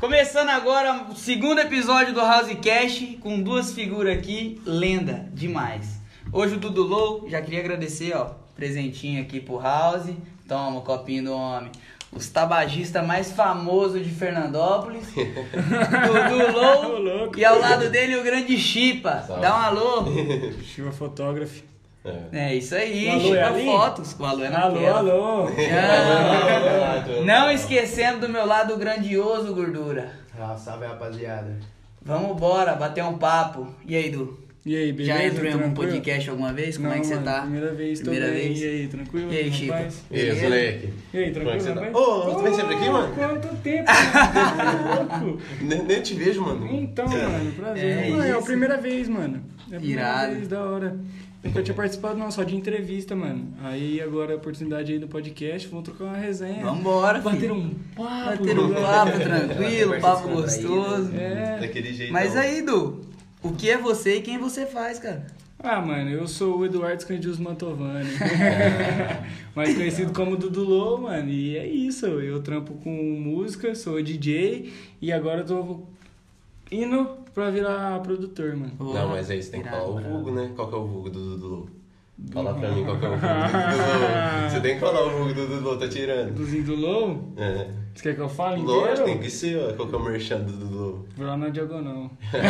Começando agora o segundo episódio do Housecast com duas figuras aqui, lenda demais. Hoje o Dudu Low, já queria agradecer, ó, presentinho aqui pro House. Toma, o copinho do homem. Os tabagistas mais famosos de Fernandópolis. Dudu Low. E ao lado dele o grande Chipa. Salve. Dá um alô. Chipa Fotógrafo. É isso aí, O alô Chipa é ali? Fotos. O alô é na Alô, tela. alô. Não esquecendo do meu lado grandioso, gordura. Salve, rapaziada. Vamos embora, bater um papo. E aí, Du? E aí, beleza? Já entrou em algum Tranquilo? podcast alguma vez? Como Não, é que você mano, tá? Primeira vez, tô Primeira bem. vez? E aí, tranquilo? E aí, Chipa? rapaz? E aí, moleque? E aí, Como é que você tranquilo, tá? rapaz? Ô, tu vem sempre aqui, mano? Quanto tempo, mano? Nem te vejo, mano. Então, mano, prazer. É É a isso. primeira vez, mano. É a primeira Irado. vez, da hora. Nunca tinha participado não, só de entrevista, mano. Aí agora a oportunidade aí no podcast, vamos trocar uma resenha. Vambora, Bater filho. um papo. Bater um papo tranquilo, papo gostoso. É. Daquele jeito. Mas aí, Du, o que é você e quem você faz, cara? Ah, mano, eu sou o Eduardo Scandius Mantovani. Mais conhecido como Dudu Low, mano. E é isso, eu trampo com música, sou DJ e agora eu tô indo pra virar produtor, mano. Não, mas aí você tem que Irado, falar o irado. vulgo, né? Qual que é o vulgo do Dudu? Fala pra mim qual que é o vulgo do Dudu. Você tem que falar o vulgo do Dudu, tá tirando. Duduzinho do Low? É. Você quer que eu fale Lógico, inteiro? tem que ser, ó. Qual que é o merchan do Dudu? Vou lá na diagonal.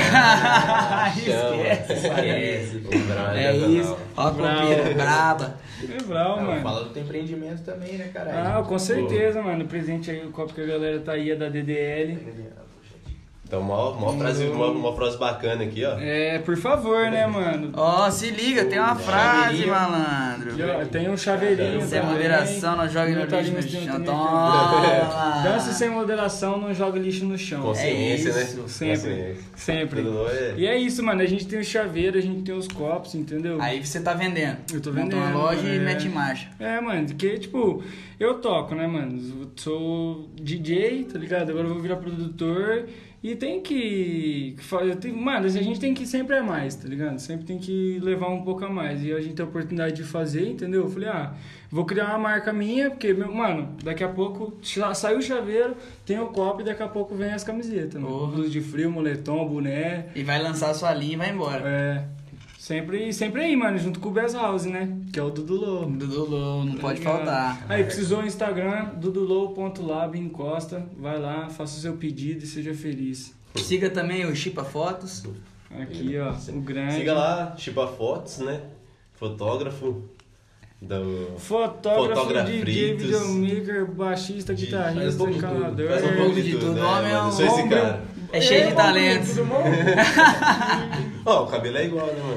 Esquece. O É isso. Ó a copira, braba. É bravo, mano. Fala do teu empreendimento também, né, caralho? Ah, com certeza, mano. O presente aí, o copo que a galera tá aí é da DDL. Então, mó frase bacana aqui, ó. É, por favor, né, mano? Ó, se liga, tem uma frase, malandro. E, ó, tem um chaveirinho Sem também. moderação, não jogue no Detalhe lixo no tem chão. também. Toma! Dança sem moderação, não joga lixo no chão. Consciência, É né? isso, sempre. Consciência. Sempre. Dudu é... E é isso, mano. A gente tem o chaveiro, a gente tem os copos, entendeu? Aí você tá vendendo. Eu tô Monta uma vendendo, loja e é. mete em marcha. É, mano, porque, tipo, eu toco, né, mano? Eu sou DJ, tá ligado? Agora eu vou virar produtor e tem que fazer. Mano, a gente tem que sempre é mais, tá ligado? Sempre tem que levar um pouco a mais. E a gente tem a oportunidade de fazer, entendeu? Eu falei, vou criar uma marca minha, porque, mano, daqui a pouco sai o chaveiro, tem o copo e daqui a pouco vem as camisetas, mano. Porra. Blusa de frio, moletom, boné. E vai lançar a sua linha e vai embora. É. Sempre aí, mano, junto com o Bess House, né? Que é o Dudu Low. Dudu Low, não pode faltar. Aí, precisou o Instagram, dudulow.lab, encosta, vai lá, faça o seu pedido e seja feliz. Siga também o Chipa Fotos. Aqui, ó, o grande. Siga lá, Chipa Fotos, né? Fotógrafo. Fotógrafo, DJ, Fritos. videomaker, baixista, Faz um guitarrista, pouco de tudo. encanador. Faz um pouco de tudo. tudo, né, Homem é mano? um Eu sou esse homem. cara. É cheio de talentos. Tudo bom? Ó, o cabelo é igual, né, mano?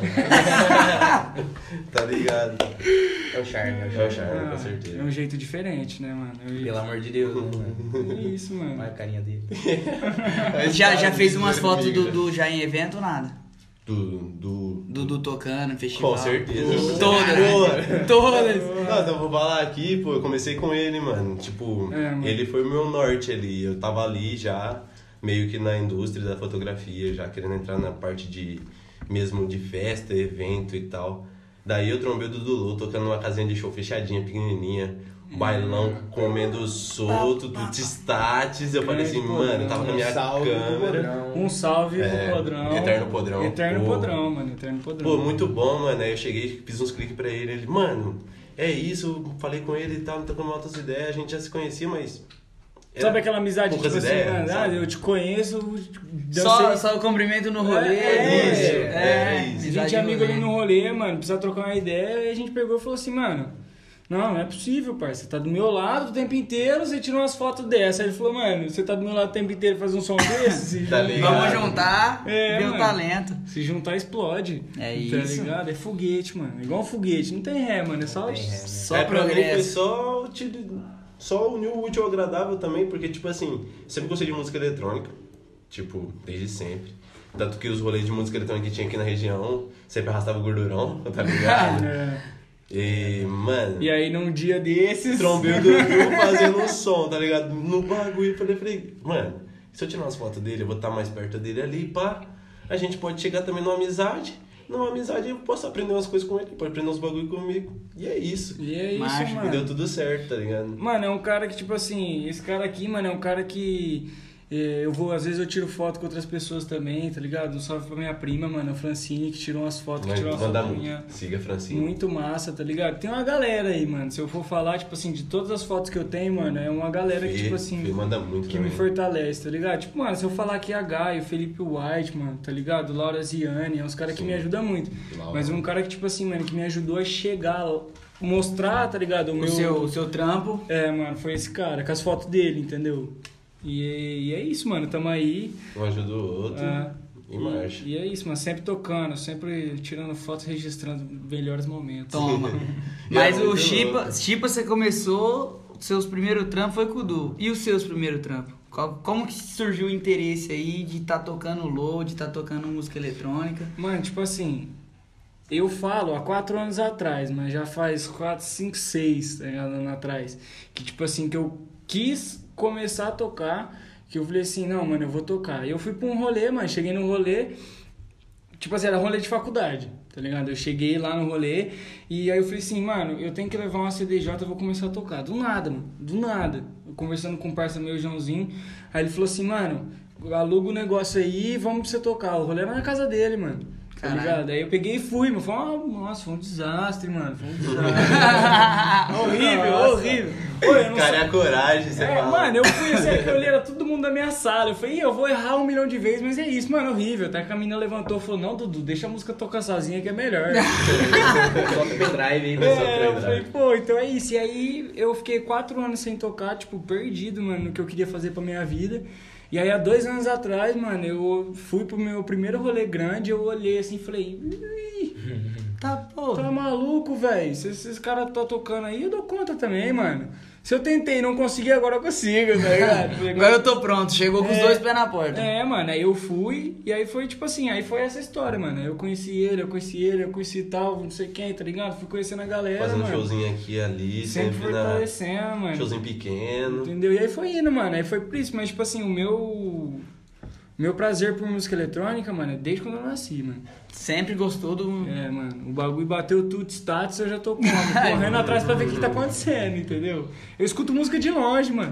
Tá ligado? É o charme, É o charme, com certeza. É um jeito diferente, né, mano? Pelo amor de Deus, né, mano? É isso, mano. Olha a carinha dele. Já fez umas fotos do Dudu já em evento ou nada? Do... Dudu tocando, no festival. Com certeza. Todas. Todas. Não, eu vou falar aqui, pô, eu comecei com ele, mano. Tipo, mano. ele foi o meu norte ali. Eu tava ali já, meio que na indústria da fotografia, já querendo entrar na parte de mesmo de festa, evento e tal. Daí eu trombei o Dudu Low tocando numa casinha de show fechadinha, pequenininha. Bailão comendo solto, do States. Eu falei assim, mano, tava na minha câmera. Um salve pro Podrão. Eterno Podrão. Eterno Pô. Podrão, mano. Eterno Podrão. Pô, muito bom, mano. Aí eu cheguei, fiz uns cliques pra ele. Ele, mano, é isso. Eu falei com ele e tal, trocando altas ideias. A gente já se conhecia, mas... Sabe aquela amizade, tipo poucas assim, ideias, mano, sabe? eu te conheço, Só o cumprimento no rolê. É isso, a isso. gente é amigo ali no rolê, mano, precisa trocar uma ideia, e a gente pegou e falou assim, mano, não é possível, parça, você tá do meu lado o tempo inteiro, você tira umas fotos dessa. Aí ele falou, mano, você tá do meu lado o tempo inteiro e faz um som desse? Tá ligado? Vamos juntar, ver o mano. talento. Se juntar, explode. É Tá isso. ligado? É foguete, mano, é igual um foguete, não tem ré, mano, é só... Só Pra mim foi progresso. só unir o útil ao agradável também, porque, tipo assim, sempre gostei de música eletrônica, tipo, desde sempre. Tanto que os rolês de música eletrônica que tinha aqui na região, sempre arrastava o gordurão, tá ligado? É. E, mano, E aí, num dia desses... trombei o Dudu fazendo um som, tá ligado? No bagulho, falei, mano, se eu tirar umas fotos dele, eu vou estar mais perto dele ali, pá. A gente pode chegar também numa amizade. Numa amizade eu posso aprender umas coisas com ele, pode aprender uns bagulho comigo. E é isso. E é isso, Marcha, mano. E deu tudo certo, tá ligado? Mano, é um cara que, tipo assim, esse cara aqui, mano, é um cara que Às vezes eu tiro foto com outras pessoas também, tá ligado? Um salve pra minha prima, mano, a Francine, que tirou umas fotos, Manda muito. Siga a Francine. Muito massa, tá ligado? Tem uma galera aí, mano. Se eu for falar, tipo assim, de todas as fotos que eu tenho, mano, é uma galera que, tipo assim, manda muito que também. me fortalece, tá ligado? Tipo, mano, se eu falar aqui a Gaio, Felipe White, mano, tá ligado? Laura Ziani, é uns caras que me ajudam muito. Mas um cara que, tipo assim, mano, que me ajudou a chegar, mostrar, tá ligado? O seu trampo. É, mano, foi esse cara, com as fotos dele, entendeu? E é isso, mano, tamo aí. Um ajuda o outro e marcha. E é isso, mano, sempre tocando, sempre tirando fotos, registrando melhores momentos. Toma. Mas o Chipa, você começou, seus primeiros trampos foi com o Du. E os seus primeiros trampos? Como que surgiu o interesse aí de estar tocando low, de estar tocando música eletrônica? Mano, tipo assim, eu falo há 4 anos atrás, mas já faz 4, 5, 6 anos atrás, que tipo assim, que eu quis começar a tocar, que eu falei assim, não, mano, eu vou tocar. Eu fui pra um rolê, mano, cheguei no rolê, tipo assim, era rolê de faculdade, tá ligado? Eu cheguei lá no rolê e aí eu falei assim, mano, eu tenho que levar uma CDJ, eu vou começar a tocar. Do nada, mano, do nada. Eu conversando com um parceiro meu, Joãozinho, aí ele falou assim, mano, aluga o negócio aí, vamos pra você tocar. O rolê era na casa dele, mano. Tá ligado? Aí eu peguei e fui, mano. Nossa, foi um desastre, mano. Foi um desastre. horrível. Cara, é a coragem, você fala. Mano, eu fui assim, eu olhei, era todo mundo da minha sala. Eu falei, eu vou errar 1 milhão de vezes, mas é isso, mano, horrível. Até que a menina levantou e falou, não, Dudu, deixa a música tocar sozinha que é melhor. Solta o pendrive aí, pessoal. Eu falei, pô, então é isso. E aí eu fiquei 4 anos sem tocar, tipo, perdido, mano, no que eu queria fazer pra minha vida. E aí, há 2 anos atrás, mano, eu fui pro meu primeiro rolê grande, eu olhei assim e falei, tá maluco, velho? Se esses caras tá tocando aí, eu dou conta também, mano. Se eu tentei e não consegui, agora eu consigo, tá ligado? Agora eu tô pronto, chegou com os 2 pés na porta. Mano, aí eu fui, e aí foi tipo assim, aí foi essa história, mano. Eu conheci ele, eu conheci tal, não sei quem, tá ligado? Fui conhecendo a galera, fazendo mano. Showzinho aqui e ali, sempre fortalecendo, mano. Showzinho pequeno. Entendeu? E aí foi indo, mano. Aí foi por isso, mas tipo assim, o meu prazer por música eletrônica, mano, é desde quando eu nasci, mano. Sempre gostou do... mano, o bagulho bateu tudo status, eu já tô correndo atrás pra ver o que tá acontecendo, entendeu? Eu escuto música de longe, mano.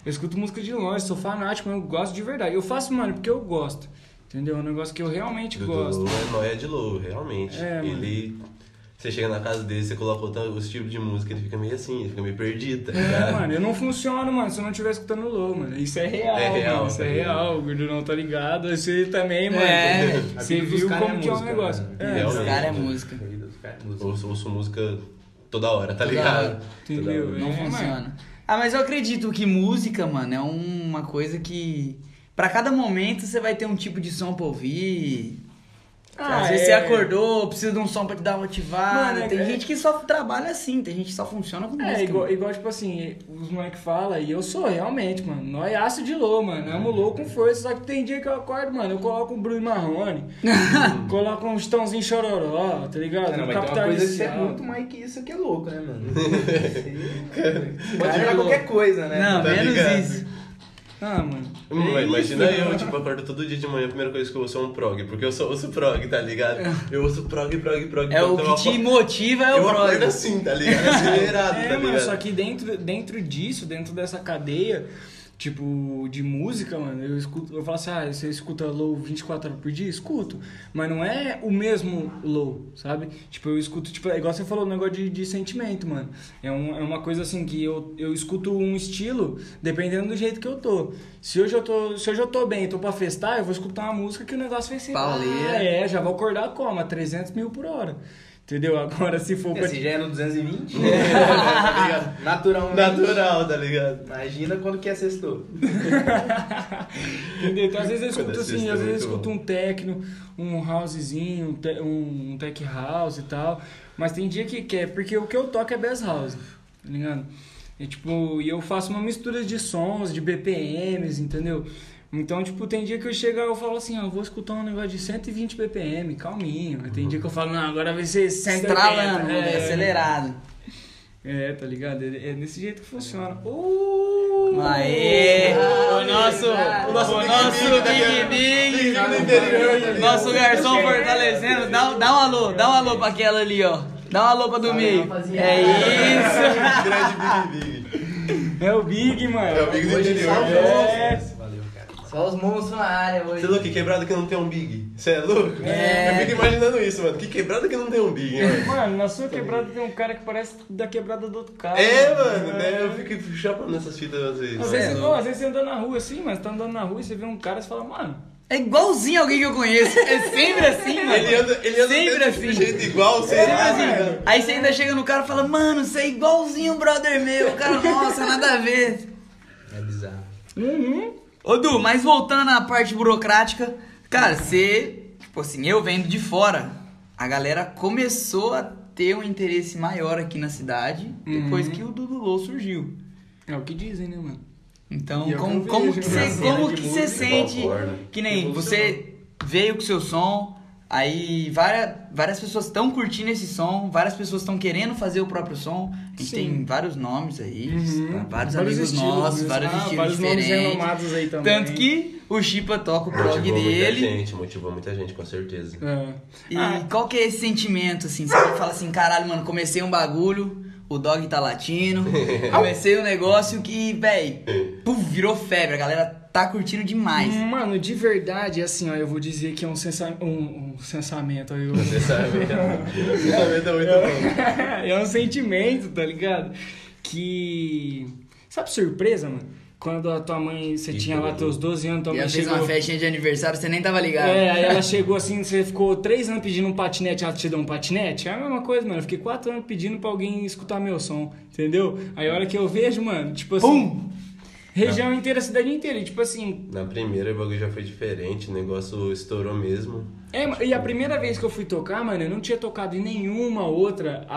Sou fanático, eu gosto de verdade. Eu faço, mano, porque eu gosto, entendeu? É um negócio que eu realmente gosto. Dudu é nóia de low, realmente. Ele... Você chega na casa dele, você coloca o estilo de música, ele fica meio assim, ele fica meio perdido, tá ligado? Mano, eu não funciono, mano, se eu não estiver escutando low, mano. Isso é real, mano. Isso é real, o Gordurão tá ligado. Você também, mano. Você viu como que é o negócio. Os caras é música. Ouço música toda hora, tá ligado? Entendeu? Não funciona. Mas eu acredito que música, mano, é uma coisa que... Pra cada momento você vai ter um tipo de som pra ouvir... Às vezes você acordou, precisa de um som pra te dar uma motivada. Mano, tem gente que só trabalha assim, tem gente que só funciona com música. Igual tipo assim, os moleques falam, e eu sou realmente, mano, noiaço de low, mano. Amo low com força, só que tem dia que eu acordo, mano, eu coloco um Bruno Marrone, coloco um Chitãozinho Chororó, tá ligado? Não, mas tem uma coisa que você é muito mais que isso que é louco, né, mano? Pode virar qualquer coisa, né? Não, tá menos ligado? isso. Mano. Imagina eu, tipo, acordo todo dia de manhã, a primeira coisa que eu ouço é um prog, porque eu só ouço prog, tá ligado? Eu ouço prog. É o que te motiva, é o prog. Eu acordo assim, tá ligado? Acelerado, tá ligado? Mano, só que dentro disso, dentro dessa cadeia, tipo, de música, mano, eu falo assim, você escuta low 24 horas por dia? Escuto, mas não é o mesmo low, sabe? Tipo, eu escuto, tipo, é igual você falou, um negócio de sentimento, mano. É uma coisa assim que eu escuto um estilo dependendo do jeito que eu tô. Se hoje eu tô bem, tô pra festar, eu vou escutar uma música que o negócio vai ser... Pauleira. Já vou acordar como? A 300 mil por hora. Entendeu? Agora se for pra... Se já é no 220, tá ligado? Naturalmente. Natural, tá ligado? Imagina quando que é sextou. Entendeu? Então às vezes eu escuto Quando é assim, sexta, às vezes eu muito escuto um techno, um housezinho, um tech house e tal. Mas tem dia que é, porque o que eu toco é bass house, tá ligado? E tipo, eu faço uma mistura de sons, de BPMs, entendeu? Então, tipo, tem dia que eu chego e eu falo assim, eu vou escutar um negócio de 120 BPM, calminho. Aí tem dia que eu falo, não, agora vai ser 180. Estralando, acelerado. Tá ligado? É desse jeito que funciona. Aê! O nosso Big Big, nosso garçom fortalecendo. Dá um alô pra aquela ali, ó. Dá um alô pra domingo. É isso. Grande Big Big. É o Big, mano. É o Big do interior. Valeu, cara. Só os monstros na área hoje. Você é louco, que quebrada que não tem um big? Você é louco? É. Eu fico imaginando isso, mano. Que quebrada que não tem um big, hein, mano? Mano, na sua quebrada tem um cara que parece da quebrada do outro cara. Mano, né? Eu fico chapando nessas fitas às vezes. Às vezes você anda na rua assim, mas tá andando na rua e você vê um cara e você fala, mano... É igualzinho alguém que eu conheço. É sempre assim, mano. Ele anda sempre de assim. jeito igual, sei Sempre lá, assim. né? Aí você ainda chega no cara e fala, mano, você é igualzinho o brother meu. O cara, nossa, nada a ver. É bizarro. Ô, Du, mas voltando à parte burocrática, cara, você, tipo assim, eu vendo de fora, a galera começou a ter um interesse maior aqui na cidade depois que o Dudulou surgiu. É o que dizem, né, mano? Então, E eu como vejo, que né? você sente que nem você veio com seu som, aí várias pessoas estão curtindo esse som, várias pessoas estão querendo fazer o próprio som, a gente tem vários nomes aí, vários amigos nossos, vários estilos vários nomes diferentes. renomados aí também. Tanto que o Chipa toca o prog dele. Motivou muita gente, com certeza. E qual que é esse sentimento, assim? Você fala assim, caralho, mano, comecei um bagulho, o dog tá latindo, comecei um negócio que, véi, virou febre, a galera tá curtindo demais. Mano, de verdade, assim, ó, eu vou dizer que é um sensamento. Aí Você sabe. Você sabe, é muito bom. É um sentimento, tá ligado? Que... Sabe surpresa, mano? Quando a tua mãe, você tinha lá teus 12 anos, tua E mãe ela fez chegou... uma festinha de aniversário, você nem tava ligado. Aí ela chegou assim, você ficou 3 anos pedindo um patinete, ela te deu um patinete? É a mesma coisa, mano. Eu fiquei 4 anos pedindo pra alguém escutar meu som, entendeu? Aí a hora que eu vejo, mano, tipo assim... Região inteira, cidade inteira, e tipo assim... Na primeira o bagulho já foi diferente, o negócio estourou mesmo. E a primeira vez que eu fui tocar, mano, eu não tinha tocado em nenhuma outra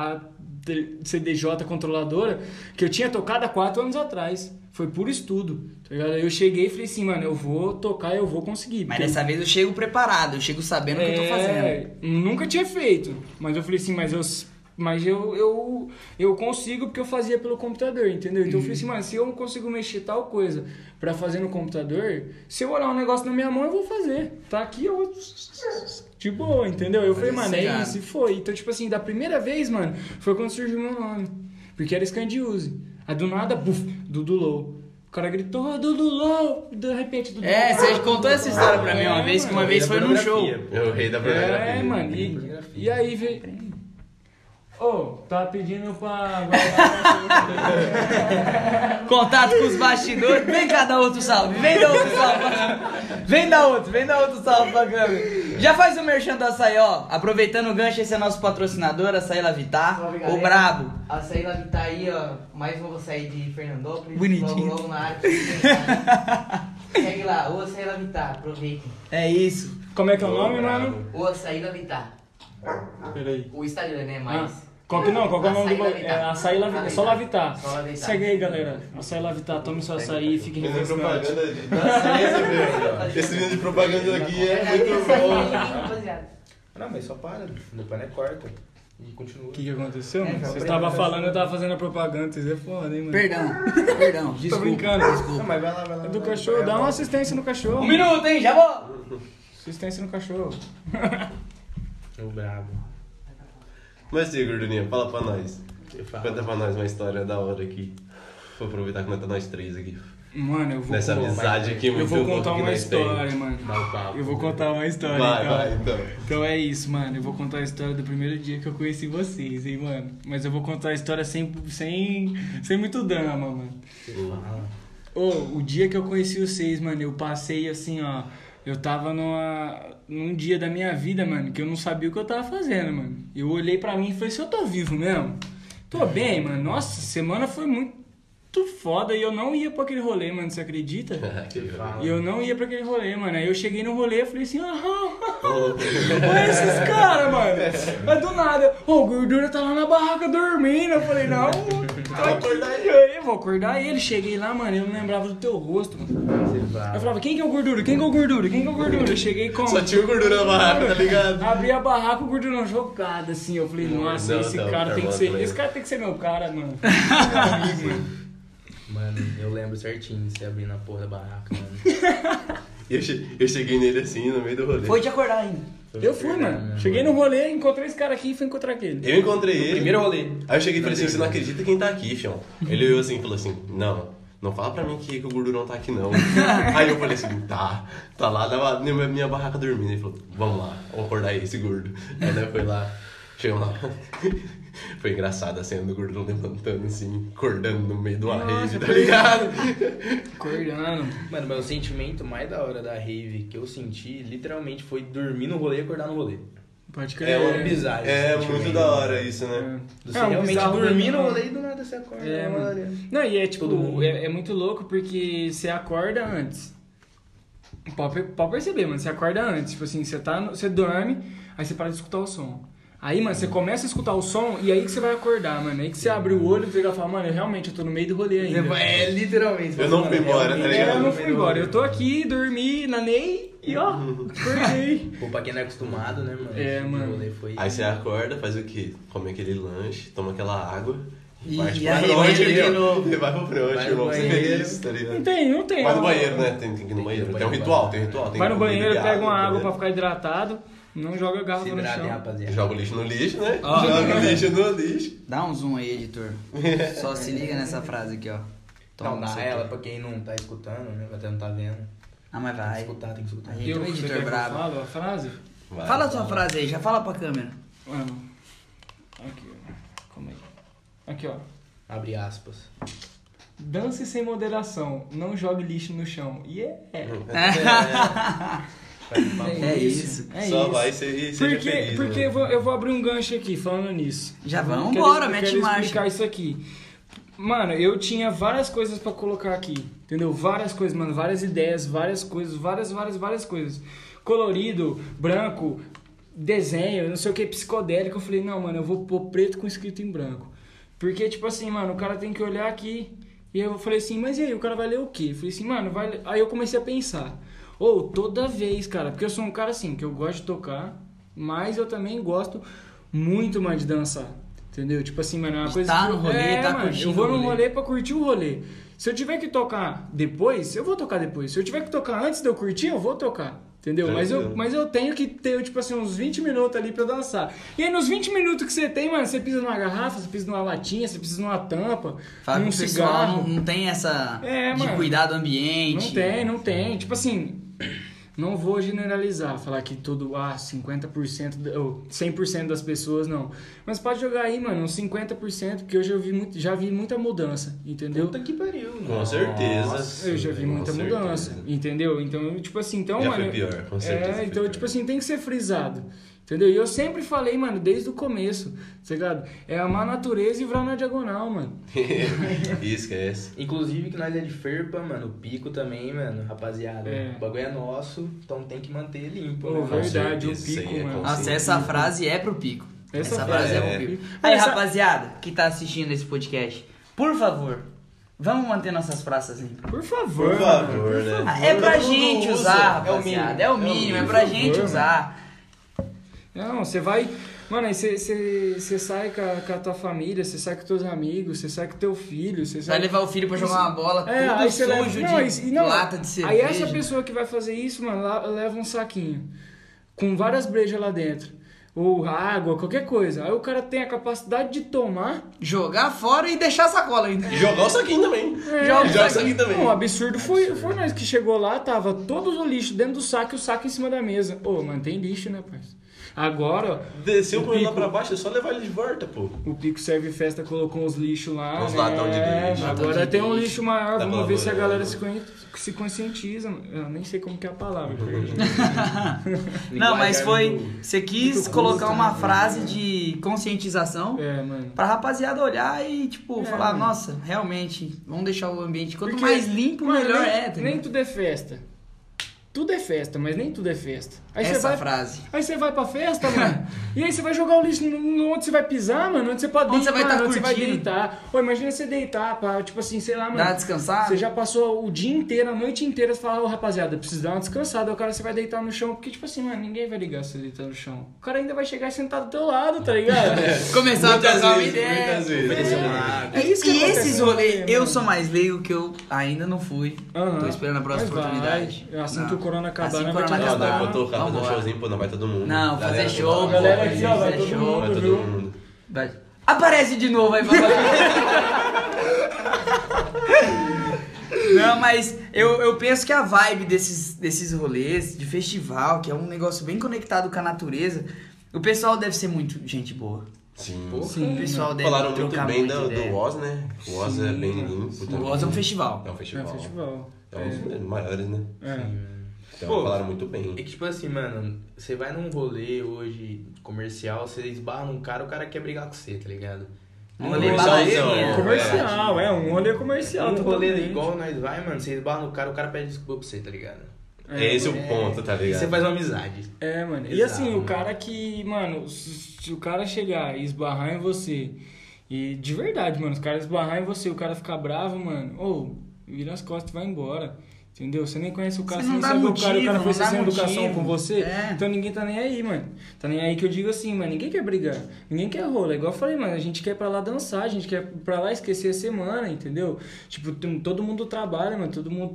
CDJ controladora que eu tinha tocado há 4 anos atrás. Foi por estudo, tá ligado? Aí eu cheguei e falei assim, mano, eu vou tocar, eu vou conseguir. Mas dessa vez eu chego preparado, eu chego sabendo o que eu tô fazendo. Nunca tinha feito, mas eu falei assim, mas eu consigo porque eu fazia pelo computador, entendeu? Então eu falei assim, mano, se eu não consigo mexer tal coisa pra fazer no computador, se eu olhar um negócio na minha mão, eu vou fazer. Tá aqui, eu vou... De boa, entendeu? Eu falei, mano, é isso, e foi. Então, tipo assim, da primeira vez, mano, foi quando surgiu o meu nome. Porque era Scandiuse. Aí do nada, buf, Dudulou. O cara gritou, Dudulou, de repente Dudulou. Você contou essa história pra mim uma vez, que uma vez foi num show. É o rei da pornografia. Mano, e aí veio... Tá pedindo pra guardar... Contato com os bastidores. Vem cá dar outro salve. Vem dar outro salve. Vem dar outro salve pra câmera. Já faz o merchan do açaí, ó. Aproveitando o gancho, esse é nosso patrocinador, Açaí Lavitar. Salve, O galera. brabo. Açaí Lavitar aí, ó. Mais um vou sair de Fernandópolis. Bonitinho. Logo na área. Segue lá, o Açaí Lavitar, aproveitem. É isso. Como é que é o nome, mano? O Açaí Lavitar. Peraí. O Instagram, né? Mas. Qual que é o nome Açaí do... Lavitar. Açaí Lavitar. É só Lavitar. Só Lavitar. Segue aí, galera. Açaí Lavitar. Tome seu açaí e fique Mas é refrescante. propaganda da ciência mesmo. Esse vídeo de propaganda aqui é muito bom. Rapaziada. Não, mas só para, depois não é corta. E continua. O que aconteceu, mano? já Você foi estava a falando, eu tava fazendo a propaganda. Vocês é foda, hein, mano? Perdão. Desculpa. Tô brincando. Não, mas vai lá. É do cachorro. Dá uma assistência no cachorro. 1 minuto, hein? Já vou. Assistência no cachorro. O brabo. Mas sim, gordurinha, fala pra nós. Eu falo. Conta pra nós uma história da hora aqui. Vou aproveitar que nós tá nós 3 aqui. Mano, eu vou... Nessa amizade aqui muito Eu vou contar louca que uma nós tem. história, mano. Dá o papo. Eu vou contar uma história, Vai, então. Então é isso, mano. Eu vou contar a história do primeiro dia que eu conheci vocês, hein, mano. Mas eu vou contar a história sem muito drama, mano. O dia que eu conheci vocês, mano, eu passei assim, ó. Eu tava num dia da minha vida, mano, que eu não sabia o que eu tava fazendo, mano. Eu olhei pra mim e falei assim, eu tô vivo mesmo? Tô bem, mano. Nossa, semana foi muito foda e eu não ia pra aquele rolê, mano, você acredita? E eu não ia pra aquele rolê, mano. Aí eu cheguei no rolê e falei assim, olha esses caras, mano. Mas do nada, o Gordura tá lá na barraca dormindo. Eu falei, não, eu vou acordar ele. Cheguei lá, mano, eu não lembrava do teu rosto, mano. Eu falava, quem que é o Gordura? Quem que é o Gordura? Quem que é o Gordura? Eu cheguei com... Só tinha o gordura na barraca, tá ligado? Abri a barraca, o Gordura jogado, assim. Eu falei, nossa, Não, esse tá, cara tá tem bom, que ser... tá Esse cara tem que ser meu cara, mano. Mano, eu lembro certinho de você abrindo a porra da barraca, mano. Eu cheguei nele assim, no meio do rolê. Foi te acordar ainda. Eu fui, mano. Cheguei no rolê, encontrei esse cara aqui e fui encontrar aquele. Eu encontrei ele. Primeiro rolê. Aí eu cheguei e falei assim, você não acredita quem tá aqui, fião? Ele olhou assim e falou assim, não, não fala pra mim que o gordurão tá aqui não. Aí eu falei assim, tá lá na minha barraca dormindo. Ele falou, vamos lá, vamos acordar esse gordo. Aí nós foi lá, chegamos lá. Foi engraçado a cena do gordurão levantando assim, acordando no meio de uma rave, tá ligado? Acordando. Mano, mas o sentimento mais da hora da rave que eu senti, literalmente, foi dormir no rolê e acordar no rolê. Pode crer. É bizarro. É muito da hora isso, né? Você É um realmente bizarro dormir no mesmo. rolê e do nada você acorda. Mano. olha. Não, e é tipo, Todo mundo. é muito louco porque você acorda antes. Pode perceber, mano, você acorda antes. Tipo assim, você dorme, aí você para de escutar o som. Aí, mano, você começa a escutar o som e aí que você vai acordar, mano. Aí que você abre o olho e você fala, mano, eu tô no meio do rolê ainda. É, literalmente. Eu não fui embora, tá ligado? Eu não fui embora. Eu tô aqui, dormi, nanei e ó, acordei. Pô, pra quem não é acostumado, né, mano? É, esse mano. rolê foi... Aí você acorda, faz o quê? Come aquele lanche, toma aquela água E parte aí, pro fronte, entra de ó. novo. E vai pro fronte, Vai no irmão, você banheiro. feliz, tá ligado? Não tem. Vai no ó. banheiro, né? Tem que ir no banheiro. Tem um ritual. Tem Vai no que banheiro, beber pega uma água né? pra ficar hidratado, não joga garrafa Se no hidratem, chão. rapaziada. Joga o lixo no lixo, né? Ó. Joga o lixo no lixo. Dá um zoom aí, editor. Só se liga nessa frase aqui, ó. Não, Toma, dá você ela quer. pra quem não tá escutando, né? Até não tá vendo. Ah, mas Tem que vai. escutar, tem que escutar. Aí tem um Você editor quer que eu brabo. falo a frase? Vai, Fala a tua vai. frase aí, já fala pra câmera. Mano, aqui, ó. Calma aí. Aqui, ó. Abre aspas. Dance sem moderação, não jogue lixo no chão. É isso. É Só isso. vai ser seja Porque, feliz, porque né? eu vou abrir um gancho aqui falando nisso. Já vamos Eu quero- embora, eu mete quero marcha. explicar isso aqui. Mano, eu tinha várias coisas pra colocar aqui, entendeu? Várias coisas, mano, várias ideias, várias coisas, várias coisas. Colorido, branco, desenho, não sei o que, psicodélico. Eu falei, não, mano, eu vou pôr preto com escrito em branco. Porque, tipo assim, mano, o cara tem que olhar aqui. E eu falei assim, mas e aí, o cara vai ler o quê? Eu falei assim, mano, vai ler... Aí eu comecei a pensar. Toda vez, cara, porque eu sou um cara assim, que eu gosto de tocar, mas eu também gosto muito mais de dançar. Entendeu? Tipo assim, mano, é uma coisa Tá que no rolê, tá curtindo eu vou o no rolê. rolê pra curtir o rolê. Se eu tiver que tocar depois, eu vou tocar depois. Se eu tiver que tocar antes de eu curtir, eu vou tocar. Entendeu? Tranquilo. Mas eu tenho que ter, tipo assim, uns 20 minutos ali pra dançar. E aí, nos 20 minutos que você tem, mano, você pisa numa garrafa, você pisa numa latinha, você pisa numa tampa, Fala num que o pessoal cigarro. não tem essa de mano. cuidar do ambiente. Não tem. Tipo assim, não vou generalizar, falar que tudo, 50% ou 100% das pessoas, não. Mas pode jogar aí, mano, uns 50%, porque hoje eu já vi muita mudança, entendeu? Puta que pariu. Com certeza. Eu já vi Com muita certeza. mudança, entendeu? Então, tipo assim, então, Já mano... foi pior, com certeza foi então, pior. tipo assim, tem que ser frisado, entendeu? E eu sempre falei, mano, desde o começo, tá ligado? É amar a natureza e virar na diagonal, mano. Esquece. Inclusive que nós é de Ferpa, mano. O pico também, mano. Rapaziada, É. o bagulho é nosso, então tem que manter limpo, Pô, né? verdade, o certeza, isso pico, aí é mano. consciente. Nossa, essa frase é pro pico. Essa frase é frase pro é. pico. Aí, Essa- rapaziada, que tá assistindo esse podcast, por favor, vamos manter nossas praças limpas. Por favor. Por favor, né? Ah, é pra Todo mundo gente usa. usar, É o rapaziada. É o mínimo, é Por pra favor, gente mano. usar. Não, você vai... Mano, aí você sai com a tua família, você sai com teus amigos, você sai com teu filho, você sai... Vai levar o filho pra jogar uma bola, tudo aí você leva... sujo Não, de não, lata de cerveja. Aí essa pessoa que vai fazer isso, mano, leva um saquinho com várias brejas lá dentro. Ou água, qualquer coisa. Aí o cara tem a capacidade de tomar... Jogar fora e deixar a sacola ainda. E jogar o saquinho também. Joga o saquinho também. Não, o absurdo foi nós que chegou lá, tava todo o lixo dentro do saco e o saco em cima da mesa. Ô, mano, tem lixo, né, parceiro? Agora, ó, Desceu O com ele lá pico. pra baixo, é só levar ele de volta, pô. o Pico Serve Festa colocou uns lixos lá, Uns né? latão de lixo. Latão Agora de tem um lixo. lixo maior, Tá vamos ver se a galera colaborando. se conscientiza. Eu nem sei como que é a palavra. Não, mas foi. Você quis Muito colocar custo, uma né? frase de conscientização É, mano. pra rapaziada olhar e, tipo, É, falar, mano. nossa, realmente, vamos deixar o ambiente. Quanto Porque, mais limpo, mano, melhor nem, é, tá Nem ligado? tudo é festa. Tudo é festa, mas nem tudo é festa. Aí você Essa vai, frase. Aí você vai pra festa, mano. E aí você vai jogar o lixo onde você vai pisar, mano. Onde você pode Onde você vai mano, tá onde você vai curtindo. deitar. Ô, imagina você deitar pra, tipo assim, sei lá, mano. Dá uma descansada? Você já passou o dia inteiro, a noite inteira, você fala, ô rapaziada, preciso dar uma descansada. Aí o cara você vai deitar no chão, porque, tipo assim, mano, ninguém vai ligar se você deitar no chão. O cara ainda vai chegar sentado do teu lado, tá ligado? Começar a Muitas trocar uma vezes, ideia. muitas vezes. Oferecer uma água. É isso que E acontece esses no rolês, rolê, eu mano. sou mais leigo que eu ainda não fui. Aham. Tô esperando a próxima Mas vai. oportunidade. Assim Não. que o corona acabar, Assim que nós o vai te corona Ó, ajudar. nós vou tocar, fazer um Vambora. showzinho, pô, não vai todo mundo. Não, fazer Galera, show, tocar. Galera aqui, ó, vai fazer todo show. mundo. Vai todo viu? mundo. Vai. Aparece de novo aí, papai. Não, mas eu penso que a vibe desses rolês, de festival, que é um negócio bem conectado com a natureza, o pessoal deve ser muito gente boa. Sim. Sim, o pessoal deve Falaram muito trocar bem muita ideia. do Oz, né? O Oz é bem limpo também. O Oz é um festival. É um festival. É um festival. É um dos maiores, né? É. Então Pô, falaram muito bem. É que, tipo assim, mano, você vai num rolê hoje comercial, você esbarra num cara, o cara quer brigar com você, tá ligado? Um rolê Comercialzão, baladinha. Comercial, um rolê comercial. Um rolê totalmente. igual nós vai, mano, você esbarra no cara, o cara pede desculpa pra você, tá ligado? É esse o ponto, tá E ligado? você faz uma amizade. É, mano. E Exato, assim, o mano. cara que, mano, se o cara chegar e esbarrar em você, e de verdade, mano, os caras esbarrar em você, o cara ficar bravo, mano, vira as costas e vai embora. Entendeu? Você nem conhece o cara, Você você não não dá sabe motivo, o cara não foi dá sem educação motivo. com você. É. Então ninguém tá nem aí, mano. Tá nem aí que eu digo assim, mano, ninguém quer brigar. Ninguém quer rola. Igual eu falei, mano, a gente quer ir pra lá dançar, a gente quer ir pra lá esquecer a semana, entendeu? Tipo, todo mundo trabalha, mano, todo mundo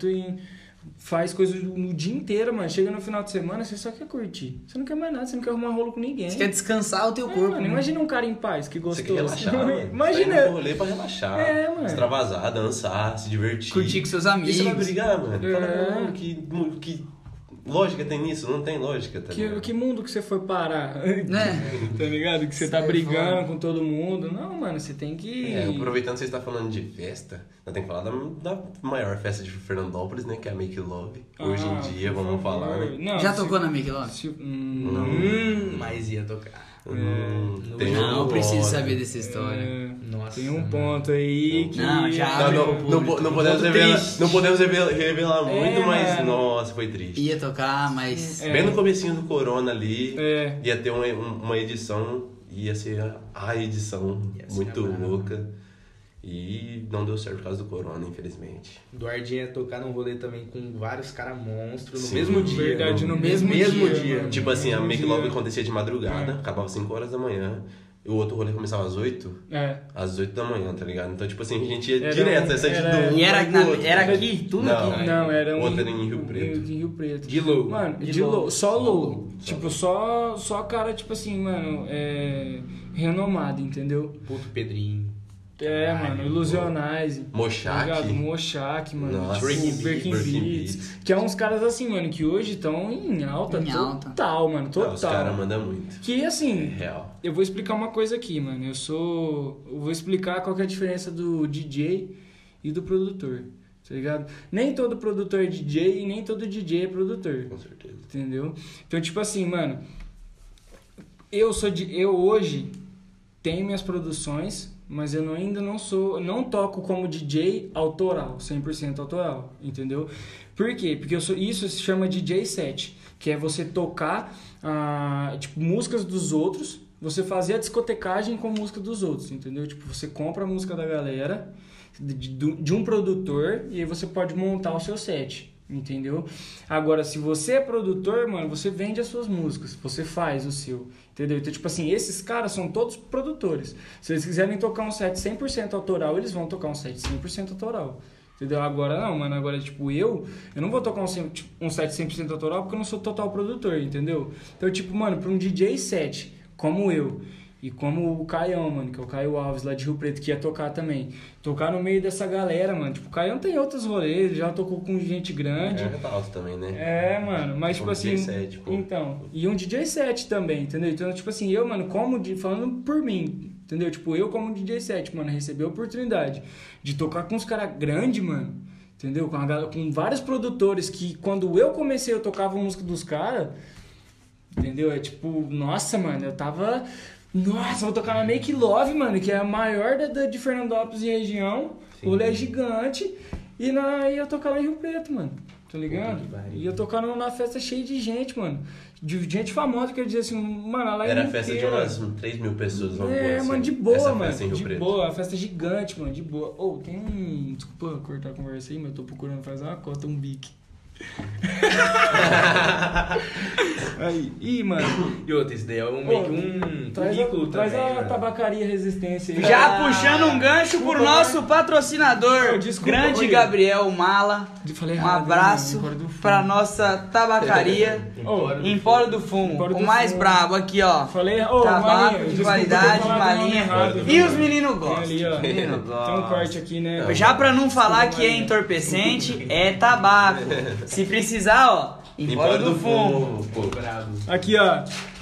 faz coisas no dia inteiro, mano. Chega no final de semana, você só quer curtir. Você não quer mais nada, você não quer arrumar rolo com ninguém. Você quer descansar o teu corpo. Mano, né? imagina um cara em paz, que Você gostoso. quer relaxar, mano. Imagina. Sai no rolê pra relaxar. É, mano. Extravasar, dançar, se divertir. Curtir com seus E amigos. você vai brigar, mano? Fala, É. mano, que lógica tem nisso? Não tem lógica, tá ligado? Que mundo que você foi parar? Né? Tá ligado? Que você tá Sai brigando fora. com todo mundo. Não, mano, você tem que... É, aproveitando que você está falando de festa, nós temos que falar da maior festa de Fernandópolis, né? Que é a Make Love. Hoje em dia, por vamos favor. falar, né? Não, Já se- tocou na Make Love? Não. Mas ia tocar. Tem Não, eu um preciso ponto. saber dessa história. Nossa, Tem um mano. ponto aí que... Não, já Não, abre não, pro público. não podemos Ponto revelar, triste. não podemos revelar muito, É, mas mano. nossa, foi triste. Ia tocar, mas... É. Bem no comecinho do Corona ali, É. ia ter uma edição, ia ser a edição Ia ser muito brava. louca. E não deu certo por causa do Corona, infelizmente. Eduardinho ia tocar num rolê também com vários caras monstros no Sim, mesmo dia. verdade, no mesmo mesmo dia. dia, mano. Tipo assim, a Mesmo Make dia. Love acontecia de madrugada, acabava 5 horas da manhã. E o outro rolê começava às 8, É. às 8 da manhã, tá ligado? Então, tipo assim, a gente ia Era direto, um- essa de era- do E era, pro outro. era aqui? Tudo Não, aqui? Não, era um... Outro era em Rio Preto. Em Rio Preto. De low. Mano, De de low. low. Só Só low. low. Tipo, só cara, tipo assim, mano, renomado, entendeu? Puto Pedrinho. É, Caralho, mano, Ilusionais. Mochak. Tá Mochak, mano. Nossa. Tipo, Breaking Breaking Beats. Beats. Que é uns caras assim, mano, que hoje estão em alta Em alta. total, mano. Total. Os caras mandam muito. Que assim, Real. eu vou explicar uma coisa aqui, mano. Eu vou explicar qual que é a diferença do DJ e do produtor. Tá ligado? Nem todo produtor é DJ e nem todo DJ é produtor. Com certeza. Entendeu? Então, tipo assim, mano, eu hoje tenho minhas produções, mas eu ainda não toco como DJ autoral, 100% autoral, entendeu? Por quê? Porque isso se chama DJ set, que é você tocar tipo, músicas dos outros, você fazer a discotecagem com música dos outros, entendeu? Tipo, você compra a música da galera, de um produtor, e aí você pode montar o seu set. Entendeu? Agora, se você é produtor, mano, você vende as suas músicas, você faz o seu, entendeu? Então, tipo assim, esses caras são todos produtores. Se eles quiserem tocar um set 100% autoral, eles vão tocar um set 100% autoral. Entendeu? Agora não, mano, agora tipo, eu não vou tocar um set 100% autoral porque eu não sou total produtor, entendeu? Então, tipo, mano, pra um DJ set, como eu, e como o Caião, mano, que é o Caio Alves lá de Rio Preto, que ia tocar também. Tocar no meio dessa galera, mano. Tipo, o Caião tem outros rolês, já tocou com gente grande. É, tá alto também, né? É, mano, mas tipo Um assim... DJ set, pô. Então, e um DJ set também, entendeu? Então, tipo assim, eu, mano, falando por mim, entendeu? Tipo, eu como DJ set, mano, recebi a oportunidade de tocar com uns caras grandes, mano, entendeu? Com vários produtores que, quando eu comecei, eu tocava música dos caras, entendeu? É tipo, nossa, mano, eu tava... Nossa, vou tocar na Make Love, mano, que é a maior de Fernandópolis e região. Sim. O rolê é gigante. E ia tocar lá em Rio Preto, mano. Tá ligado? Puta que pariu. Ia tocar numa festa cheia de gente, mano. De gente famosa, quer dizer assim, mano, lá em Era Rio festa de Preto. umas 3 mil pessoas, vamos pôr É, assim. mano, de boa, Essa mano. festa em Rio De Preto. boa, a festa gigante, mano, de boa. Tem um... Desculpa cortar a conversa aí, mas eu tô procurando fazer uma cota, um bique. Aí, ih, mano. E outra, isso daí é meio que um currículo Traz também, a mano. tabacaria resistência aí. Já puxando um gancho pro nosso papatrocinador, Ô, desculpa, grande oi. Gabriel Mala. Falei Um errado, abraço né, mano? Empório do Fumo. pra nossa tabacaria Empório do Fumo, Empório o do mais Fumo. brabo aqui, ó. Falei, ô, Tabaco Malinha, de desculpa qualidade, ter falado o nome malinha. errado, E viu? os meninos Tem gostam. ali, ó. Menino Tem um gosta. corte aqui, né? Já pra não falar Desculpa, que é Malinha. entorpecente, é tabaco. Se precisar, ó, Empório do Fumo. Pô. Bravo. Aqui, ó.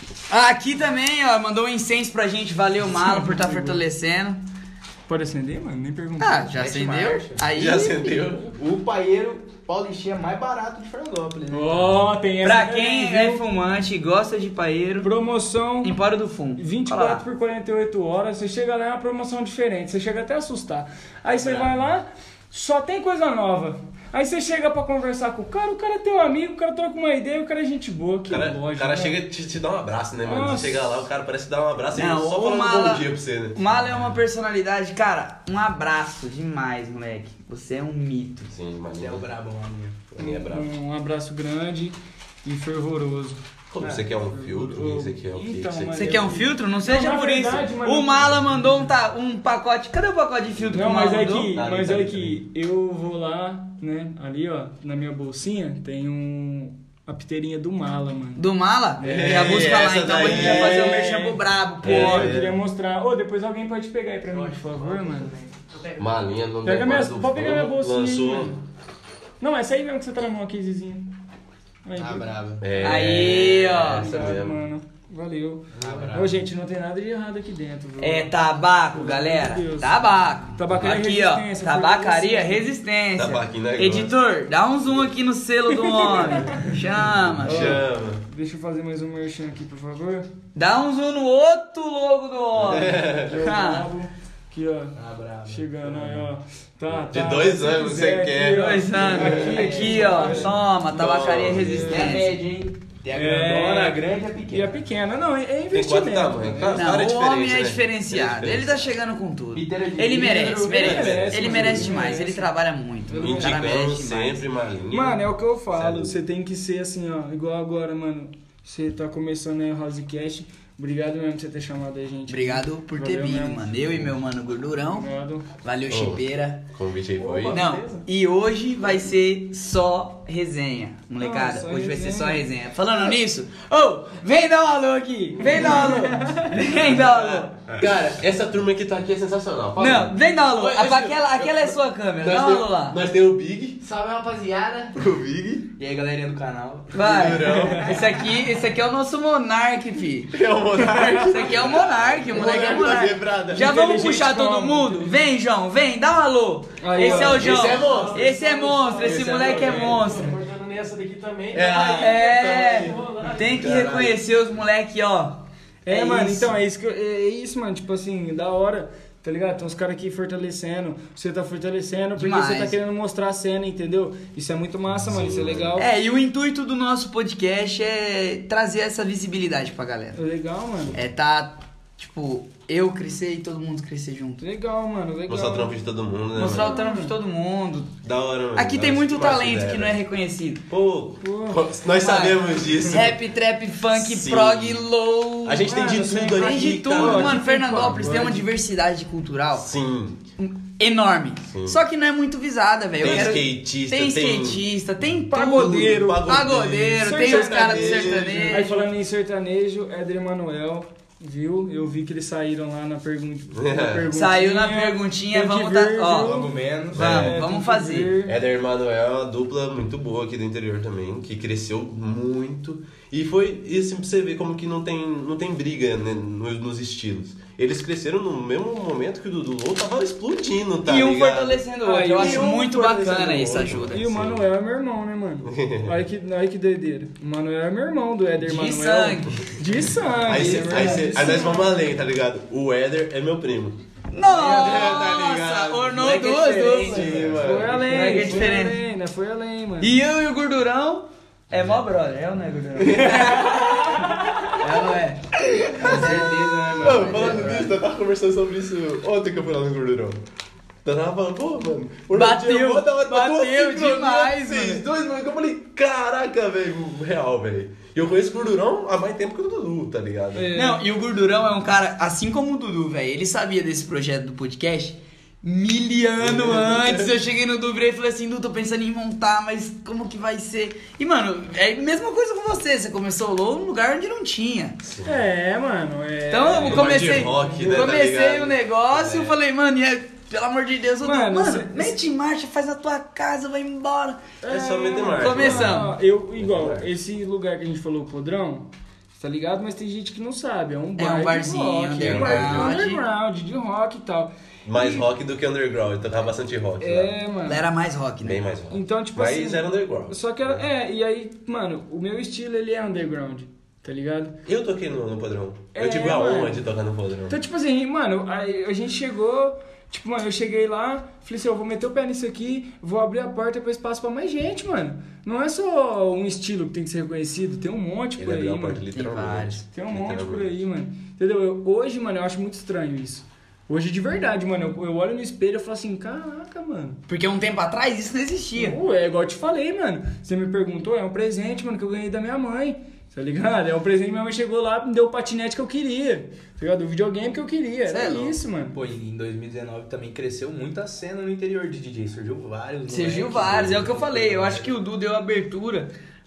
Aqui também, ó, mandou um incenso pra gente. Valeu, Malo, por estar fortalecendo. Pode acender, mano? Nem perguntei. Ah, já Mete acendeu? marcha. Aí, Já acendeu? O paieiro paulistinha mais barato de Fernandópolis, né? Ó, tem essa pra também, quem é viu? fumante e gosta de paeiro, Promoção Empório do Fumo. 24 por 48 horas. Você chega lá, é uma promoção diferente. Você chega até a assustar. Aí você vai lá, só tem coisa nova. Aí você chega pra conversar com o cara é teu amigo, o cara troca uma ideia, o cara é gente boa. Que O lógico, cara né? chega e te dá um abraço, né, mano? Nossa. Você chega lá, o cara parece dar um abraço e Não, só o falando Mala- bom dia pra você, né? O Malo é uma personalidade, cara, um abraço demais, moleque. Você é um mito. Sim, Você maninho. é o brabo, maninho. Maninho é brabo. Um abraço grande e fervoroso. Como você quer um filtro? Você quer o quê? Então, Você mas Você quer um filtro? Não seja na por verdade, isso. mas O não- Mala mandou um pacote. Cadê o pacote de filtro Não, que o Mala mas é mandou? que, Tá ali, mas tá é ali, que eu vou lá, né? Ali, ó, na minha bolsinha tem a piteirinha do Mala, mano. Do Mala? É, Já busca lá, essa então a gente daí. vai fazer o merchan brabo, pô. Eu queria mostrar. Ô, depois alguém pode pegar aí pra mim, por favor, mano. Malinha não Pega minha, do pode pegar minha Fumo, bolsinha aí, lançou. mano. Não, essa aí mesmo que você tá na mão aqui, Zizinho. Aí, Ah, bravo. É, Aí, ó. essa obrigado, mesmo. mano. Valeu. Ah, bravo. Ô, gente, não tem nada de errado aqui dentro, viu? É tabaco, galera. Meu Deus. Tabaco. Tabacaria Aqui, ó. Resistência, Tabacaria foi Resistência. Tabaquinho negócio. Editor, dá um zoom aqui no selo do homem. Chama. Chama. Deixa eu fazer mais um merchan aqui, por favor. Dá um zoom no outro logo do homem. Eu Ah, bravo. Aqui, ó. Ah, bravo. Chegando aí, ó. Tá, De tá. 2 se anos quiser, você quer. aqui, ó. 2 anos. Aqui, ó. Toma, tabacaria Nossa. É a Resistência. média, hein? Tem a É. grandona, a grande e a E pequena. a pequena, não, é Tem investimento. 4 tamanhos. né? Cara, Não, cara é o homem diferente, é né? diferenciado. Ele tá chegando com tudo. Piteira de Ele vidro, merece, merece. Ele mano, merece ele demais. merece. Ele trabalha muito. O cara Indicando merece demais. sempre malinha. Mano, é o que eu falo. Sério. Você tem que ser assim, ó. Igual agora, mano. Você tá começando aí o Housecast. Obrigado mesmo por você ter chamado a gente. Obrigado por ter Valeu vindo, mesmo. mano. Eu e meu mano Gordurão. Obrigado. Valeu, Ô. Chipeira. O convite aí foi. Opa. Não, beleza. e hoje vai ser só resenha, molecada. só Hoje vai ser resenha. só resenha. Falando nisso, ô, vem dar um alô aqui. Vem dar um alô. Vem dar um alô. Cara, essa turma que tá aqui é sensacional. Fala. Não, vem dar um alô. Oi, Aquela é sua câmera. Dá um alô lá. Nós temos o Big, Salve, rapaziada. o Big, E aí, galerinha do canal. Vai. Gordurão. Esse aqui é o nosso Monark, fi. é o Monark. Esse aqui é o Monark, o moleque é da Monark. quebrada. Já vamos Inteligente puxar todo como? mundo? Vem, João, vem, dá um alô. Aí, Esse ó. é o João. Esse é monstro. Esse é monstro, esse moleque é monstro. Cortando nessa daqui também. Tem que reconhecer os moleque, ó. É, mano, isso. então é isso, mano. Tipo assim, da hora, tá ligado? Tem uns caras aqui fortalecendo. Você tá fortalecendo porque Demais. você tá querendo mostrar a cena, entendeu? Isso é muito massa, mano. Isso é legal. É, e o intuito do nosso podcast é trazer essa visibilidade pra galera. É legal, mano. É tá, tipo, eu crescer e todo mundo crescer junto. Legal, mano. Legal. Mostrar o trampo de todo mundo, né? Mostrar mano? o trampo de todo mundo. Da hora, mano. Aqui Da tem hora, muito gosto talento dela. que não é reconhecido. Pô, Pô. nós sabemos disso. Rap, trap, funk, Sim. prog, low. A gente tem de Mano, tudo tem aqui, Tem de tudo, cara. mano. Fernandópolis tem uma pagode. diversidade cultural Sim. enorme. Sim. Só que não é muito visada, velho. Tem Eu quero- skatista, tem tem skatista, tem pagodeiro, tudo. Pagodeiro, tem os caras do sertanejo. sertanejo. Aí falando em sertanejo, Éder Emanuel, viu? Eu vi que eles saíram lá na perguntinha. Saiu na perguntinha, Tem que vamos ver, tá, ó. viu? Logo menos. Vamos tem que fazer. ver. Éder Emanuel é uma dupla muito boa aqui do interior também, que cresceu muito. E foi isso pra você ver como que não tem briga, né, nos estilos. Eles cresceram no mesmo momento que o Dudu Low tava explodindo, tá E um ligado? fortalecendo o outro. Ah, Eu e acho um muito fortalecendo bacana o isso, outro. ajuda. E o Sim. Manuel é meu irmão, né, mano? Olha que doideira. O Manuel é meu irmão do Éder De Manuel. sangue. De sangue. Aí nós vamos além, tá ligado? O Éder é meu primo. Nossa, ligado? ornou Moleque é duas diferente, duplas. mano. Foi além, Moleque é foi diferente. além, né? Foi além, mano. E eu e o Gordurão é mó brother, é ou não é, Gordurão? É ou não é? Com certeza, né, mano? Falando nisso, eu tava conversando sobre isso ontem que eu fui lá no Gordurão. Então eu tava falando, pô, mano, o Bateu, Ronaldinho é da hora, bateu assim, mano, demais, vocês mano. dois, mano, que eu falei, caraca, velho, real, velho. E eu conheço o Gordurão há mais tempo que o Dudu, tá ligado? Não, e o Gordurão é um cara, assim como o Dudu, velho. Ele sabia desse projeto do podcast miliano antes. Eu cheguei no Dudu e falei assim, Dudu, tô pensando em montar, mas como que vai ser? E, mano, é a mesma coisa com você. Você começou o Low num lugar onde não tinha. Mano, Então eu comecei, de rock, né, tá comecei ligado? o negócio e falei, mano, pelo amor de Deus, Mano, mete em marcha, faz a tua casa, vai embora. É só meter marcha. Começamos. Igual, esse lugar que a gente falou, o Podrão, tá ligado? Mas tem gente que não sabe, é um bar de barzinho, rock, é um bar underground. underground, de rock e tal. Mais rock do que underground, eu tocava bastante rock lá. Mano. Era mais rock, né? Bem mais rock. Então, tipo Mas assim... era underground. Só que e aí, mano, o meu estilo, ele é underground, tá ligado? Eu toquei no Podrão. Eu É, tive a honra mano. de tocar no Podrão. Então, tipo assim, mano, aí a gente chegou... Tipo, mano, eu cheguei lá, falei assim, eu vou meter o pé nisso aqui, vou abrir a porta e depois espaço pra mais gente, mano. Não é só um estilo que tem que ser reconhecido, tem um monte Ele por aí, abriu a mano. porta literalmente. Tem um monte por aí, mano. Entendeu? Hoje, mano, eu acho muito estranho isso. Hoje, de verdade, mano, eu olho no espelho e falo assim, caraca, mano. Porque um tempo atrás isso não existia. É igual eu te falei, mano. Você me perguntou, é um presente, mano, que eu ganhei da minha mãe. Tá ligado? É um presente que minha mãe chegou lá e me deu o patinete que eu queria. Tá ligado? O videogame que eu queria. Cê Era é louco. isso, mano. Pô, em 2019 também cresceu muito a cena no interior de DJ. Surgiu vários. Surgiu moleques, vários, é o que eu né? falei. Eu acho que o Du deu abertura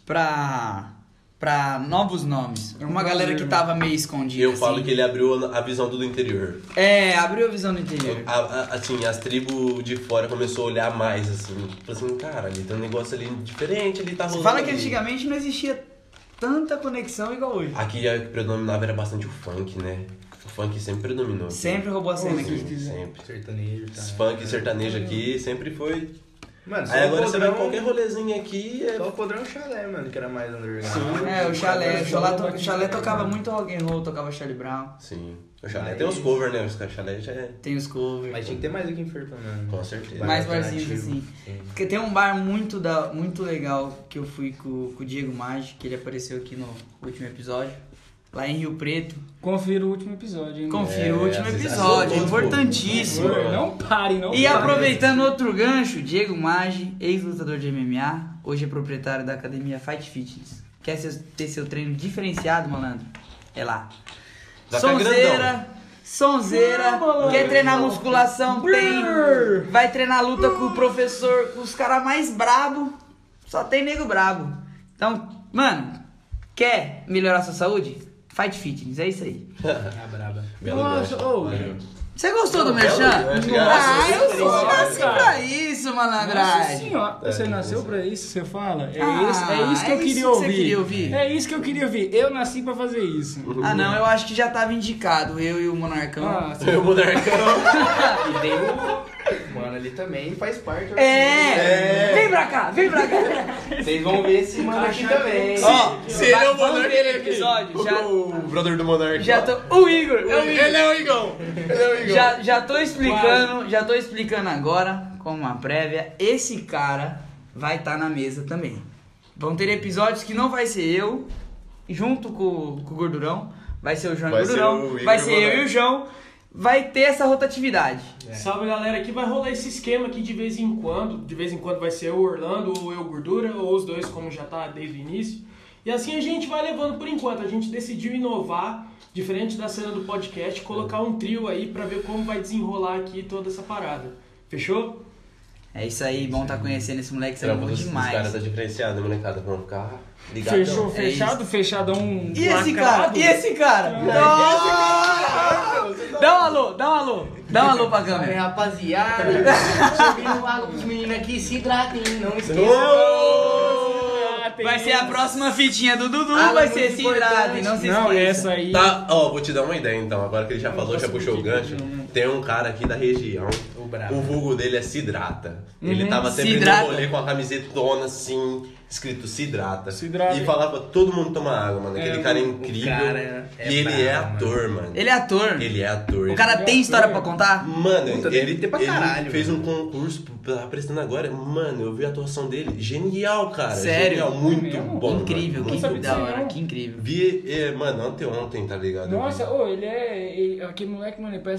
pra novos nomes. Uma galera que tava meio escondida. Eu assim. falo que ele abriu a visão do interior. É, abriu a visão do interior. Assim, as tribos de fora começou a olhar mais, assim. Falei assim, cara, ali tem um negócio ali diferente, ali tá Você rolando. fala que ali. antigamente não existia tanta conexão igual hoje. Aqui a que predominava era bastante o funk, né? O funk sempre predominou. aqui. Sempre roubou a cena aqui. Sim, sempre. Sertanejo, tá? Esse funk sertanejo aqui sempre foi. Mano, Aí agora você vai em qualquer rolezinho aqui. Só o Podrão Chalé, mano, que era mais underground. Sim. É, o Chalé. O Chalé Bastante tocava legal. muito rock and roll, tocava Charlie Brown. Sim. O chalé Mas- tem os covers, né? Os chalé já é. Tem os covers. Mas tinha que ter mais aqui em Ferpa, mano. Com certeza. Mais Bar barzinhos alternativo. assim. Sim. Porque tem um bar muito legal que eu fui com o Diego Maggi, que ele apareceu aqui no último episódio. Lá em Rio Preto. Confira o último episódio, hein? Confira o último assista episódio, todos, pô. importantíssimo. Pô. Não pare, não E pare. aproveitando outro gancho, Diego Maggi, ex-lutador de MMA, hoje é proprietário da academia Fight Fitness. Quer ter seu treino diferenciado, malandro? É lá. Vai ficar Sonzeira, malandro. quer treinar musculação? Tem. Vai treinar luta com o professor, com os caras mais brabo, só tem nego brabo. Então, mano, quer melhorar sua saúde? Fight Fitness, é isso aí. Ah, braba. Belo Nossa, gancho. ô. Valeu. Você gostou do Belo Merchan? gancho, Ah, graças eu sou a Deus, nasci cara. pra isso, Nossa malandragem. senhora, você É, nasceu isso. pra isso, você fala? É, Ah, isso que eu é isso queria que ouvir. você queria ouvir? É isso que eu queria ouvir. Eu nasci pra fazer isso. Ah, não, eu acho que já tava indicado, eu e o Monarcão. Ah, Eu vou dar cão. E tem o... Mano, ali também faz parte. É! Vem pra cá, vem pra cá. Vocês vão ver esse mano aqui também. Ó, Se ele é o vamos Monark, ver ele o é aqui. episódio. Já, O brother do Monark. já tô. O Igor, é o Igor. Ele é o Igão. Ele é o Igão. Já tô explicando agora, como uma prévia, esse cara vai estar na mesa também. Vão ter episódios que não vai ser eu, junto com o Gordurão, vai ser o João e Vai o ser Gordurão, o Igor vai ser eu Monark. e o João, vai ter essa rotatividade. Salve galera, aqui vai rolar esse esquema aqui de vez em quando. De vez em quando vai ser o Orlando ou eu Gordura, ou os dois como já tá desde o início. E assim a gente vai levando por enquanto. A gente decidiu inovar, diferente da cena do podcast, colocar um trio aí pra ver como vai desenrolar aqui toda essa parada. Fechou? É isso aí, bom tá conhecendo esse moleque, você é bom Os demais. caras tá diferenciado, né, molecada? Vão ficar ligados. Fechou, É fechado, fechadão. E esse cara? lacrado. E esse cara? Dá um alô, dá um alô. Dá um alô pra Aí, câmera. rapaziada, servindo água pros meninos aqui, se hidratem, não esqueçam. Vai ser a próxima fitinha do Dudu, Ah, vai muito ser se hidrate, não se Não, esqueça. essa aí. Tá, ó, vou te dar uma ideia então. Agora que ele já falou, já puxou o gancho. Tem um cara aqui da região. O brabo. O vulgo dele é Sidrata. Ele tava sempre Sidrata. no rolê com a camisetona assim, escrito Sidrata. Sidrata. E falava todo mundo toma água, mano. Aquele cara é incrível. cara é e ele é brabo, ator, mano. Ele é ator. Ele é ator. O cara tem história pra contar? Mano, Puta, ele, deve ter pra ele caralho, fez mano. um concurso, tá prestando agora. Mano, eu vi a atuação dele. Genial, cara. Sério? Genial, muito mesmo? bom. Incrível, mano. que sabia da disso hora, não. que incrível. Vi, mano, ontem, tá ligado? Nossa, ô, ele é. Aquele moleque, mano, ele parece aquela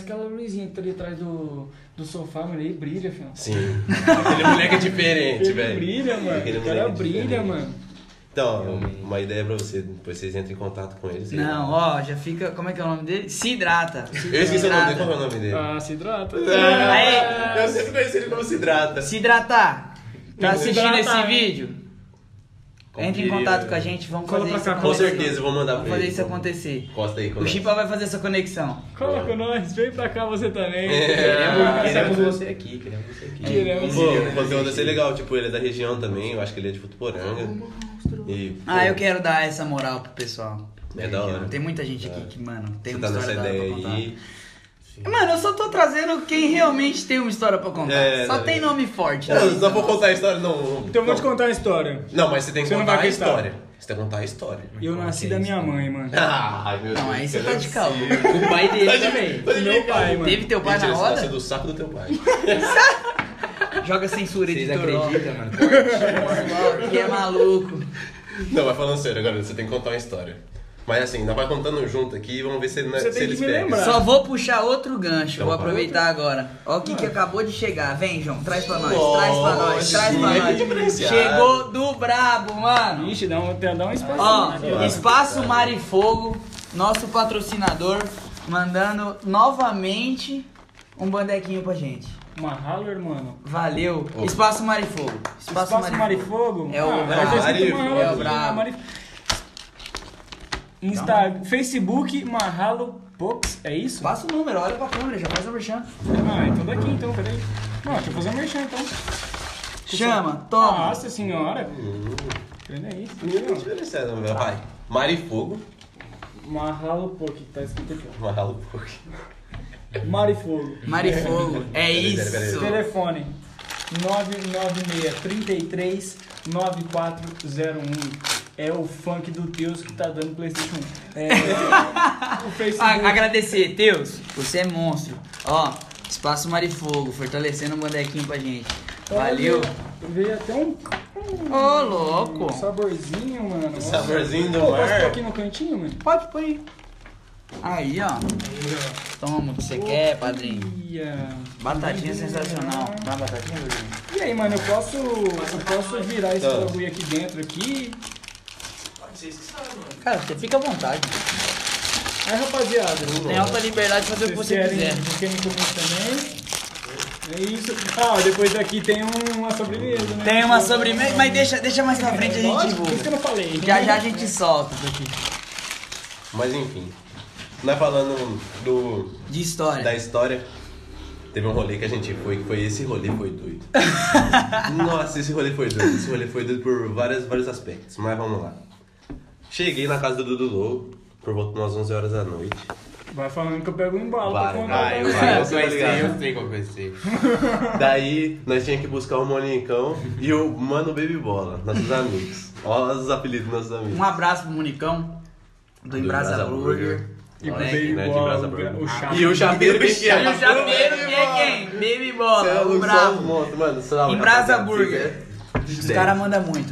luzinha que tá ali atrás do sofá, mano, ele brilha, filho. Sim. Aquele moleque é diferente, Ele velho. brilha, mano. Aquele O cara moleque é brilha, diferente. mano. Então, uma ideia pra você, depois vocês entram em contato com eles. Não, ó, já fica. Como é que é o nome dele? Se hidrata. Eu esqueci o nome dele, qual é o nome dele? Ah, se hidrata. Aí, Eu sempre conheci ele como se hidrata. se hidratar. Tá Se assistindo hidratar, esse hein? vídeo? Entre em contato com a gente, vamos Cola fazer pra isso cá, Com acontecer. certeza, eu vou mandar Vamos pra fazer ele. isso acontecer. Costa aí com O nós. Chipa vai fazer essa conexão. Cola com nós, vem pra cá você também. Queremos você aqui, queremos você aqui. Queremos. Pô, o conteúdo vai ser legal, tipo, ele é da região também, eu acho que ele é de Votuporanga. E, pô, Ah, eu quero dar essa moral pro pessoal. É da hora. Tem muita gente aqui que, mano, tem Você uma tá nessa história da hora ideia pra contar. aí. Mano, eu só tô trazendo quem realmente tem uma história pra contar. É, só não, tem nome forte. Não, né? só vou contar a história, não. Então eu vou te contar uma história. Não, mas você tem que Você não contar vai a acreditar. história. Você tem que contar a história. Eu nasci da minha mãe, mano. Ai, meu Não, Deus. aí você tá de calma. O pai dele também. Do meu pai, mano. Teve teu pai Mentira, na você roda? nasceu do saco do teu pai. Joga censura, Vocês editor. acreditam, mano? Que é maluco. Não, mas falando sério agora, você tem que contar uma história. Mas assim, nós vai contando junto aqui e vamos ver se, Você se tem eles que me pegam. lembrar. Só vou puxar outro gancho. Então Vou vai. aproveitar agora. Ó o que acabou de chegar. Vem, João. Traz pra nós. Nossa, Traz pra nós. Traz pra moleque nós. diferenciado. Chegou do brabo, mano. Ixi, dá um espaço. Ó, Espaço Mar e Fogo, nosso patrocinador, mandando novamente um bandequinho pra gente. Uma Haller, mano. Valeu. Espaço Mar e Fogo. Espaço Marifogo? É o Ah, brabo. tá escrito Marifogo. Mahalo É o aqui, brabo. Instagram, Facebook, Mahalo Pox, é isso? Passa o número, olha pra câmera, já faz a merchan. Ah, então daqui então, peraí. Não, deixa eu fazer um merchan então. Chama, toma. Nossa senhora. Olha isso. Ninguém diferenciado, meu. Vai. Mar e Fogo. Mahalo Pox, tá escrito aqui, ó. Mahalo Fogo. Marifogo. Mar e Fogo, é Peraí, isso. Telefone 996-33-9401. É o funk do Teus que tá dando PlayStation 1. É, o Facebook. Agradecer, Teus, você é monstro. Ó, Espaço Mar e Fogo, fortalecendo o bandequinho pra gente. Valeu. Veio até um Ô, louco. saborzinho, mano. Saborzinho do Pô, posso mar. pôr aqui no cantinho, mano? Pode pôr aí. Aí, ó. Toma o que você quer, padrinho. Ia. Batatinha sensacional. Dá uma batatinha, Rodrigo? E aí, mano, eu posso virar esse Tá. bagulho aqui dentro aqui. Cara, você fica à vontade. Aí, rapaziada, Tem alta liberdade de fazer o que você quiser. Vocês querem comer também? É isso. Ah, depois daqui tem uma sobremesa, né? Tem uma sobremesa, mas deixa mais pra frente a gente Lógico, por isso que eu divulga. não falei. Já já a gente solta isso aqui. Mas enfim. Nós falando De da história. história, teve um rolê que a gente foi, esse rolê foi doido. Nossa, esse rolê foi doido. Esse rolê foi doido por vários aspectos. Mas vamos lá. Cheguei na casa do Dudu Low, por volta de umas 11 horas da noite. Vai falando que eu pego um embalo pra Vai, contar vai, pra vai. vocês. Tá ligado? Eu sei qual vai ser. Daí, nós tínhamos que buscar o Monicão e o Mano Baby Bola, nossos amigos. Olha os apelidos dos nossos amigos. Um abraço pro Monicão, do Embrasa Burger. E pro Moleque, Baby né, de Bola, Brasa Burger. o chato. E o chapeiro quem que é? E o chapeiro que é quem? Baby Bola, Cê é o louco, só os bravo. monstros, mano. Salve, Embrasa rapaziada. Burger. Os caras mandam muito.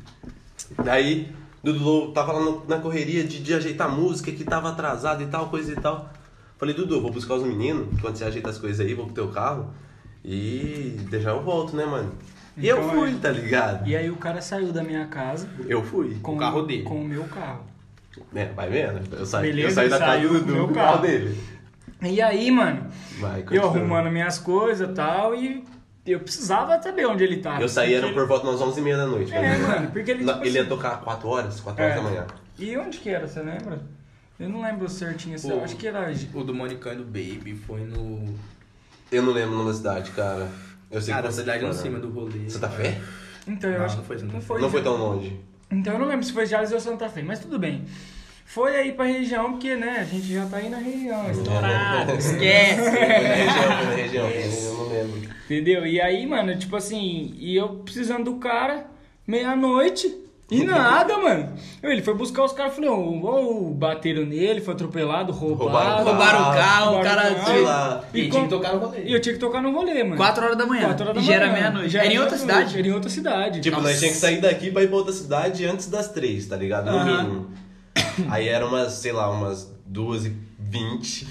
Daí, Dudu tava lá na correria de ajeitar música, que tava atrasado e tal, coisa e tal. Falei, Dudu, vou buscar os meninos, quando você ajeita as coisas aí, vou pro teu carro. E deixar eu volto, né, mano? E eu Então, fui, tá ligado? E aí o cara saiu da minha casa Eu fui. com o carro dele. Com o meu carro. É, vai vendo? Eu saí Beleza, da casa saiu do com Dudu meu com o carro carro. dele. E aí, mano, Vai, eu continua. arrumando minhas coisas e tal, e eu precisava saber onde ele tava. Eu saí, era porque por volta das 11h30 da noite. É, mano, porque ele, tipo Ele ia assim- tocar 4 horas É. da manhã. E onde que era, você lembra? Eu não lembro certinho, assim, eu Pô, acho que era... O do Monicão e do Baby foi no. Eu não lembro o nome da cidade, cara. Eu sei Cara, a que você cidade tá em falando. cima do rolê. Santa Fé? Então, eu Não, acho não foi que Santa não Fé. foi. Não foi tão longe. Então eu não lembro se foi Jales ou Santa Fé, mas tudo bem. Foi aí pra região, porque, né, a gente já tá aí na região, estourado. Esquece. Foi na região, eu não lembro. Entendeu? E aí, mano, tipo assim, e eu precisando do cara, meia-noite, e nada, mano. Ele foi buscar os caras, falei, ou bateram nele, foi atropelado, roubaram. Roubaram o carro, o cara... Sei lá. E tinha que tocar no rolê. E eu tinha que tocar no rolê, mano. 4 horas da manhã. 4 horas da E já era manhã. meia-noite. Já Era em outra meia-noite, cidade? Era em outra cidade. Tipo, nós tínhamos que sair daqui pra ir pra outra cidade antes das 3, tá ligado? No Aham. mínimo. Aí eram umas, sei lá, umas 2h20, 20.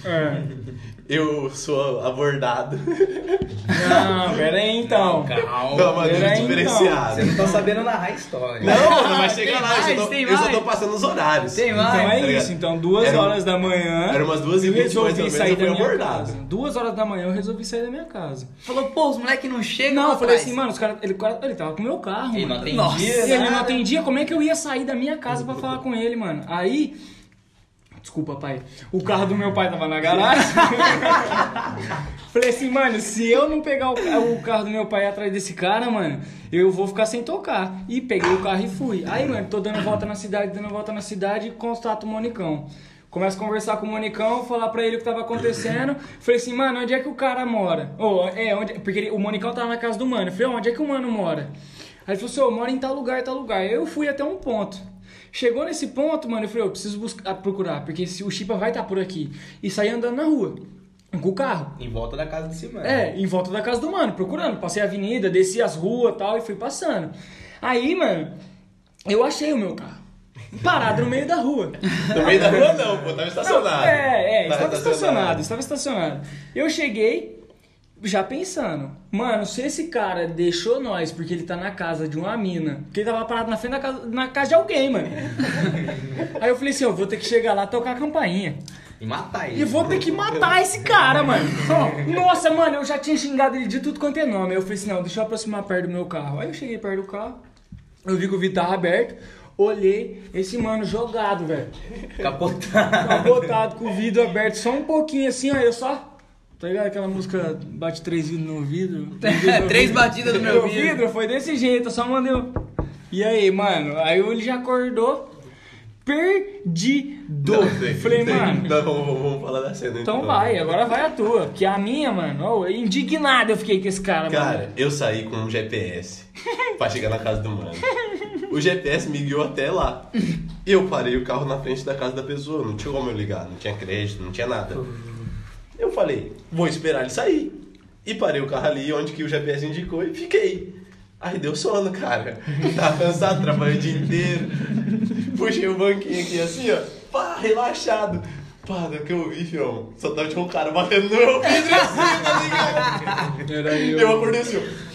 Eu sou abordado. Não, pera aí então. Calma. De uma maneira Peraí, diferenciada. Você não tá sabendo narrar a história. Não, mano, vai chegar lá. mais, Eu só tô passando os horários. Tem Então mais. é ligado? isso, então 2 Era horas da manhã. Era umas 2h20 mais ou resolvi menos, sair eu da fui minha abordado. casa. 2 horas da manhã eu resolvi sair da minha casa. Falou, pô, os moleques não chegam. Não, lá eu falei atrás. assim, mano, os caras. Ele tava com o meu carro, Ele não mano. atendia. Nossa, ele não nada. atendia, como é que eu ia sair da minha casa pra falar com ele, mano? Aí. Desculpa, pai. O carro do meu pai tava na garagem. Falei assim, mano, se eu não pegar o carro do meu pai atrás desse cara, mano, eu vou ficar sem tocar. E peguei o carro e fui. Aí, mano, tô dando volta na cidade e constato o Monicão. Começo a conversar com o Monicão, falar pra ele o que tava acontecendo. Falei assim, mano, onde é que o cara mora? Porque o Monicão tava na casa do mano. Eu falei, onde é que o mano mora? Aí ele falou assim, eu moro em tal lugar. Aí eu fui até um ponto. Chegou nesse ponto, mano, eu falei, eu preciso procurar, porque se o Chipa vai estar por aqui. E saí andando na rua, com o carro. Em volta da casa desse mano. Em volta da casa do mano, procurando. Passei a avenida, desci as ruas e tal, e fui passando. Aí, mano, eu achei o meu carro. Parado no meio da rua. No meio da rua não, pô, tava estacionado. Estava estacionado. Eu cheguei, já pensando, mano, se esse cara deixou nós porque ele tá na casa de uma mina, porque ele tava parado na frente na casa de alguém, mano. Aí eu falei assim, eu vou ter que chegar lá e tocar a campainha. E matar ele. E vou ter que matar esse cara, mano. Nossa, mano, eu já tinha xingado ele de tudo quanto é nome. Aí eu falei assim, não, deixa eu aproximar perto do meu carro. Aí eu cheguei perto do carro, eu vi que o vidro tava aberto, olhei, esse mano jogado, velho. Capotado, com o vidro aberto, só um pouquinho assim, ó, eu só... Tá ligado aquela música bate 3 vidros no vidro? 3 batidas no meu vidro. Foi desse jeito, eu só mandei um... E aí, mano? Aí ele já acordou perdido. Falei, mano... Não, vamos falar da cena. Então vai, agora vai a tua. Que a minha, mano, indignado eu fiquei com esse cara, mano. Cara, eu saí com um GPS pra chegar na casa do mano. O GPS me guiou até lá. Eu parei o carro na frente da casa da pessoa, não tinha como eu ligar, não tinha crédito, não tinha nada. Eu falei, vou esperar ele sair. E parei o carro ali onde que o GPS indicou e fiquei. Aí deu sono, cara. Tava cansado, trabalhei o dia inteiro. Puxei o banquinho aqui assim, ó. Pá, relaxado. Pá, do que eu vi, fião, só tinha um cara batendo no meu vidro assim, tá ligado? Era Eu acordei assim, ó.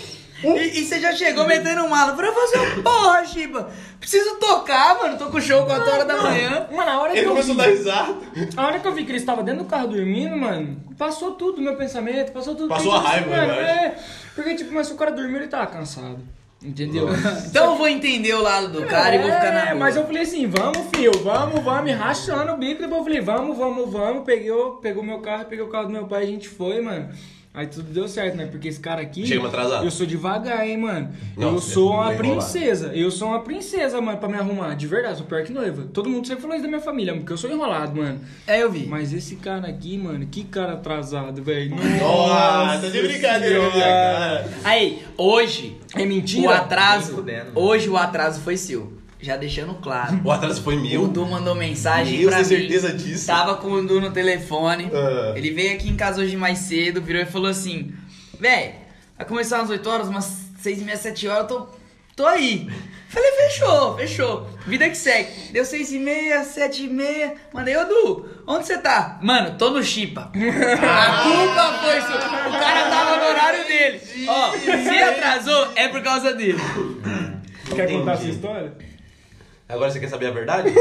E você já chegou metendo mala. Falei, você, porra, Chiba, preciso tocar, mano. Tô com show 4 horas da manhã. Mano, a hora que Ele eu começou a vi... dar risada. A hora que eu vi que ele estava dentro do carro dormindo, mano, passou tudo no meu pensamento, passou tudo. Passou a raiva, mano, né? Porque, tipo, mas se o cara dormiu, ele tava cansado. Entendeu? Então eu vou entender o lado do cara e vou ficar na rua. Mas eu falei assim, vamos, filho, vamos, me rachando o bico. Depois eu falei, vamos. Pegou meu carro, peguei o carro do meu pai, a gente foi, mano. Aí tudo deu certo, né? Porque esse cara aqui... Chega atrasado. Eu sou devagar, hein, mano. Nossa, eu sou uma bem princesa. Eu sou uma princesa, mano, pra me arrumar. De verdade, sou pior que noiva. Todo mundo sempre falou isso da minha família, porque eu sou enrolado, mano. É, eu vi. Mas esse cara aqui, mano, que cara atrasado, velho. Nossa, de brincadeira, Senhora. cara. Aí, hoje, É mentira? o atraso... Nem fudendo. Hoje o atraso foi seu. Já deixando claro. O atraso foi O meu. Du mandou mensagem Eu pra tenho mim. certeza disso. Tava com o Du no telefone. Ah. Ele veio aqui em casa hoje mais cedo, virou e falou assim: véi, vai começar às 8 horas, umas 6h30, 7 horas, eu tô aí. Falei, fechou. Vida que segue. Deu 6h30, 7h30. Mandei, ô Du, onde você tá? Mano, tô no Chipa. A culpa foi sua. O cara tava no horário dele. Ó, se atrasou, é por causa dele. Quer contar Entendi. essa história? Agora você quer saber a verdade?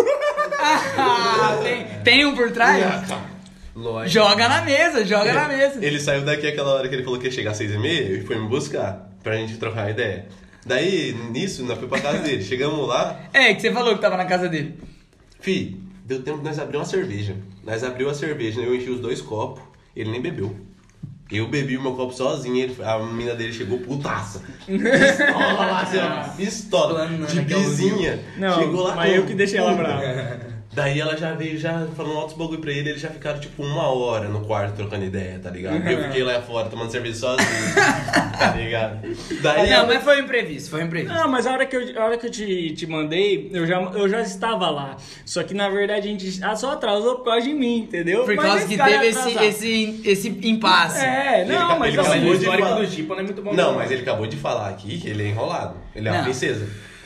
Tem um por trás? Lógico. Joga na mesa. Ele saiu daqui aquela hora que ele falou que ia chegar às 6h30 e foi me buscar pra gente trocar uma ideia. Daí, nisso, nós fui pra casa dele. Chegamos lá, É, que você falou que tava na casa dele. fi, deu tempo de nós abrir uma cerveja. Nós abrimos a cerveja, eu enchi os 2 copos, ele nem bebeu. Eu bebi o meu copo sozinho, a menina dele chegou putaça. Pistola lá, assim, ó, pistola, Planando de aquela bizinha. Não, Chegou lá mas com eu que deixei ela puta. brava. Daí ela já veio, já falando altos bagulho pra ele, eles já ficaram tipo 1 hora no quarto trocando ideia, tá ligado? Eu fiquei lá fora tomando cerveja sozinho, tá ligado? Daí Não, mas foi um imprevisto. Não, mas a hora que eu te mandei, eu já estava lá. Só que na verdade a gente só atrasou por causa de mim, entendeu? Por Mas causa esse que cara teve é atrasado. esse impasse. É, não, mas ele assim, acabou O de histórico falar. do Chipa não é muito bom. Não, mas ele acabou de falar aqui que ele é enrolado. Ele é uma Não. princesa.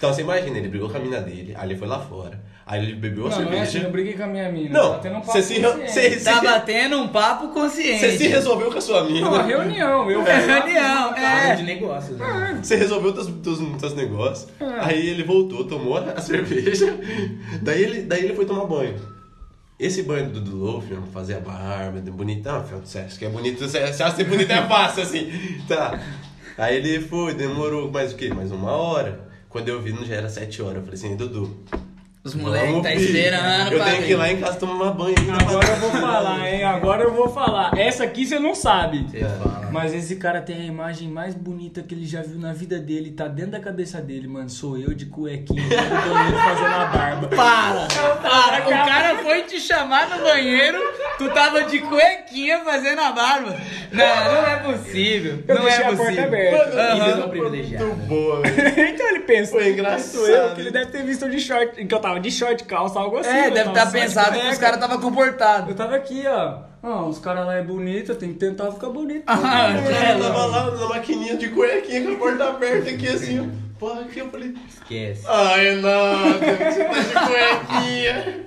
Então você imagina, ele brigou com a mina dele, aí ele foi lá fora. Aí ele bebeu a Não, não é assim, cerveja. eu briguei com a minha mina. Não, tá tendo um papo você se- consciente. você- Tá batendo um papo consciente. Você se resolveu com a sua mina. Não, uma reunião. Eu É reunião, é. de negócios, né? Você resolveu teus negócios. Ah. Aí ele voltou, tomou a cerveja. Daí ele foi tomar banho. Esse banho do Dudu, filho, fazer a barba, bonitão, filho, você acha que é bonito? Você acha que bonito é fácil, assim. Tá. Aí ele foi, demorou mais o quê? Mais 1 hora. Quando eu vi, não já era 7 horas. Eu falei assim, Dudu. Os moleques vamos, tá filho. esperando, Eu tenho pra que ir ver. lá em casa tomar banho ainda. Agora eu vou falar, hein? Agora eu vou falar. Essa aqui você não sabe. Você fala. Mas esse cara tem a imagem mais bonita que ele já viu na vida dele. Tá dentro da cabeça dele, mano. Sou eu de cuequinha no banheiro fazendo a barba. Para! O cara foi te chamar no banheiro, tu tava de cuequinha fazendo a barba. Não é possível. Eu Não deixei é a porta possível. aberta. Isso é um privilegiado. Muito boa, velho. Então ele pensou. Foi engraçado. Sou eu, que ele deve ter visto eu de short. Que eu tava de short, calça, algo assim. É, eu deve tava estar só de pensado que cueca. os caras tava comportados. Eu tava aqui, ó. Ó, os caras lá é bonito, eu tenho que tentar ficar bonito. Ah, Eu tava lá na maquininha de cuequinha com a porta aberta aqui assim, ó. Porra, aqui eu falei. Esquece. Ai, nada, você tá de cuequinha.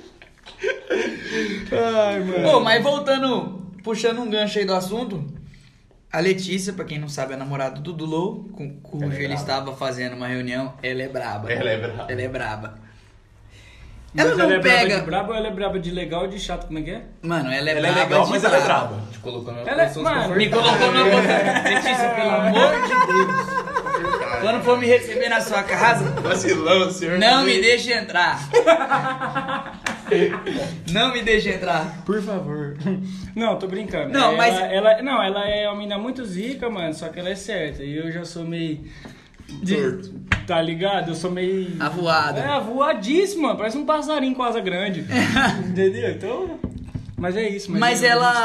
Ai, mano. Ô, mas voltando, puxando um gancho aí do assunto, a Letícia, pra quem não sabe, é a namorada do Dudu, com cujo ele estava fazendo uma reunião, ela é braba. Ela é braba. Ela é braba. Mas Ela não é braba pega... de brabo ou ela é braba de legal ou de chato? Como é que é? Mano, ela é Ela é braba legal, de mas ela é braba. braba. Te colocou numa Ela é- posição mano, Me colocou numa posição. Letícia, pelo amor de Deus. Quando for me receber na sua casa, Vacilão, senhor. não me deixe entrar. Não me deixe entrar. Por favor. Não, tô brincando. Não, ela, mas- ela é uma menina muito zica, mano, só que ela é certa. E eu já sou meio... Torto. Tá ligado? Eu sou meio... Avoada. É, avoadíssimo, mano. Parece um passarinho com asa grande. Entendeu? Então... Mas é isso. Mas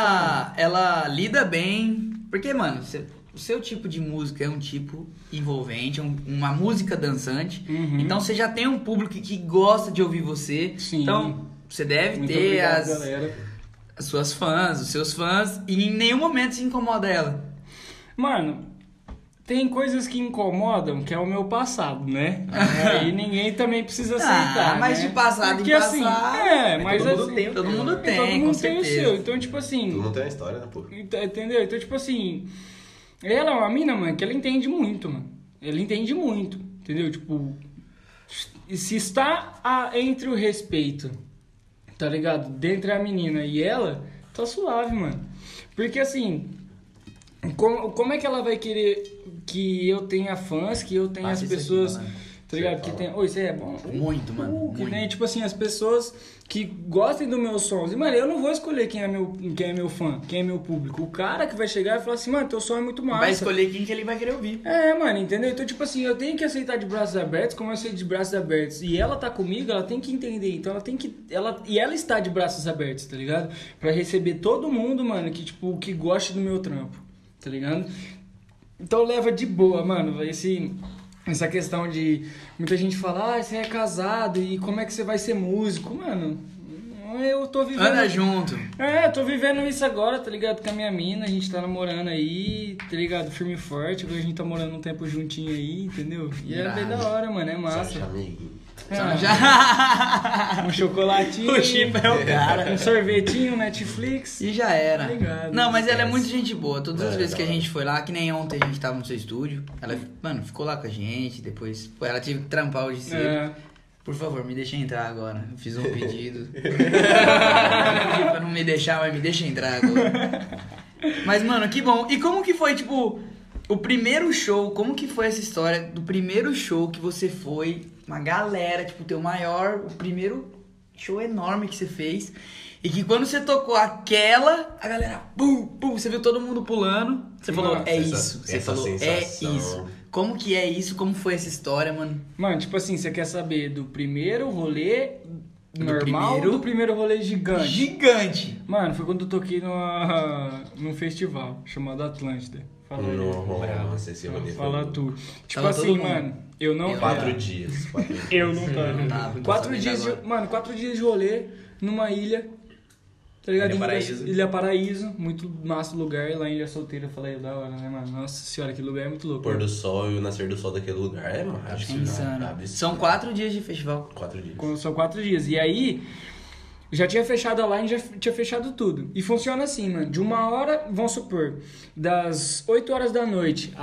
ela lida bem. Porque, mano, o seu tipo de música é um tipo envolvente, uma música dançante. Uhum. Então você já tem um público que gosta de ouvir você. Sim. Então você deve Muito ter obrigado, galera. as suas fãs, os seus fãs. E em nenhum momento se incomoda ela. Mano, tem coisas que incomodam, que é o meu passado, né? Aí ninguém também precisa aceitar, mas né? de passado Porque em assim, passado, mas todo mundo assim, tem. Todo mundo tem, todo com mundo tem o certeza. seu. Então, tipo assim, Todo mundo tem uma história, né, pô? entendeu? Então, tipo assim, ela é uma mina, mano, que ela entende muito, mano. Ela entende muito, entendeu? Tipo, se está entre o respeito, tá ligado? Dentre a menina e ela, tá suave, mano. Porque assim, como é que ela vai querer que eu tenha fãs, que eu tenha as Passa isso pessoas, aqui, mano. tá ligado? Que tem... Oi, isso aí é bom? Muito, mano. Que Muito. nem, tipo assim, as pessoas que gostem dos meus sons. E, mano, eu não vou escolher quem é meu fã, quem é meu público. O cara que vai chegar e falar assim, mano, teu som é muito massa. Vai escolher quem que ele vai querer ouvir. É, mano, entendeu? Então, tipo assim, eu tenho que aceitar de braços abertos, como eu aceito de braços abertos. E ela tá comigo, ela tem que entender. Então, ela tem que... E ela está de braços abertos, tá ligado? Pra receber todo mundo, mano, que, tipo, que goste do meu trampo, tá ligado? Então, leva de boa, mano, essa questão de... Muita gente fala, você é casado e como é que você vai ser músico? Mano, eu tô vivendo... Anda junto. É, eu tô vivendo isso agora, tá ligado? Com a minha mina, a gente tá namorando aí, tá ligado? Firme e forte, agora a gente tá morando um tempo juntinho aí, entendeu? E é bem da hora, mano, é massa. Só amiguinho. É, Já... um chocolatinho, O Chico é o cara. um sorvetinho, Netflix. E já era. Obrigado. Não, mas ela é muito gente boa. Todas as É, vezes que a da hora. gente foi lá, que nem ontem a gente tava no seu estúdio, ela, mano, ficou lá com a gente, depois... Pô, ela teve que trampar hoje cedo. É. Por favor, me deixa entrar agora. Eu fiz um pedido. Eu pedi pra não me deixar, mas me deixa entrar agora. Mas, mano, que bom. E como que foi, tipo, o primeiro show? Como que foi essa história do primeiro show que você foi? Uma galera, tipo, o primeiro show enorme que você fez. E que quando você tocou aquela, a galera, pum, pum, você viu todo mundo pulando. Você falou, Nossa, é essa- isso. Você essa falou, é sensação. isso. Como que é isso? Como foi essa história, mano? Mano, tipo assim, você quer saber do primeiro rolê normal primeiro- ou do primeiro rolê gigante? Gigante. Mano, foi quando eu toquei num festival chamado Atlântida. Fala aí. Nossa, esse rolê Fala foi tu. Tipo Tava assim, todo mundo. mano, eu não... 4 dias. 4 dias. Eu não tava. Não tava, tô 4 sabendo dias, agora. mano, 4 dias de rolê numa ilha Tá ligado? Ilha Paraíso. Ilha Paraíso, muito massa o lugar. Lá em Ilha Solteira, eu falei, da hora, né, mano? Nossa senhora, aquele lugar é muito O louco. pôr do sol e o nascer do sol daquele lugar é mágico. Insano. São 4 dias de festival. 4 dias. São 4 dias. E aí, já tinha fechado a line, já tinha fechado tudo. E funciona assim, mano. De 1h, vamos supor, das 8 horas da noite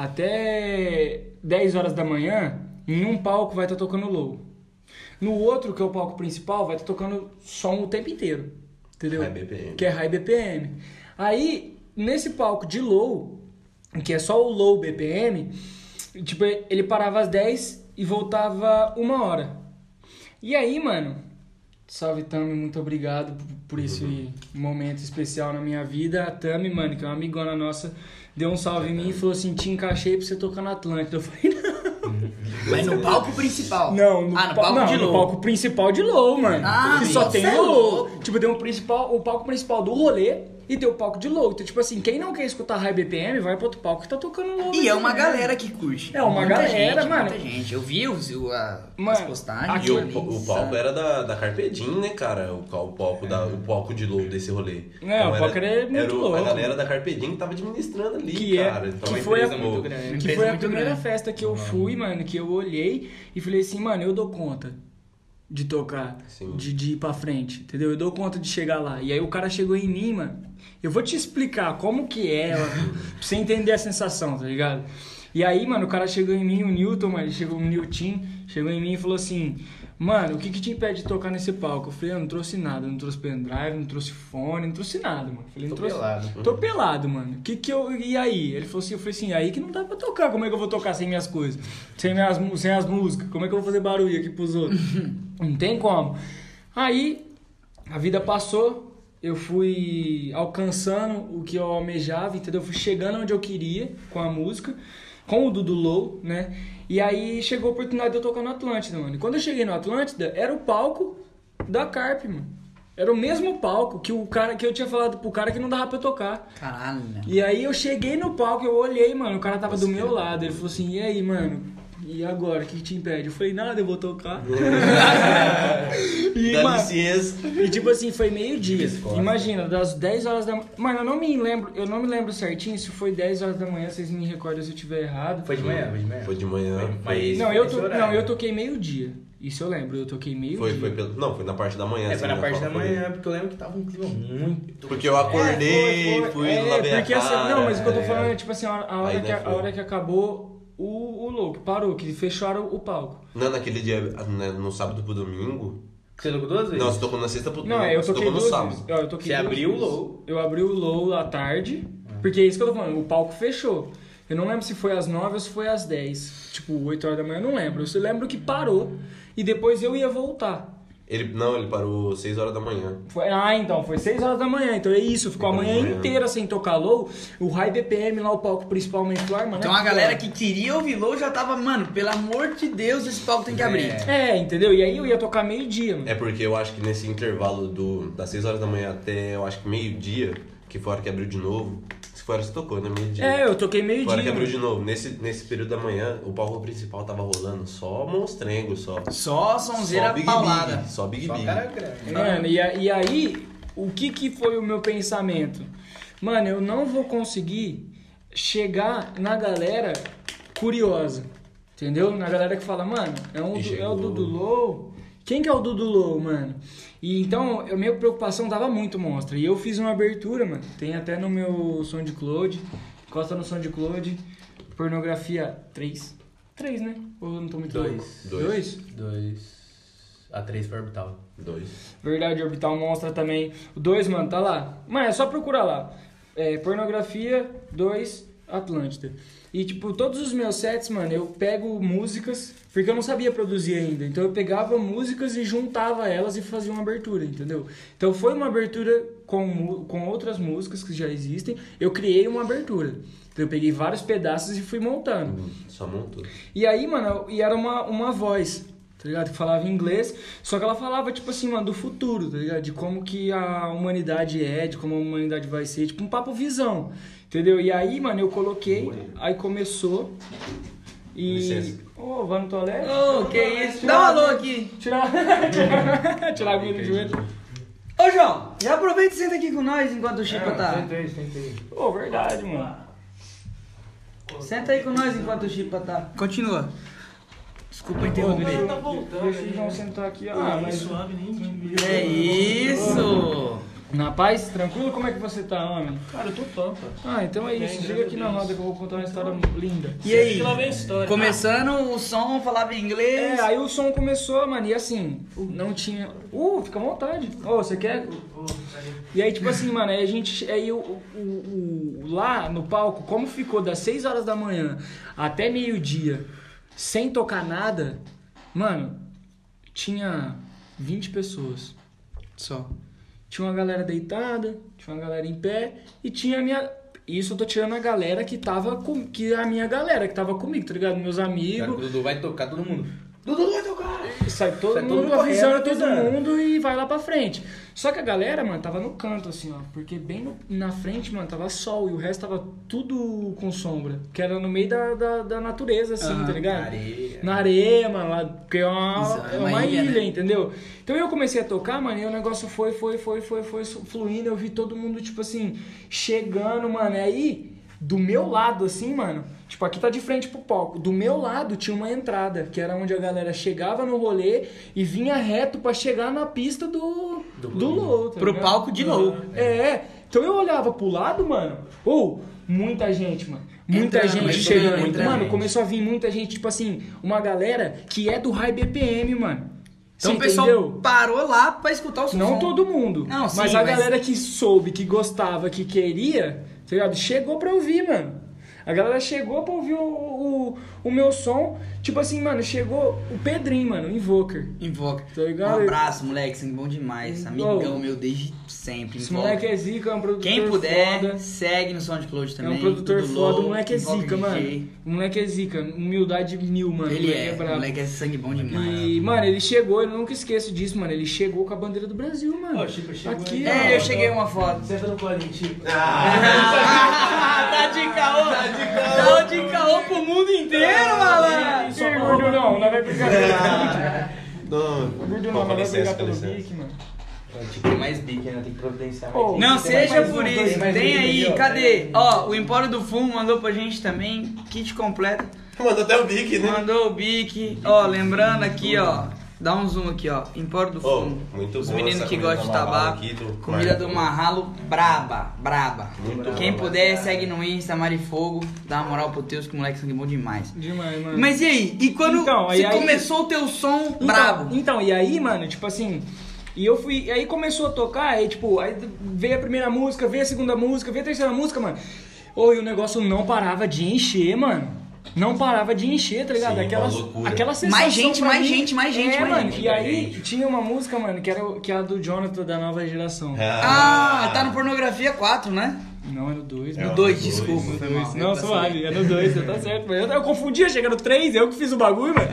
até 10 horas da manhã, em um palco vai estar tocando low. No outro, que é o palco principal, vai estar tocando som o tempo inteiro. Entendeu? High BPM. Que é high BPM. Aí, nesse palco de low, que é só o low BPM, tipo, ele parava às 10 e voltava 1h. E aí, mano, salve Tami, muito obrigado por esse momento especial na minha vida. A Tami, mano, que é uma amigona nossa, deu um salve em mim e falou assim, te encaixei pra você tocar na Atlântida. Eu falei, não. Mas no palco principal? Não, no palco de no low. palco principal de low, mano. Ah, que só nossa, tem é low. louco. Tipo, tem o palco principal do rolê e tem o palco de low. Então, tipo assim, quem não quer escutar high BPM, vai pro outro palco que tá tocando low. E é uma BPM. galera que curte. É uma Muita galera, gente, mano. Muita gente. Eu vi as Mano, postagens. aqui E ali, o palco era da Carpe Diem, né, cara? O palco de low desse rolê. O palco era muito louco. A galera da Carpe Diem que tava administrando ali, Que cara. é, Então, que uma foi a, empresa muito grande. que Empresa foi a muito primeira grande. festa que eu fui, mano, que eu olhei e falei assim, mano, eu dou conta de tocar, Sim. de ir pra frente, entendeu? Eu dou conta de chegar lá. E aí o cara chegou em mim, mano, eu vou te explicar como que é, pra você entender a sensação, tá ligado? E aí, mano, o cara chegou em mim, o Newton, mano, o Newton chegou em mim e falou assim, mano, o que te impede de tocar nesse palco? Eu falei, eu não trouxe nada, não trouxe pendrive, não trouxe fone, não trouxe nada, mano. Eu falei, não Tô trouxe. pelado. Tô pelado, mano. E aí? Ele falou assim, eu falei assim, aí que não dá pra tocar, como é que eu vou tocar sem minhas coisas? Sem as músicas, como é que eu vou fazer barulho aqui pros outros? Não tem como. Aí, a vida passou, eu fui alcançando o que eu almejava, entendeu? Eu fui chegando onde eu queria com a música, com o Dudu Low, né? E aí chegou a oportunidade de eu tocar no Atlântida, mano. E quando eu cheguei no Atlântida, era o palco da Carpe, mano. Era o mesmo palco que eu tinha falado pro cara que não dava pra eu tocar. Caralho, né? E aí eu cheguei no palco, eu olhei, mano, o cara tava do meu lado. Ele falou assim, e aí, mano? E agora, o que te impede? Eu falei, nada, eu vou tocar. E, Dá mano, licença. e tipo assim, foi meio-dia. Imagina, das 10 horas da manhã. Mano, eu não me lembro certinho se foi 10 horas da manhã, vocês me recordam se eu tiver errado. Foi de manhã, foi de manhã. Foi de manhã. Mas Não, esse horário. eu toquei meio-dia. Isso eu lembro, eu toquei meio-dia. Foi na parte da manhã. Foi assim, na parte da foi. manhã, porque eu lembro que tava um clima muito... Porque eu acordei, fui lavei a porque cara. assim, não, mas o que eu tô tá falando é ligado? tipo assim, a Aí, né, foi. hora que acabou o louco, parou, que fecharam o palco. Não, naquele dia, né, no sábado pro domingo. Você tocou 2 vezes? Não, você tocou na sexta pro domingo. Não, eu você toquei tocou no duas sábado. vezes. Eu toquei Você duas abriu o vezes. low? Eu abri o low à tarde, porque é isso que eu tô falando, o palco fechou. Eu não lembro se foi às 9 ou se foi às 10. Tipo, 8 horas da manhã, eu não lembro. Eu só lembro que parou e depois eu ia voltar. Ele parou 6 horas da manhã. Então, foi 6 horas da manhã. Então é isso, ficou a manhã inteira sem tocar low. O high BPM lá, o palco principalmente lá, mano. Então a galera que queria ouvir low já tava, mano, pelo amor de Deus, esse palco tem que abrir. entendeu? E aí eu ia tocar meio-dia, mano. É porque eu acho que nesse intervalo das 6 horas da manhã até, eu acho que meio-dia, que foi a hora que abriu de novo. Se for a hora que você tocou, né? Meio-dia. Eu toquei Foi a meio-dia. hora que abriu mano. de novo. Nesse período da manhã, o palco principal tava rolando só monstrengo, só. Só sonzeira Big paulada. Big, só Big Só Big. cara grande. Mano, e aí, o que foi o meu pensamento? Mano, eu não vou conseguir chegar na galera curiosa, entendeu? Na galera que fala, mano, é o Dudu Low. Quem que é o Dudu Low, mano? E então, a minha preocupação tava muito monstra. E eu fiz uma abertura, mano. Tem até no meu SoundCloud. Encosta no SoundCloud. Pornografia 3. 3, né? Ou eu não tô muito louco? 2? 2. A 3 foi orbital. 2. Verdade, Orbital Monstra também. O 2, mano, tá lá. Mano, é só procurar lá. Pornografia 2, Atlântida. E, tipo, todos os meus sets, mano, eu pego músicas, porque eu não sabia produzir ainda. Então eu pegava músicas e juntava elas e fazia uma abertura, entendeu? Então foi uma abertura com outras músicas que já existem. Eu criei uma abertura. Então eu peguei vários pedaços e fui montando. Só montou. E aí, mano, era uma voz, tá ligado? Que falava em inglês, só que ela falava, tipo assim, mano, do futuro, tá ligado? De como que a humanidade de como a humanidade vai ser, tipo um papo visão, entendeu? E aí, mano, eu coloquei, aí começou e... Licença. Vai no toalete? Ô, que isso? Dá um alô aqui. Tirar a agulha do joelho. Ô, Ô, João, já aproveita e senta aqui com nós enquanto o Chipa tá... Tentei. Pô, verdade, mano. Senta aí com nós enquanto o Chipa tá... Continua. Desculpa interromper. Tá voltando. Deixa o João sentar aqui. Ah, mas... suave, nem É isso! Na paz, tranquilo? Como é que você tá, homem? Cara, eu tô tampa. Ah, então é isso. Chega aqui na roda que eu vou contar uma história linda. E aí? Lá vem a história. Começando o som, falava inglês. É, aí o som começou, mano, e assim, não tinha... fica à vontade. Você quer? E aí, tipo assim, mano, aí a gente... Aí lá no palco, como ficou das 6 horas da manhã até meio-dia, sem tocar nada, mano, tinha 20 pessoas só. Tinha uma galera deitada, tinha uma galera em pé e tinha a minha... Isso eu tô tirando a galera que tava que a minha galera que tava comigo, tá ligado? Meus amigos. Cara, o Dudu vai tocar todo mundo. Dudu vai tocar! Sai todo mundo avisando todo mundo e vai lá pra frente. Só que a galera, mano, tava no canto, assim, ó. Porque bem na frente, mano, tava sol e o resto tava tudo com sombra. Que era no meio da natureza, assim, tá ligado? Na areia. Na areia, mano, lá, porque é uma ilha, né? entendeu? Então eu comecei a tocar, mano, e o negócio foi fluindo. Eu vi todo mundo, tipo assim, chegando, mano. E aí, do meu lado, assim, mano... Tipo, aqui tá de frente pro palco. Do meu lado tinha uma entrada, que era onde a galera chegava no rolê e vinha reto pra chegar na pista do Low. Tá Pro ligado? palco de Low. Então eu olhava pro lado, mano. Muita gente, mano. Muita Entrando, gente mas chegando. muita Mano, gente. começou a vir muita gente. Tipo assim, uma galera que é do High BPM, mano. Então Você o pessoal entendeu? parou lá pra escutar o som. Não todo mundo. Não, sim, mas a mas- galera que soube, que gostava, que queria, tá ligado? Chegou pra ouvir, mano. A galera chegou pra ouvir o meu som. Tipo assim, mano, chegou o Pedrinho, mano, o Invoker. Invoca. Tá ligado? Um abraço, moleque, sangue bom demais. Amigão meu desde sempre. Esse Invoca. moleque é zica, é um produtor Quem puder, foda. segue no SoundCloud É também. um produtor Tudo foda, Low, o moleque é Invoca zica, DJ. mano. O moleque é zica, humildade mil, mano. Ele o moleque é, brabo. o moleque é sangue bom demais. E, mano, ele chegou, eu nunca esqueço disso, mano. Ele chegou com a bandeira do Brasil, mano. Ó, Chico, chegou Aqui, aí. ó. Eu cheguei uma foto. Senta no colinho, Chico. Tá de caô! Tá de caô pro mundo inteiro, malandro! Só gordo não vai brigar Não, Gordo com não vai licença, brigar com pelo licença. Bic, mano. Tem mais bique, né? Tem que providenciar mais Pô, bique. Não Tem seja mais por um, isso, tem mais tem um aí, ali, ó. cadê? Ó, o Empório do Fumo mandou pra gente também, kit completo. Mandou até o Bic, né? Mandou o Bic, ó, lembrando aqui, ó, dá um zoom aqui, ó, Empório do Oh, Fumo. muito Os bom meninos essa que comida gostam de do Marralo tabaco, aqui, do comida do Marralo, braba. Muito Quem bom, puder, cara. segue no Insta, Marifogo, dá uma moral pro Teus, que o moleque sangue bom demais. Demais, mano. Mas e aí? E quando Então, você aí- começou o teu som brabo? Então, e aí, mano, tipo assim... E eu fui... E aí começou a tocar, aí tipo... Aí veio a primeira música, veio a segunda música, veio a terceira música, mano. E o negócio não parava de encher, mano. Não parava de encher, tá ligado? Sim, Aquela, uma loucura. aquela sensação Mais gente, pra mais mim- gente, mais gente, É, mais mano, gente. e aí gente. tinha uma música, mano, que era a do Jonathan da nova geração. Ah, tá no Pornografia 4, né? Não, é no 2. É No o 2, dois. desculpa. Foi mal. Não, suave, é no 2, você tá certo. Mas eu confundia, chega no 3, eu que fiz o bagulho, mano.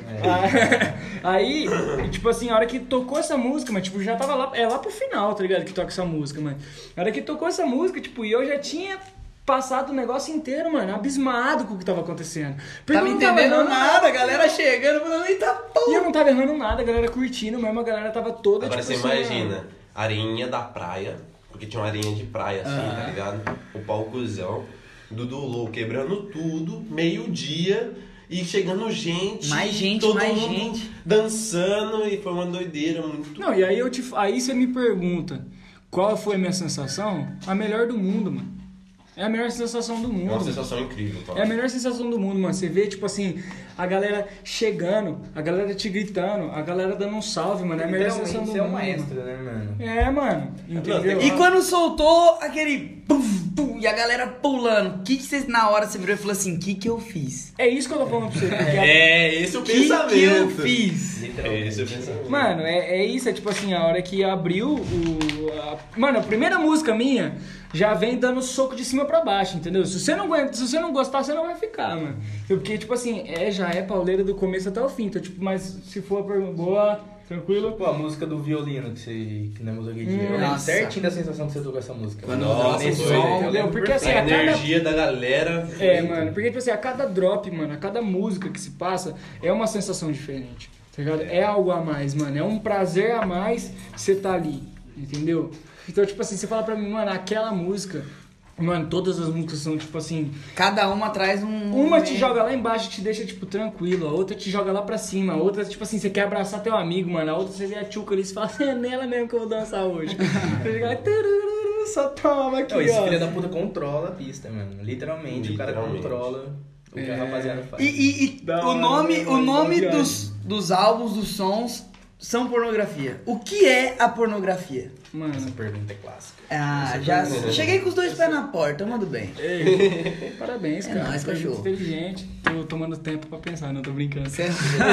Aí, tipo assim, a hora que tocou essa música, mano, tipo, já tava lá, é lá pro final, tá ligado, que toca essa música, mano. A hora que tocou essa música, tipo, e eu já tinha passado o negócio inteiro, mano, abismado com o que tava acontecendo. Porque Tava eu não tava entendendo errando nada, a galera chegando, falando, eita E porra. eu não tava errando nada, a galera curtindo mesmo, a galera tava toda, Agora tipo você assim, imagina, areinha da praia, porque tinha uma areinha de praia assim, tá ligado? O palcozão, Dudu Low quebrando tudo, meio-dia e chegando gente. Mais gente, todo mais mundo gente. dançando e foi uma doideira muito. Não, e aí, aí você me pergunta, qual foi a minha sensação? A melhor do mundo, mano. É a melhor sensação do mundo. É uma mano. sensação incrível, É a melhor sensação do mundo, mano. Você vê, tipo assim, a galera chegando, a galera te gritando, a galera dando um salve, mano. É a melhor sensação do Você é mundo. um maestro, mano. né, mano? É, mano. Entendeu? E quando soltou aquele pum, pum, e a galera pulando, o que você na hora você virou e falou assim, o que eu fiz? É isso que eu tô falando pra você. Porque É, esse é o O que pensamento. eu fiz? É esse é o pensamento. Mano, é isso, é tipo assim, a hora que abriu Mano, a primeira música minha já vem dando soco de cima pra baixo, entendeu? Se você não aguenta, se você não gostar, você não vai ficar, mano. Porque, tipo assim, já é pauleira do começo até o fim, então, tipo, mas se for a pergunta boa, tranquilo. Pô, a música do violino que nós música aquele dia. Eu lembro Nossa. certinho da sensação que você tocou essa música. Quando Nossa, dropa o foi. som, Entendeu? Porque assim, A a cada energia da galera. mano, porque tipo assim, a cada drop, mano, a cada música que se passa é uma sensação diferente, tá ligado? É algo a mais, mano, é um prazer a mais você tá ali. entendeu? Então, tipo assim, você fala pra mim, mano, aquela música, mano, todas as músicas são, tipo assim, Cada uma traz um... uma te joga lá embaixo e te deixa, tipo, tranquilo, a outra te joga lá pra cima, a outra, tipo assim, você quer abraçar teu amigo, mano, a outra você vê a tchuca ali e fala, é nela mesmo que eu vou dançar hoje. Você fica lá, turururu, só toma aqui, Não, esse ó. filho da puta controla a pista, mano. Literalmente, o cara controla o que a rapaziada faz. E Da o hora, nome, mano, o nome viagem. dos álbuns, dos sons, são pornografia. O que é a pornografia? Mano, Essa pergunta é clássica. Ah, já cheguei com os dois pés na porta, mando bem. ei, parabéns, É cara. nóis, Foi muito cachorro. inteligente. Tô tomando tempo pra pensar, não tô brincando. Certo.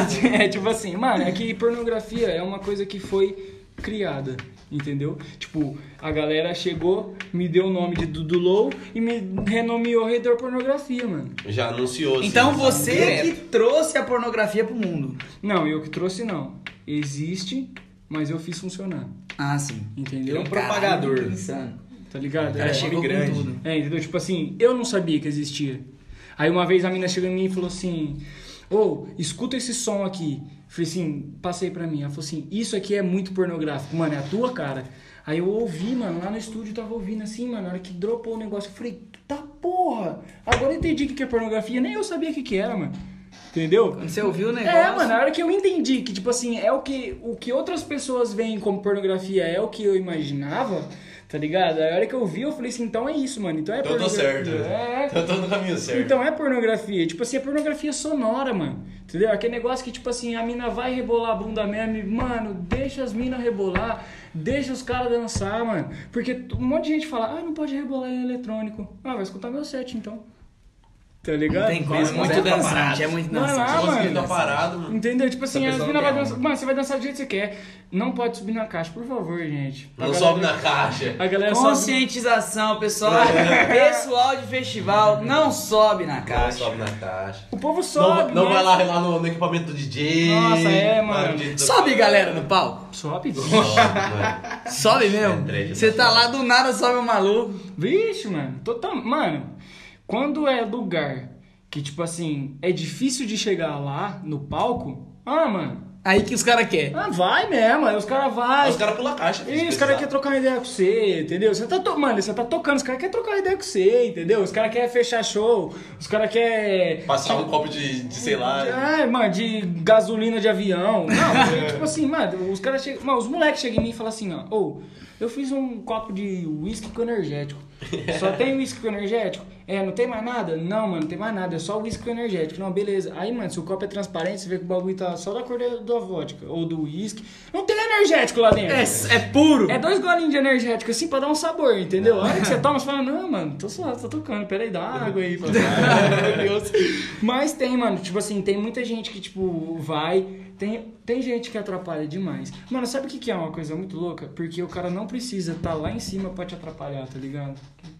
É tipo assim, mano, é que pornografia é uma coisa que foi criada, entendeu? Tipo, a galera chegou, me deu o nome de Dudu Low e me renomeou Redor Pornografia, mano. Já anunciou. assim, Então sabe? você Direto. que trouxe a pornografia pro mundo. Não, eu que trouxe não. Existe, mas eu fiz funcionar, Ah, sim. entendeu? Ele é um propagador. Caralho, que insano. Tá ligado? O cara É. chegou grande. com tudo. É, entendeu? Tipo assim, eu não sabia que existia. Aí uma vez a mina chegou em mim e falou assim, ô, escuta esse som aqui. Falei assim, passei pra mim. Ela falou assim, isso aqui é muito pornográfico, mano, é a tua cara. Aí eu ouvi, mano, lá no estúdio eu tava ouvindo assim, mano, na hora que dropou o negócio, eu falei, tá porra, agora eu entendi o que é pornografia, nem eu sabia o que era, mano. Entendeu? Quando você ouviu o negócio... É, mano, na hora que eu entendi que, tipo assim, é o que outras pessoas veem como pornografia é o que eu imaginava, tá ligado? A hora que eu vi, eu falei assim, então é isso, mano. Então é Então eu tô pornografia. certo. É. Então eu tô no caminho certo. Então é pornografia. Tipo assim, é pornografia sonora, mano. Entendeu? Aquele negócio que, tipo assim, a mina vai rebolar a bunda mesmo e, mano, deixa as minas rebolar, deixa os caras dançar, mano. Porque um monte de gente fala, ah, não pode rebolar em eletrônico. Ah, vai escutar meu set, então. Tá ligado? Não tem como, é Mas muito é dançante, é muito Não, dançante. ah, Se você mano. tá parado, mano. Entendeu? Tipo assim, Essa as pessoa minas não vai tem dançar. Mano, você vai dançar do jeito que você quer. Não pode subir na caixa, por favor, gente. A Não galera- sobe na caixa. A galera sobe. Conscientização, pessoal. Pessoal de festival, não sobe na Não caixa. sobe na caixa. O povo sobe. Não né? vai lá no equipamento do DJ. Nossa, é, vai mano. no DJ do- Sobe, galera, no palco. Sobe. Sobe, mano. Sobe mesmo. É, trash, Você tá lá do nada, sobe um maluco. Vixe, mano. Total... Mano, quando é lugar que, tipo assim, é difícil de chegar lá no palco, ah, mano. Aí que os caras querem. Ah, vai mesmo. Aí os caras vai. Os caras pulam a caixa. E os caras querem trocar uma ideia com você, entendeu? Você tá, mano, você tá tocando, os caras querem trocar uma ideia com você, entendeu? Os caras querem fechar show, os caras querem... Passar um copo de sei lá. É, mano, de gasolina de avião. Não, tipo assim, mano, os caras chegam... Mano, os moleques chegam em mim e falam assim, ó, ô, eu fiz um copo de uísque com energético. Só tem uísque com energético? É, não tem mais nada? Não, mano, não tem mais nada, é só uísque com energético. Não, beleza. Aí, mano, se o copo é transparente, você vê que o bagulho tá só da cor da vodka ou do uísque. Não tem energético lá dentro. É puro. É 2 golinhos de energético, assim, pra dar um sabor, entendeu? A hora que você toma, você fala, não, mano, tô suave, tô tocando, peraí, dá água aí. Fala, meu Deus. Mas tem, mano, tipo assim, tem muita gente que, tipo, vai... Tem gente que atrapalha demais. Mano, sabe o que é uma coisa muito louca? Porque o cara não precisa estar lá em cima pra te atrapalhar, tá ligado?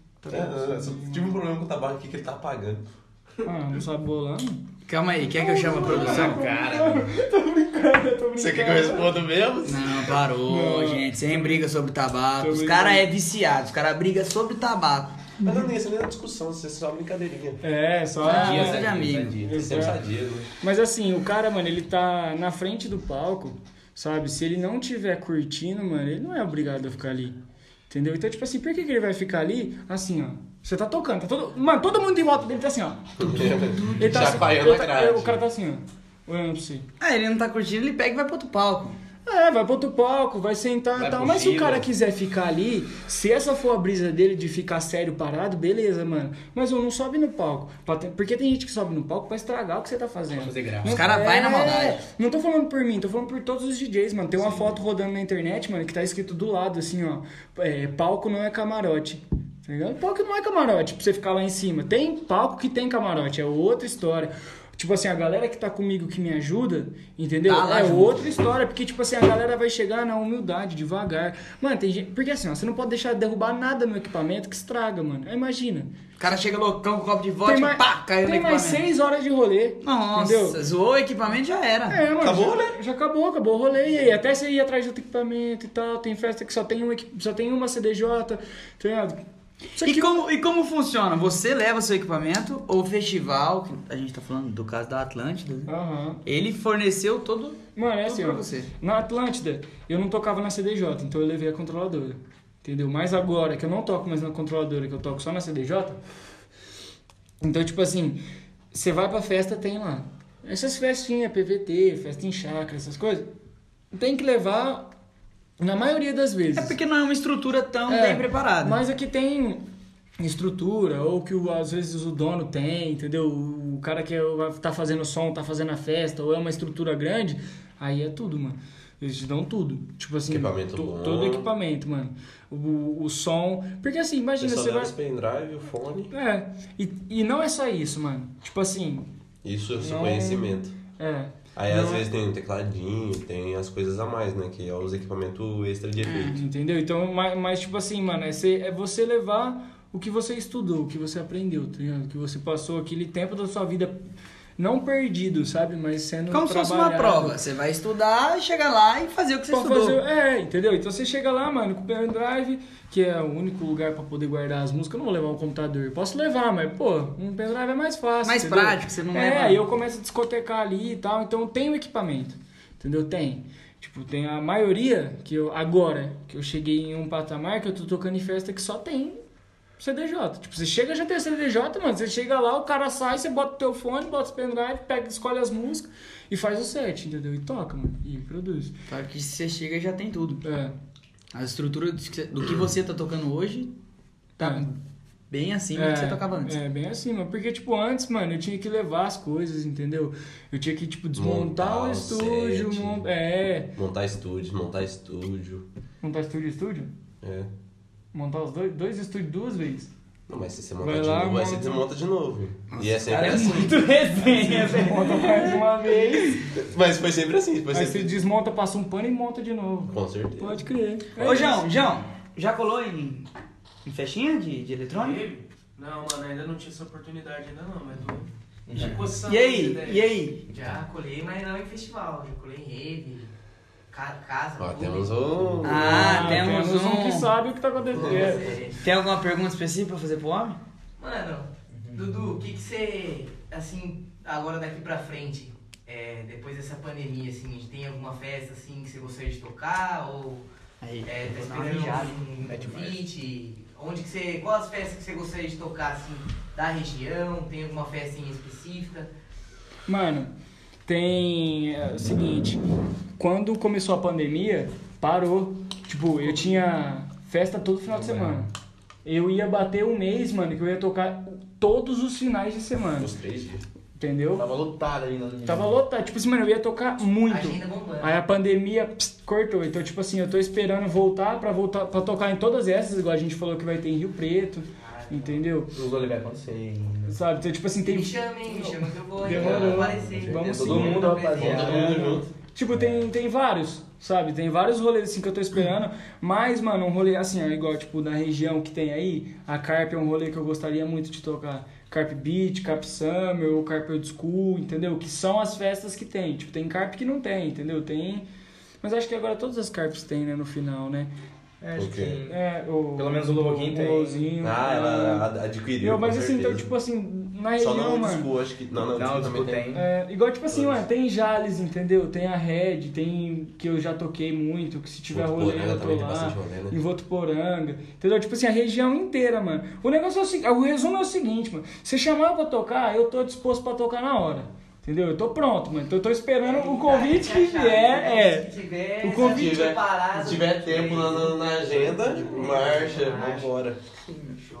Só tive um problema com o tabaco aqui que ele tá apagando. Ah, não sabe bolando? Calma aí, quer que eu chame a produção? Tô brincando. Você quer que eu responda mesmo? Não, parou, Não. gente. Sem briga sobre tabaco. Tô Os brincando. caras é viciado, os caras brigam sobre tabaco. Mas não tem, isso nem é discussão, isso é só brincadeirinha. É, só... Ah, é, você de amigo. Sempre sadia, né? Mas assim, o cara, mano, ele tá na frente do palco, sabe? Se ele não tiver curtindo, mano, ele não é obrigado a ficar ali. Entendeu? Então, tipo assim, por que ele vai ficar ali? Assim, ó. Você tá tocando, tá todo... Mano, todo mundo em volta dele tá assim, ó. Ele tá Chacoalhando assim, a grade. o cara tá assim, ó. Olhando pra você. Ah, ele não tá curtindo, ele pega e vai pro outro palco. É, vai pro outro palco, vai sentar e Vai tal. pro Mas se o fila. cara quiser ficar ali, se essa for a brisa dele de ficar sério parado, beleza, mano. Mas eu não sobe no palco. Porque tem gente que sobe no palco pra estragar o que você tá fazendo. Fazer graça. Os caras vai na maldade. Não tô falando por mim, tô falando por todos os DJs, mano. Tem uma foto rodando na internet, mano, que tá escrito do lado, assim, ó. Palco não é camarote. Tá ligado? Palco não é camarote pra você ficar lá em cima. Tem palco que tem camarote, é outra história. Tipo assim, a galera que tá comigo que me ajuda, entendeu? Tá lá É junto. outra história, porque tipo assim, a galera vai chegar na humildade, devagar. Mano, tem gente... Porque assim, ó, você não pode deixar de derrubar nada no equipamento que estraga, mano. Imagina. O cara chega loucão com um copo de vodka e pá, caiu no tem mais equipamento. 6 horas de rolê, Nossa, entendeu? zoou o equipamento, já era. É, mano, Acabou já, o rolê? já acabou o rolê. E aí, até você ir atrás de outro equipamento e tal. Tem festa que só tem uma CDJ, tá ligado? E como funciona? Você leva seu equipamento ou o festival, que a gente tá falando do caso da Atlântida, né? Aham. Ele forneceu todo Mano, é assim, pra ó. você. Na Atlântida, eu não tocava na CDJ, então eu levei a controladora. Entendeu? Mas agora que eu não toco mais na controladora, que eu toco só na CDJ, então, tipo assim, você vai pra festa, tem lá. Essas festinhas, PVT, festa em chácara, essas coisas, tem que levar na maioria das vezes. É porque não é uma estrutura tão bem preparada. Mas aqui tem estrutura, ou que às vezes o dono tem, entendeu? O cara que tá fazendo som, tá fazendo a festa, ou é uma estrutura grande, aí é tudo, mano. Eles te dão tudo. Tipo assim, Equipamento bom. todo equipamento, mano. O som. Porque assim, imagina, Você você leva vai. os pendrive, o fone. É. E não é só isso, mano. Tipo assim. Isso é o seu Não- conhecimento. É. Aí Não às é- vezes tem um tecladinho, tem as coisas a mais, né? Que é os equipamentos extra de efeito. Entendeu? Então, mas tipo assim, mano, é você levar o que você estudou, o que você aprendeu, tá ligado? O que você passou aquele tempo da sua vida não perdido, sabe? Mas sendo Como se fosse uma trabalhado. prova. Você vai estudar, chegar lá e fazer o que você Pra estudou. fazer, entendeu? Então você chega lá, mano, com o pendrive, que é o único lugar pra poder guardar as músicas. Eu não vou levar um computador. Eu posso levar, mas, pô, um pendrive é mais fácil. Mais entendeu? prático, você não leva- aí eu começo a discotecar ali e tal. Então tem o equipamento, entendeu? Tem. Tipo, tem a maioria que agora que eu cheguei em um patamar que eu tô tocando em festa que só tem CDJ. Tipo, você chega já tem CDJ, mano. Você chega lá, o cara sai, você bota o teu fone, bota os pendrive, pega, escolhe as músicas e faz o set, entendeu? E toca, mano. E produz. Só que você chega e já tem tudo. É. A estrutura do que você tá tocando hoje tá É. bem assim do que você tocava antes. É, bem assim, mano. Porque, tipo, antes, mano, eu tinha que levar as coisas, entendeu? Eu tinha que, tipo, desmontar Montar o o estúdio. set. Montar estúdio. Montar estúdio? É. Montar os dois estúdios 2 vezes. Não, mas se você Vai montar de lá, novo, aí você monta. desmonta de novo. E é sempre Cara, é assim. muito resenha, velho. Monta mais uma vez, Mas foi sempre assim. Foi aí você sempre... desmonta, passa um pano e monta de novo. Com certeza. Pode crer. É Ô, isso. João, já colou em festinha de eletrônica? Teve? Não, mano, ainda não tive essa oportunidade ainda não, mas tô coçando E as aí? ideias. E aí? Já colei, mas não em festival. Já colei em rave, casa, Ó, clube. temos um... Temos um. que sabe o que tá acontecendo. É. Tem alguma pergunta específica pra fazer pro homem? Mano, Dudu, o que você, assim, agora daqui pra frente, depois dessa pandemia, assim, tem alguma festa, assim, que você gostaria de tocar? Ou Aí, tá vou dar uma esperando mijada. um convite? Onde que você, qual as festas que você gostaria de tocar, assim, da região? Tem alguma festa em específica? Mano, tem o seguinte, quando começou a pandemia, parou. Tipo, eu tinha festa todo final de semana. Eu ia bater um mês, mano, que eu ia tocar todos os finais de semana. Os 3 dias. Entendeu? Tava lotado ainda. Tava lotado. Tipo assim, mano, eu ia tocar muito. Agenda bombando. Aí a pandemia cortou. Então, tipo assim, eu tô esperando voltar pra tocar em todas essas, igual a gente falou que vai ter em Rio Preto. Entendeu? O rolê vai acontecer ainda. Sabe? Então, tipo assim, tem. Me chama que eu vou Demorou. aparecer. Vamos Todo sim. mundo, rapaziada. Todo mundo junto. Tipo, tem vários, sabe? Tem vários rolês assim que eu tô esperando. Mas, mano, um rolê assim, ó, igual, tipo, da região que tem aí, a Carp é um rolê que eu gostaria muito de tocar. Carp Beach, Carp Summer, ou Carp Old School, entendeu? Que são as festas que tem. Tipo, tem Carp que não tem, entendeu? Tem. Mas acho que agora todas as Carps tem, né, no final, né? Acho que sim. Pelo menos um pouquinho tem. Lowzinho, Ah, ela adquiriu. Não, mas com assim, então, certeza. tipo assim, na Só região, não mano. disco, acho que. Não, Não, disco também tem. Igual, tipo assim, Todos. mano, tem Jales, entendeu? Tem a Red, tem que eu já toquei muito, que se tiver rolê Votuporanga eu tô também tem lá. bastante rolê, né? Em Votuporanga, entendeu? Tipo assim, a região inteira, mano. O negócio é o seguinte, o resumo é o seguinte, mano. Você chamar pra tocar, eu tô disposto pra tocar na hora. Entendeu? Eu tô pronto, mano. Então eu tô esperando o convite que vier, Se tiver, O convite Se tiver, preparado, se tiver tempo na agenda, marcha, vambora. Show.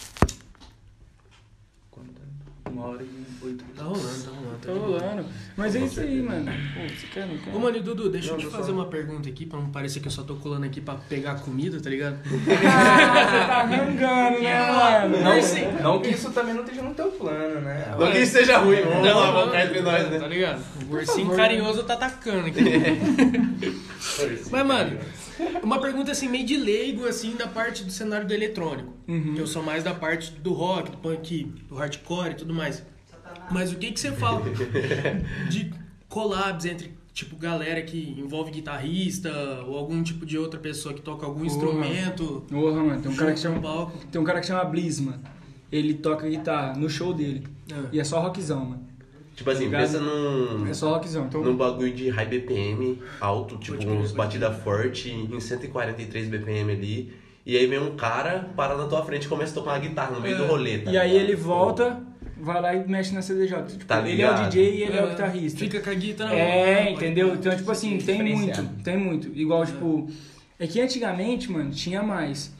1h08. Tá rolando. Tá rolando. Mas é isso aí, mano. Pô, você quer, não quer? Ô, mano, e Dudu, deixa eu te fazer uma pergunta aqui, pra não parecer que eu só tô colando aqui pra pegar comida, tá ligado? Você tá arrancando, né, mano? Não que isso também não esteja no teu plano, né? Não que isso seja ruim, vamos lá, vamos cá entre nós, Tá né? ligado? O ursinho carinhoso tá atacando aqui. Mas, mano, uma pergunta assim, meio de leigo, assim, da parte do cenário do eletrônico. Que eu sou mais da parte do rock, do punk, do hardcore e tudo mais. Mas o que você fala de collabs entre tipo, galera que envolve guitarrista ou algum tipo de outra pessoa que toca algum instrumento. Porra, mano, tem um cara que Show no chama, palco. tem um cara que chama Bliss, mano. Ele toca guitarra no show dele. E é só rockzão, mano. Tipo assim, Ligado? pensa num... É só rockzão. Então, num bagulho de high BPM, alto, tipo, Pode crer, uns batida forte, em 143 BPM ali. E aí vem um cara, para na tua frente e começa a tocar uma guitarra no meio do rolê, tá e aí ligado? ele volta, vai lá e mexe na CDJ. Tipo, Tá ele é o ligado? DJ e ele é o guitarrista. Fica com a guitarra. Entendeu? Então, tipo assim, tem Diferenciado. muito, tem muito. Igual, tipo... É que antigamente, mano, tinha mais.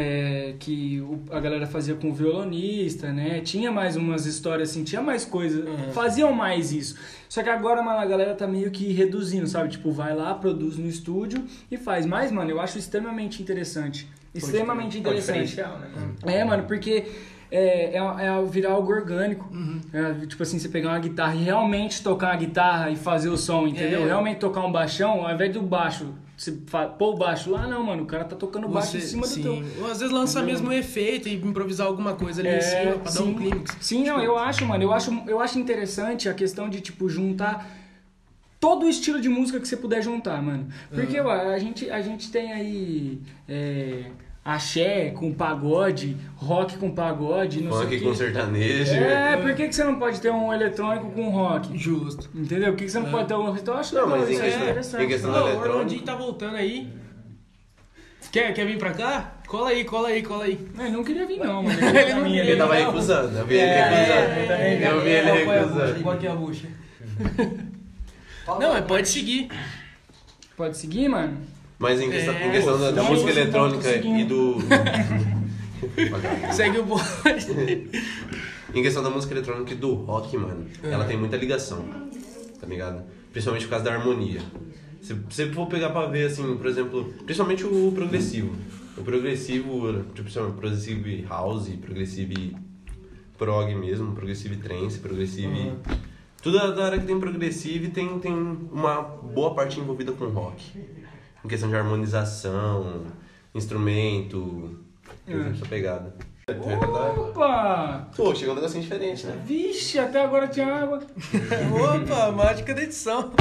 A galera fazia com violonista, né? Tinha mais umas histórias assim, tinha mais coisas. Faziam mais isso. Só que agora, mano, a galera tá meio que reduzindo, sabe? Tipo, vai lá, produz no estúdio e faz. Mas, mano, eu acho extremamente interessante. Extremamente É um interessante. diferencial, né, mano? Mano, porque é virar algo orgânico. Tipo assim, você pegar uma guitarra e realmente tocar uma guitarra e fazer o som, entendeu? Realmente tocar um baixão, ao invés do baixo, você pôr o baixo lá, não, mano, o cara tá tocando baixo em cima do teu. Ou às vezes lançar mesmo um efeito e improvisar alguma coisa ali em cima pra dar um clímax. Sim, não, eu acho, mano, eu acho interessante a questão de, tipo, juntar todo o estilo de música que você puder juntar, mano. Porque a gente tem aí axé com pagode, rock com pagode, não sei o Funk quê. com sertanejo. Por que você não pode ter um eletrônico com rock? Justo. Entendeu? Por que você não pode ter um... Então eu acho Não, legal, mas em isso é questão- interessante. em questão Ô, da o eletrônica... Orlandinho tá voltando aí. Quer vir pra cá? Cola aí. Não, ele não queria vir não, mano. Ele não queria. Ele tava recusando, eu vi ele recusando. Eu vi ele recusando. Qual que é a bucha? Não, mas pode seguir. Pode seguir, mano? Mas em questão da então música eu tô eletrônica seguindo. e do... Segue o bonde. Em questão da música eletrônica e do rock, mano, ela tem muita ligação, tá ligado? Principalmente por causa da harmonia. Se você for pegar pra ver, assim, por exemplo, principalmente o progressivo. O progressivo, tipo, chama progressive house, progressive prog mesmo, progressive trance, progressive... Tudo da área que tem progressive tem uma boa parte envolvida com rock. Em questão de harmonização, instrumento, essa pegada. Opa! Pô, chegou um negocinho diferente, né? Vixe, até agora tinha água. Opa, mágica da edição.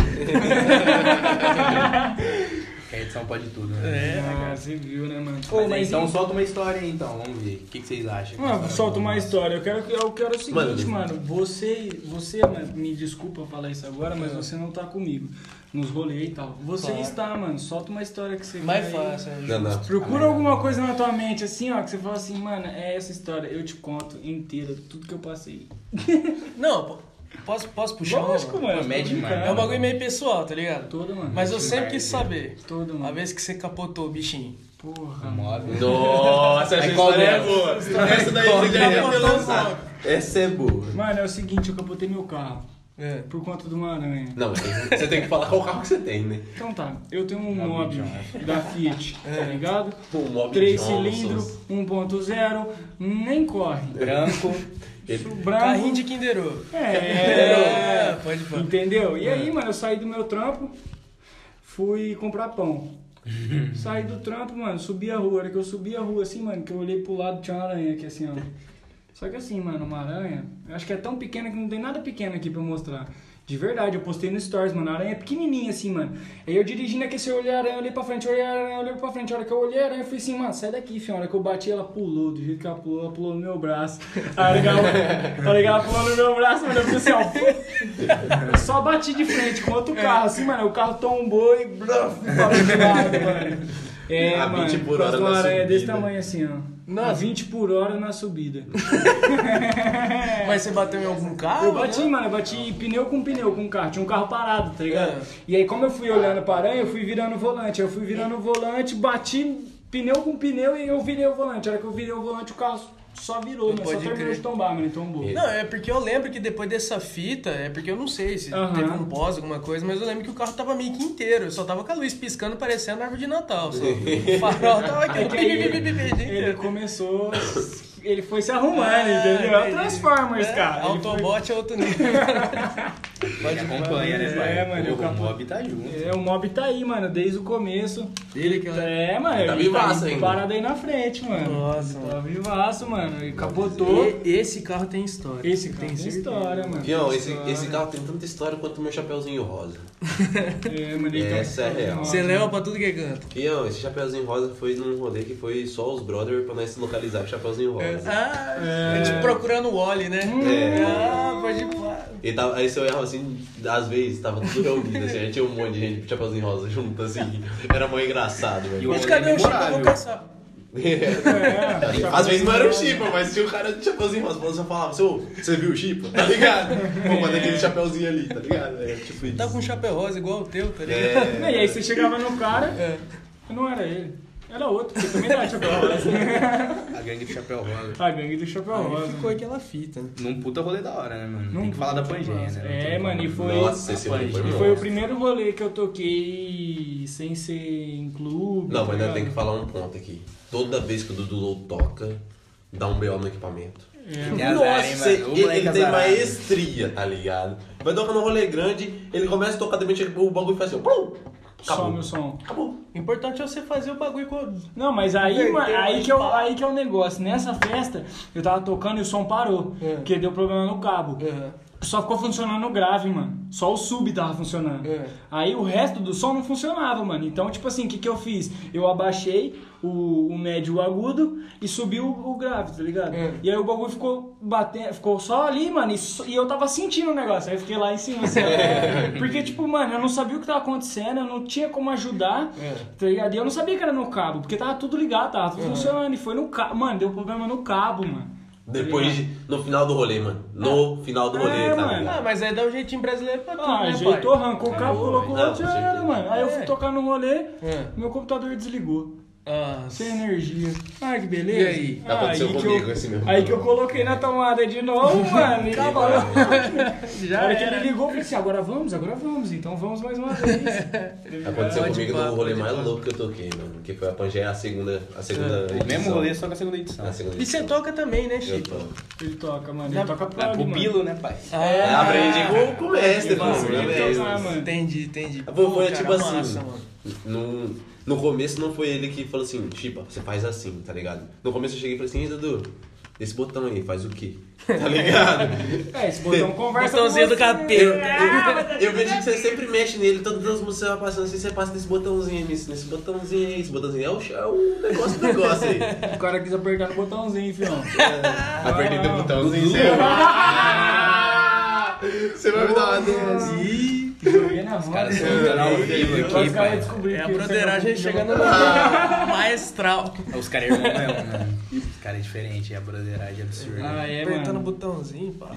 Que a edição pode tudo, né? Ah, você viu, né, mano? Mas então solta uma história aí, então. Vamos ver. O que vocês acham? Solta uma história. Eu quero o seguinte, Mano. mano. Você, me desculpa falar isso agora, mas você não tá comigo nos rolês e tal. Você Claro. está, mano. Solta uma história que você Mais quer aí. fácil, né? Não. Procura alguma coisa na tua mente, assim, ó, que você fala assim, mano, é essa história. Eu te conto inteira, tudo que eu passei. Não, posso puxar? Lógico, mano. Comédia, tô brincando. É um bagulho meio pessoal, tá ligado? Todo, mano. Mas eu sempre quis saber. Todo, A mano. vez que você capotou, bichinho. Porra. Nossa, essa qual história é delas? boa. Essa daí você já deve ter lançado. Essa é boa. Mano, é o seguinte, eu capotei meu carro. É. Por conta de uma aranha. Não, você tem que falar qual carro que você tem, né? Então tá, eu tenho um Mob da Fiat, tá ligado? Pô, o Mob 3 Johnson. cilindros, 1.0, nem corre. Branco. Branco. Carrinho de Kinder Ovo. Pode falar. Entendeu? E aí, mano, eu saí do meu trampo, fui comprar pão. Saí do trampo, mano, subi a rua. A hora que eu subi a rua, assim, mano, que eu olhei pro lado, tinha uma aranha aqui, assim, ó. Só que assim, mano, uma aranha, eu acho que é tão pequena que não tem nada pequeno aqui pra eu mostrar. De verdade, eu postei no Stories, mano, a aranha é pequenininha assim, mano. Aí eu dirigindo aqui, se eu olhei a aranha, eu olhei pra frente, eu olhei a aranha, eu olhei pra frente. A hora que eu olhei a aranha, eu falei assim, mano, sai daqui, filho. A hora que eu bati, ela pulou, do jeito que ela pulou no meu braço. A hora que ela pulou no meu braço, mano, eu falei assim, ó. Eu só bati de frente com outro carro, assim, mano, o carro tombou e bluf, parou de lado, mano. A 20 por hora uma na aranha desse subida. tamanho assim, ó. A 20 por hora na subida. Mas você bateu em algum carro? Eu bati, né? mano, eu bati pneu com o carro. Tinha um carro parado, tá ligado? E aí, como eu fui olhando pra aranha, eu fui virando o volante. Eu fui virando o volante, bati pneu com pneu e eu virei o volante. A hora que eu virei o volante, o carro só virou, mano. Só Pode terminou crer. de tombar, mano. Tombou. Não, é porque eu lembro que depois dessa fita, é porque eu não sei se teve um pós, alguma coisa, mas eu lembro que o carro tava meio que inteiro. Eu só tava com a luz piscando, parecendo árvore de Natal. Só. O farol tava aqui. É que aí ele começou. ele foi se arrumando, entendeu? É o Transformers, cara. Ele Autobot é outro nível. Pode acompanha, né, pai? É, mano, O Mob tá junto. o Mob tá aí, mano, desde o começo. Ele que Mano, Tá ele vivaço tá ainda. parado aí na frente, mano. Nossa, Tá vivaço, mano. E capotou. Esse carro tem história. Esse carro tem história, mano. Fião, Tem esse história. carro tem tanta história quanto o meu chapeuzinho rosa. Mano, ele Essa é real. Você leva pra tudo que é canto. Fião, esse chapeuzinho rosa foi num rolê que foi só os brothers pra nós se localizar com o chapeuzinho rosa. A gente procurando o Wally, né? Pode ir pra... E tava, aí você olhava assim, às vezes, tava tudo reunido, assim, a gente tinha um monte de gente com chapeuzinho rosa junto, assim. Era mó engraçado, velho. Mas cadê o Chico? Eu nunca sabe. Às vezes não era o Chipa, mas tinha o cara de chapeuzinho rosa. Você falava, você viu o Chipa? Tá ligado? Pô, mas aquele chapeuzinho ali, tá ligado? É tipo isso. Tá com um chapéu rosa igual o teu, tá ligado? E aí você chegava no cara, não era ele. Era outro, porque também dá chapéu rosa. A gangue do Chapéu Rosa. A gangue do chapéu rosa. Ficou aquela fita. Num puta rolê da hora, né, mano? Tem que falar da Pangeia, né? Mano, e foi. Nossa, esse rolê foi E bom. foi o primeiro rolê que eu toquei sem ser em clube. Não, mas tá ainda tem que ligado? falar um ponto aqui. Toda vez que o Dudu Low toca, dá um BO no equipamento. Que azar, hein, mano? O moleque ele tem azarado. maestria, tá ligado? Vai tocar num rolê grande, ele começa a tocar, de repente o bagulho faz assim, pum, acabou. Some o som. Acabou. O importante é você fazer o bagulho com... Não, mas aí, aí que é o negócio. Nessa festa, eu tava tocando e o som parou. Porque deu problema no cabo. Só ficou funcionando o grave, mano. Só o sub tava funcionando. Aí o resto do som não funcionava, mano. Então, tipo assim, o que eu fiz? Eu abaixei o médio e o agudo e subi o grave, tá ligado? E aí o bagulho ficou batendo, ficou só ali, mano. E eu tava sentindo o negócio. Aí eu fiquei lá em cima, assim. Porque, tipo, mano, eu não sabia o que tava acontecendo, eu não tinha como ajudar, tá ligado? E eu não sabia que era no cabo, porque tava tudo ligado, tava tudo funcionando. E foi no cabo, mano, deu problema no cabo, mano. Depois, no final do rolê, mano. No final do rolê, tá mano. ligado? mas aí dá um jeitinho brasileiro pra tudo, né, Ajeitou, pai? arrancou o cabo, colocou Não, outro, com já era, certeza. mano. Aí eu fui tocar no rolê, É. meu computador desligou. Ah, Sem energia. Ah, que beleza. E aí? Aconteceu que comigo esse mesmo. Aí que eu coloquei na tomada de novo, mano. E acabou. já Na hora que era. ele ligou, eu falei assim, agora vamos. Então vamos mais uma vez. Aconteceu Pode comigo pá, no rolê pode mais pá. louco que eu toquei, mano. Que foi a Pangeia, a segunda O mesmo rolê, só com a segunda edição. A segunda E você edição. toca também, né, Eu Chico? toco. Ele toca, mano. Ele toca É prog, pro mano. Bilo, né, pai? Aprendi com o mestre, Mano, mano. ele mestre. toca, mano. Entendi. Pô, foi Cara, tipo assim, massa, mano. no começo não foi ele que falou assim, Chipa, você faz assim, tá ligado? No começo eu cheguei e falei assim, Dudu, esse botão aí, faz o quê? Tá ligado? Esse botão conversa Botãozinho com do você. capeta. Eu vejo que você sempre mexe nele, todas as músicas você vai passando assim, você passa nesse botãozinho aí, nesse botãozinho aí, esse botãozinho é o negócio aí. O cara quis apertar no botãozinho, fião. Apertei o botãozinho, você vai me dar uma dessa. Joguei na mão. caras são dando ao vivo aqui, Os caras pai. descobriram É a que broderagem você não chegando jogou. no maestral. Os caras é irmão mesmo, mano. Os caras é diferente, a broderagem é absurda. Ah, é, Apertando o mano. botãozinho, pá.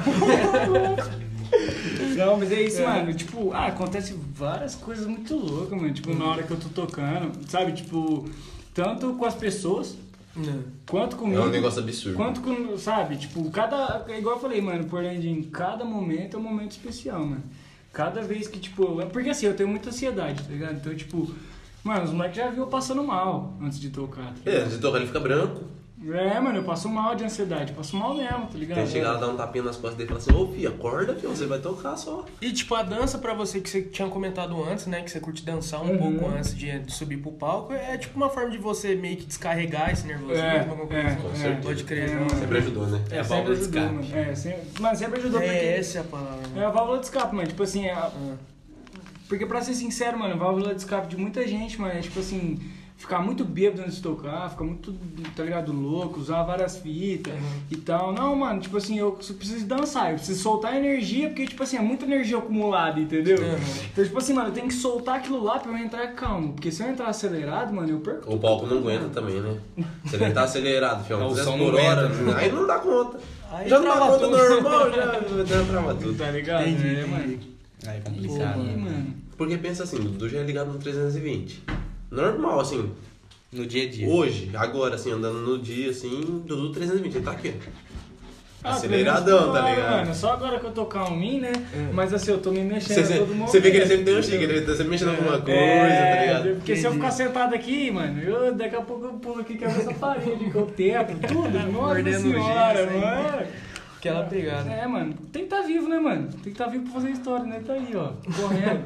Não, mas é isso, mano. Tipo, acontece várias coisas muito loucas, mano. Tipo, na hora que eu tô tocando, sabe? Tipo, tanto com as pessoas, quanto comigo. É um negócio absurdo. Quanto com, sabe? Tipo, igual eu falei, mano, por onde em cada momento é um momento especial, mano. Cada vez que, tipo, porque assim, eu tenho muita ansiedade, tá ligado? Então, tipo, mano, os moleques já viu eu passando mal antes de tocar, tá ligado? De tocar ele fica branco. É, mano, eu passo mal de ansiedade, passo mal mesmo, tá ligado? Tem que chegar lá, dar um tapinha nas costas dele e falar assim, ô filho, acorda, filho, você vai tocar só. E tipo, a dança pra você, que você tinha comentado antes, né? Que você curte dançar um pouco antes de subir pro palco, é tipo uma forma de você meio que descarregar esse nervosismo, alguma coisa assim. Com certeza. Pode crer, É, mano. Sempre ajudou, né? É a sempre válvula de ajudou, escape. mano. Mano, sempre ajudou porque... Essa é a palavra. É a válvula de escape, mano. Tipo assim, porque pra ser sincero, mano, a válvula de escape de muita gente, mano, é tipo assim, ficar muito bêbado antes de tocar, ficar muito, tá ligado, louco, usar várias fitas e tal. Não, mano, tipo assim, eu preciso dançar, eu preciso soltar energia, porque, tipo assim, é muita energia acumulada, entendeu? Então, tipo assim, mano, eu tenho que soltar aquilo lá pra eu entrar calmo, porque se eu entrar acelerado, mano, eu perco. O palco não aguenta também, né? Se ele tá acelerado, filho, O 200 som não por hora, aguenta, aí não dá conta. Aí Já não dá trava conta tudo. normal, já trava tudo. Tá ligado? Entendi, mano. Aí é Pô, complicado, né? mano. Porque pensa assim, o Dudu já é ligado no 320. Normal, assim, No dia a dia. hoje, agora, assim, andando no dia, assim, Dudu 320, ele tá aqui, ó. Aceleradão, tá ligado? Mano, só agora que eu tô calminho, né? Mas assim, eu tô me mexendo a todo momento. Você vê que ele sempre tem um chique, ele tá sempre mexendo em alguma coisa, tá ligado? Porque se eu ficar sentado aqui, mano, daqui a pouco eu pulo aqui, quebro essa parede, que eu teto, tudo. Nossa Mordendo senhora, giz, mano. Aquela pegada. É, mano, tem que estar vivo, né, mano? Tem que estar vivo pra fazer história, né? Tá aí, ó, correndo.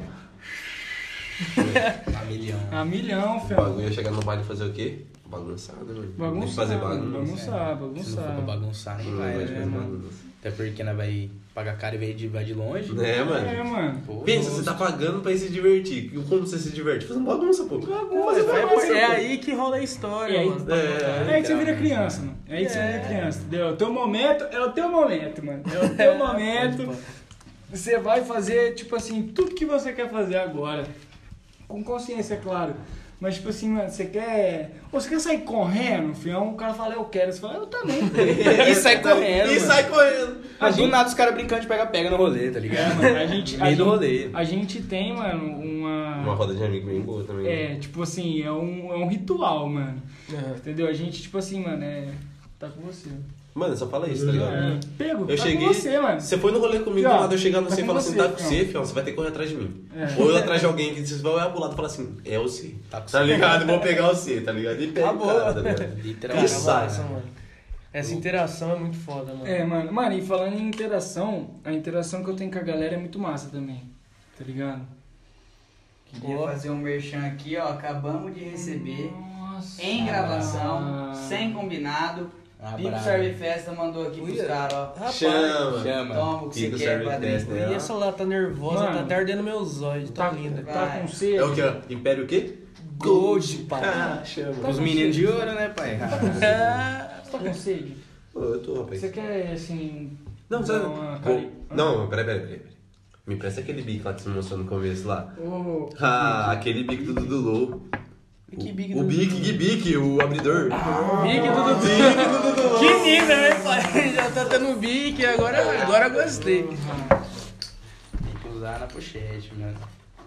A milhão, O filho. bagulho ia chegar no baile e fazer o quê? Bagunçar, né, mano? Tem que fazer bagunça. Se não for pra Bagunçar. bagunçar, nem Não vai, gosto de né, fazer mano? bagunça. Até porque nós vai pagar caro e vai de longe. É, mano. É, mano. Pô, Pensa, você tá pagando pra ir se divertir. E como você se diverte? Fazendo bagunça, pô. É aí que rola a história, E aí, mano. é aí que você vira criança, mano. É aí que você vira criança, entendeu? O teu momento é o teu momento, mano. É o teu momento. Você vai fazer, tipo assim, tudo que você quer fazer agora. Com consciência, é claro. Mas, tipo assim, mano, você quer... Ou você quer sair correndo, fião? O cara fala, eu quero. Você fala, eu também. E sai correndo. E mano. sai correndo. Mas do nada os caras brincando de pega-pega no rolê, tá ligado? Mano, a gente, Meio do rolê. A gente tem, mano, Uma roda de amigo bem boa também. É, tipo assim, é um ritual, mano. Entendeu? A gente, tipo assim, mano, tá com você. Mano, só fala isso, tá ligado? Pego, Eu tá cheguei. com você, mano. Você foi no rolê comigo, Fião, do lado eu chegando tá você e com falar assim, você, tá com fião. você, fião, você vai ter que correr atrás de mim. É. Ou eu atrás de alguém que você vai olhar pro lado e falar assim, é você. Tá com Tá ligado? Eu vou pegar você, tá ligado? E pega o cara, tá ligado? Literalmente. E sai. Essa interação é muito foda, mano. É, mano. Mano, e falando em interação, a interação que eu tenho com a galera é muito massa também. Tá ligado? Queria fazer um merchan aqui, ó. Acabamos de receber Nossa. em gravação, sem combinado. Pico bravo. Serve Festa mandou aqui pros caras, ó. Rapaz, Chama. Chama. Toma o que Pico você quer, Serve padrinho. Festa, e essa lá tá nervosa, Mano. tá até ardendo meus olhos, tá Tá, linda. tá com sede. É o que, ó? Império o quê? Gold, pai. Ah, chama. Os meninos de ouro, né, pai? Você tá com sede? Pô, eu tô, rapaz. Você quer, assim... Não, dar sabe? uma Não, peraí. Me presta aquele bico lá que você mostrou no começo lá. Ô, Ah, aquele bico do Dudu Low. Que bico O do bico, que bico, o abridor. Bique do Dudu. Que nível, né, pai? Já tá tendo bique, agora gostei. Tem que usar na pochete, mano.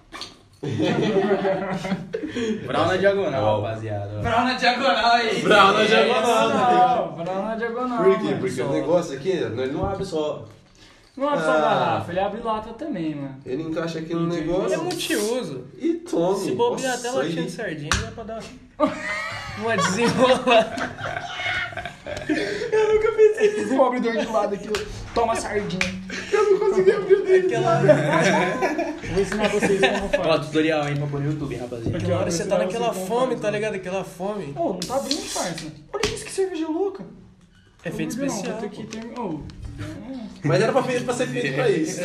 Brown na diagonal, rapaziada. ó. Brown na diagonal aí. Brown na diagonal. Brown na diagonal. Por quê? mano. Porque o negócio aqui, ele não abre só. Não é só Ah. garrafa, ele abre lata também, mano. Ele encaixa aqui no Ele é negócio multiuso. e toma. Se bobear até Nossa, latinha aí- de sardinha, dá pra dar uma desenrola. O abridor de lado aqui, ó. Toma sardinha. Aquela Vou ensinar vocês como Ó, faz. tutorial aí pra pôr no YouTube, rapaziada. Aquela hora você tá naquela Vocês fome, como tá ligado? Aquela fome. Ô, não tá abrindo, parça. Olha isso, que cerveja louca. É feito Não, especial. vou ter que ter... Ô, Mas era pra ser feito pra isso.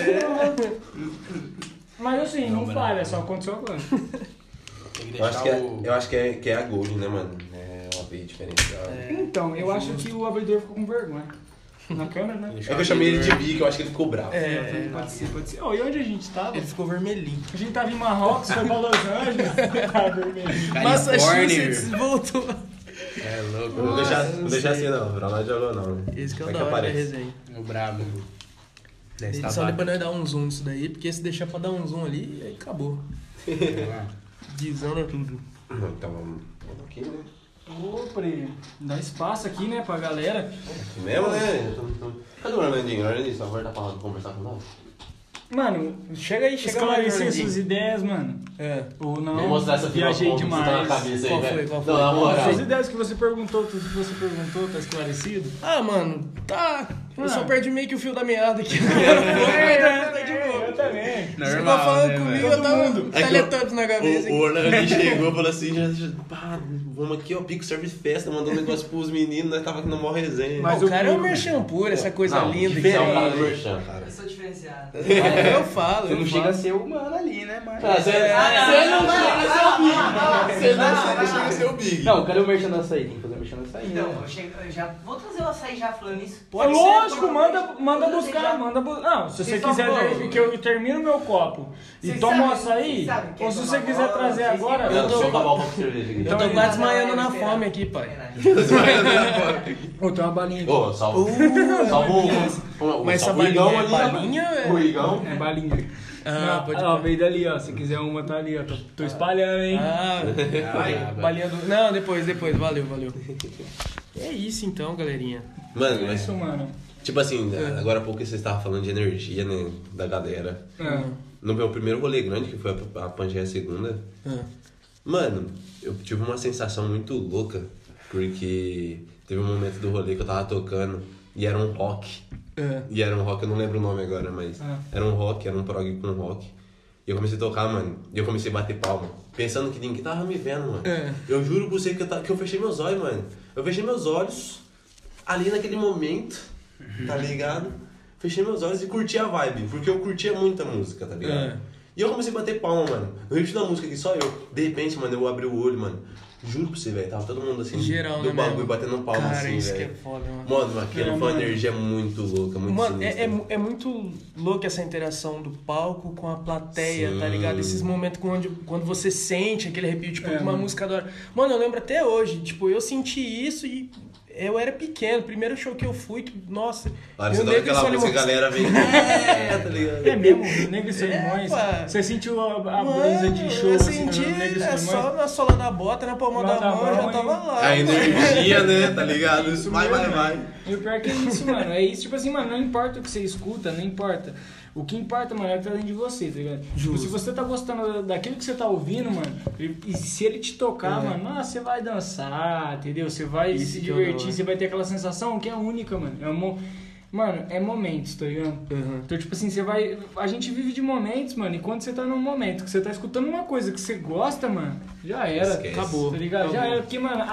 mas assim, não falha, só aconteceu agora. Tem que Eu acho que deixar o... que é a Gold, né, mano? É uma bem diferenciada. Então, eu acho que o abridor ficou com vergonha. Na câmera, né? É que eu chamei ele de bico, eu acho que ele ficou bravo. Pode ser, pode ser. Ô, e onde a gente tava? Ele ficou vermelhinho. A gente tava em Marrocos, foi pra Los Angeles. Tá vermelho. Massachusetts voltou. É louco. Eu vou deixar assim não, pra lá de diagonal, né? Esse que é o Vai da hora da aparece. resenha. O brabo. Desse Só depois nós dar um zoom nisso daí, porque se deixar pra dar um zoom ali, aí acabou. Desanda tudo. Então vamos aqui, né? Ô, Pre, dá espaço aqui, né, pra galera. Aqui mesmo, né? Cadê o Orlandinho? O Orlandinho, só vai dar pra conversar com nós? Mano, Chega aí, chega mais, esclarecer Orlandinho. suas ideias, mano. É. Ou não, Vem mostrar essa viajei fila como você tá na demais. cabeça aí, Qual foi, velho. qual foi? Não, na moral. As ideias que você perguntou, tudo que você perguntou, tá esclarecido? Ah, mano, tá. Eu Ah. só perdi meio que o fio da meada aqui. Tá de boa. Eu também. Você tava falando né, comigo, velho? eu tava É que teletubbies na cabeça O aqui. Orlandinho chegou e falou assim, pá, vamos aqui, ó, Pico Service Festa, mandou um negócio pros meninos, nós tava aqui na maior resenha. Mas o o cara é um público- merchan puro, essa coisa Não, linda. diferente, que é o cara do tem. Merchan, cara. Eu sou diferenciado. Eu falo, Você eu não falo. chega a ser humano ali, né, mas... Você não chega a ser o Big. Você não chega a ser o Big. Não, cadê o merchan da açaí? Tem que fazer o merchan da açaí, Então, né? eu já vou trazer o açaí já falando isso. É lógico, manda buscar, manda. Não, se você Vocês só quiser vão. que eu termino meu copo e Vocês tomo sabem- açaí, vocês sabem que é ou se você tomar quiser bola, trazer vocês agora, têm- Eu tô acabar o copo de cerveja aqui. Eu tô quase desmaiando na fome aqui, pai. Ô, tem uma balinha aqui. Ô, salva um. Mas essa salva o Igão balinha é ali, ó. balinha, O é? Igão. É balinha. Ah, pode Ó, veio dali, ó. Se quiser uma, tá ali, ó. Tô espalhando, hein? Ah, balinha do... Não, depois, valeu. É isso então, galerinha. Mano, É mas isso, mano. Tipo assim, agora há pouco vocês estavam falando de energia, né? Da galera. No meu primeiro rolê grande, que foi a Pangeia Segunda, mano, eu tive uma sensação muito louca, porque teve um momento do rolê que eu tava tocando e era um rock. E era um rock, eu não lembro o nome agora, mas era um rock, era um prog com rock. E eu comecei a tocar, mano, e eu comecei a bater palma, pensando que ninguém tava me vendo, mano. Eu juro pra você que eu fechei meus olhos, mano. Eu fechei meus olhos ali naquele momento, tá ligado? Fechei meus olhos e curti a vibe, porque eu curtia muito a música, tá ligado? E eu comecei a bater palma, mano. No ritmo da música aqui, só eu. De repente, mano, eu abri o olho, mano. Juro pra você, velho, tava todo mundo assim, geral, do né, bagulho, mesmo? batendo palma, Cara, assim, isso velho. que é foda, mano. Mano, aquilo foi uma energia muito louca, muito Mano, sinistra. é muito louco essa interação do palco com a plateia, Sim. tá ligado? Esses momentos quando você sente aquele arrepio, tipo, uma música da hora. Mano, eu lembro até hoje, tipo, eu senti isso e eu era pequeno. Primeiro show que eu fui, que, nossa... A hora que você toca aquela música, a galera vem... tá ligado? É mesmo, Negros e Solimões. pá. Você sentiu a brisa de show eu assim, senti, no Negros e é Solimões? só na sola da bota, na palma da mão, eu já tava lá. A energia, né, tá ligado? Isso Vai. E o pior que é isso, mano. É isso, tipo assim, mano, não importa o que você escuta, não importa. O que importa, mano, é o que tá dentro de você, tá ligado? Tipo, se você tá gostando daquilo que você tá ouvindo, mano, e se ele te tocar, mano, nossa, você vai dançar, entendeu? Você vai Isso se que eu divertir, adoro. você vai ter aquela sensação que é única, mano. Mano, é momentos, tá ligado? Então, tipo assim, a gente vive de momentos, mano, e quando você tá num momento que você tá escutando uma coisa que você gosta, mano, já era. Esquece. Acabou. Tá ligado? Já Acabou. era, porque, mano,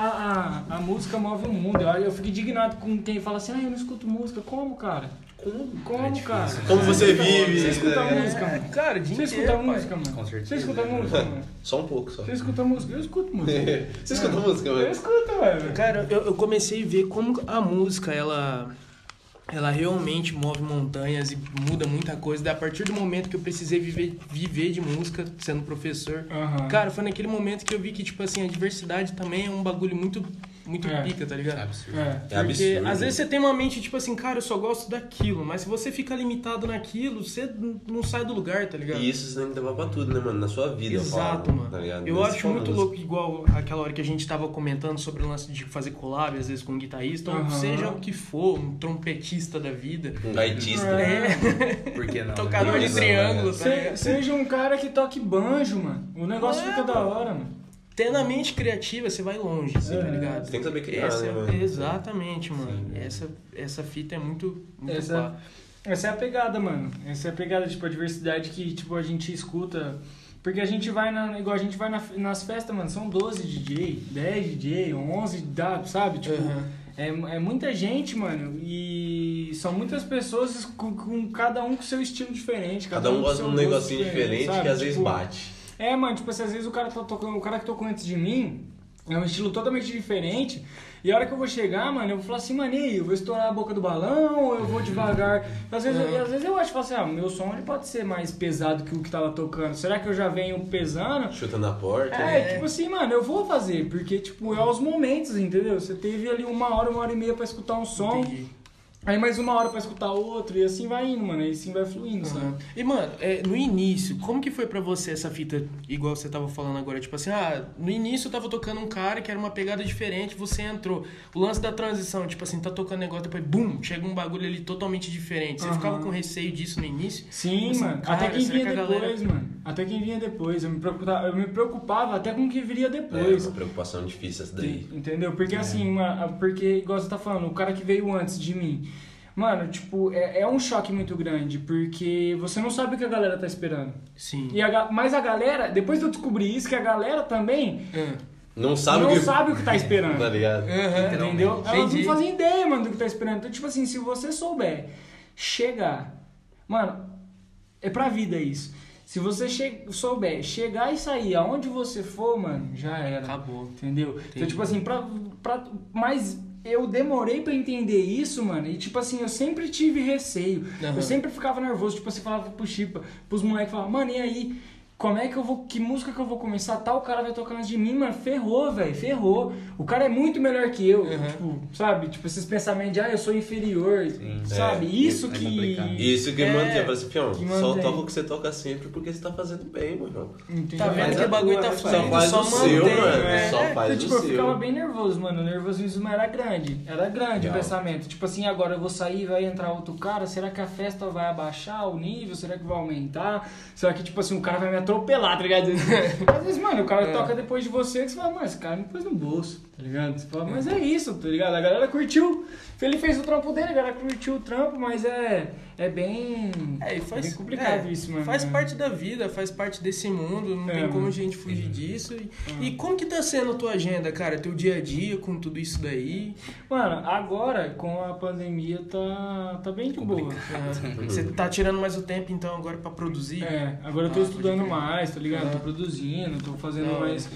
a música move o mundo. Eu fico indignado com quem fala assim, eu não escuto música. Como, cara? Como, cara? Como você vive? Você escuta né? música, mano? Cara, o dia Você inteiro, escuta pai. música, mano? Com certeza. Você escuta música, mano? Só um pouco, só. Você escuta música? Eu escuto música. Você escuta música, Eu mano? escuto, velho. Cara, eu comecei a ver como a música, ela realmente move montanhas e muda muita coisa. A partir do momento que eu precisei viver de música, sendo professor, cara, foi naquele momento que eu vi que, tipo assim, a diversidade também é um bagulho muito pica, tá ligado? Absurdo. Porque absurdo. às vezes você tem uma mente, tipo assim, cara, eu só gosto daquilo, mas se você fica limitado naquilo, você não sai do lugar, tá ligado? E isso você tem que levar pra tudo, né, mano? Na sua vida, Exato, eu falo, mano. tá ligado? Eu Não é acho só muito música. louco, igual aquela hora que a gente tava comentando sobre o lance de fazer collab, às vezes com um guitarrista, ou seja o que for, um trompetista da vida. Um gaitista. Por que não? Tocador né? de triângulo, tá ligado? Seja um cara que toque banjo, mano. O negócio fica da hora, mano. Tendo a mente criativa, você vai longe, assim, tá ligado? Você tem que saber criar, Essa né, mano? exatamente, mano. Essa fita é muito pá. Essa é a pegada, mano. Essa é a pegada, tipo, a diversidade que, tipo, a gente escuta. Porque a gente vai igual a gente vai nas festas, mano, são 12 DJ, 10 DJ, 11, sabe? Tipo, é muita gente, mano, e são muitas pessoas com cada um com seu estilo diferente. Cada um com gosta seu de um gosto negocinho diferente sabe? que às vezes Tipo, bate. Mano, tipo assim, às vezes o cara que tocou antes de mim é um estilo totalmente diferente. E a hora que eu vou chegar, mano, eu vou falar assim, mano, e aí, eu vou estourar a boca do balão ou eu vou devagar? Às vezes eu acho, falo assim, meu som ele pode ser mais pesado que o que tava tocando. Será que eu já venho pesando? Chuta na porta. Tipo assim, mano, eu vou fazer, porque, tipo, é aos momentos, entendeu? Você teve ali 1 hora e meia pra escutar um som. Entendi. Aí mais 1 hora pra escutar outro, e assim vai indo, mano, aí assim vai fluindo, sabe? E, mano, no início, como que foi pra você essa fita, igual você tava falando agora? Tipo assim, no início eu tava tocando um cara que era uma pegada diferente, você entrou. O lance da transição, tipo assim, tá tocando negócio, depois, bum, chega um bagulho ali totalmente diferente. Você ficava com receio disso no início? Sim, Assim, mano. cara, Até quem será vinha que a depois, galera- mano. Até quem vinha depois. Eu me preocupava até com o que viria É depois. uma preocupação difícil essa daí. Entendeu? Porque assim, porque, igual você tá falando, o cara que veio antes de mim. Mano, tipo, é um choque muito grande, porque você não sabe o que a galera tá esperando. Sim. Mas a galera, depois de eu descobrir isso, que a galera também Não sabe não o que... sabe o que tá esperando. Tá ligado? Entendeu? Elas Entendi. não fazem ideia, mano, do que tá esperando. Então, tipo assim, se você souber chegar... Mano, é pra vida isso. Se você souber chegar e sair aonde você for, mano, já era. Acabou. Entendeu? Então, tipo assim, mas eu demorei pra entender isso, mano. E, tipo assim, eu sempre tive receio. Eu sempre ficava nervoso. Tipo assim, falava pro Chipa, pros moleques, falava, mano, e aí? como é que eu vou, que música que eu vou começar, tal cara vai tocar antes de mim, mano, ferrou, velho, ferrou. O cara é muito melhor que eu, tipo, sabe? Tipo, esses pensamentos de, eu sou inferior, sabe? Isso que... Isso que mantém, fala assim, fião, que só mantém. toca o que você toca sempre porque você tá fazendo bem, mano. Entendeu? Tá vendo Faz que a o bagulho tua, tá só fluindo, faz só o mantém, seu, mano. né? Só faz tipo, o eu ficava seu. bem nervoso, mano. O nervosismo era grande. Era grande o pensamento. Tipo assim, agora eu vou sair, vai entrar outro cara. Será que a festa vai abaixar o nível? Será que vai aumentar? Será que, tipo assim, o cara vai me atropelar, tá ligado? Às vezes, mano, o cara toca depois de você que você fala, mano, esse cara me pôs no bolso, tá ligado? Você fala, mas é isso, tá ligado? A galera curtiu. Ele fez o trampo dele, a galera curtiu o trampo, mas é bem. E bem complicado isso, mano. Faz parte da vida, faz parte desse mundo, não tem como a gente fugir disso. E como que tá sendo a tua agenda, cara? Teu dia a dia com tudo isso daí? Mano, agora com a pandemia tá bem de boa. Você tá tirando mais o tempo então agora pra produzir? Agora eu tô estudando mais, tá ligado? Tô produzindo, tô fazendo mais.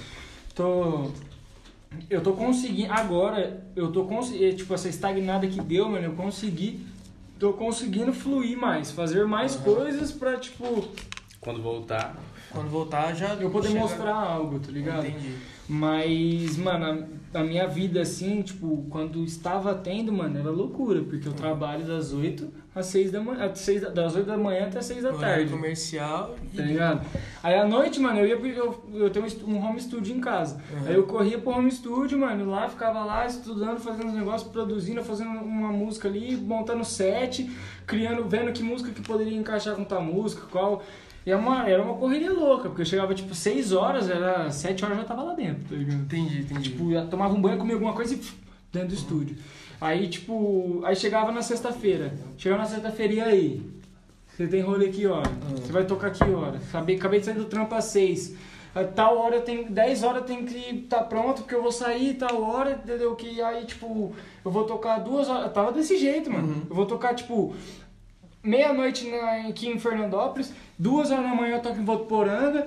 Eu tô conseguindo. Agora, eu tô conseguindo. Tipo, essa estagnada que deu, mano, eu consegui. Tô conseguindo fluir mais, fazer mais coisas pra, tipo. Quando voltar já. Eu poder mostrar algo, tá ligado? Entendi. Mas, mano, a minha vida, assim, tipo, quando estava tendo, mano, era loucura, porque eu trabalho das 8 às 6 da manhã, das 8 da manhã até 6 da Horário tarde. comercial. Tá ligado? Aí à noite, mano, eu tenho um home studio em casa. Aí eu corria pro home studio, mano, lá, ficava lá estudando, fazendo os negócios, produzindo, fazendo uma música ali, montando set, criando, vendo que música que poderia encaixar com tal música, qual. E era uma correria louca, porque eu chegava tipo 6 horas, era 7 horas eu já tava lá dentro, tá ligado? Entendi. Tipo, eu tomava um banho, comia alguma coisa e dentro do estúdio. Aí, tipo, aí chegava na sexta-feira. E aí? Você tem rolê aqui, ó. Você vai tocar aqui, ó. Acabei de sair do trampo às 6. A tal hora eu tenho. 10 horas eu tenho que estar pronto, porque eu vou sair tal hora, entendeu? Que aí, tipo, eu vou tocar 2 horas. Eu tava desse jeito, mano. Eu vou tocar, tipo, meia-noite aqui em Fernandópolis, 2 horas da manhã eu toco em Votuporanga,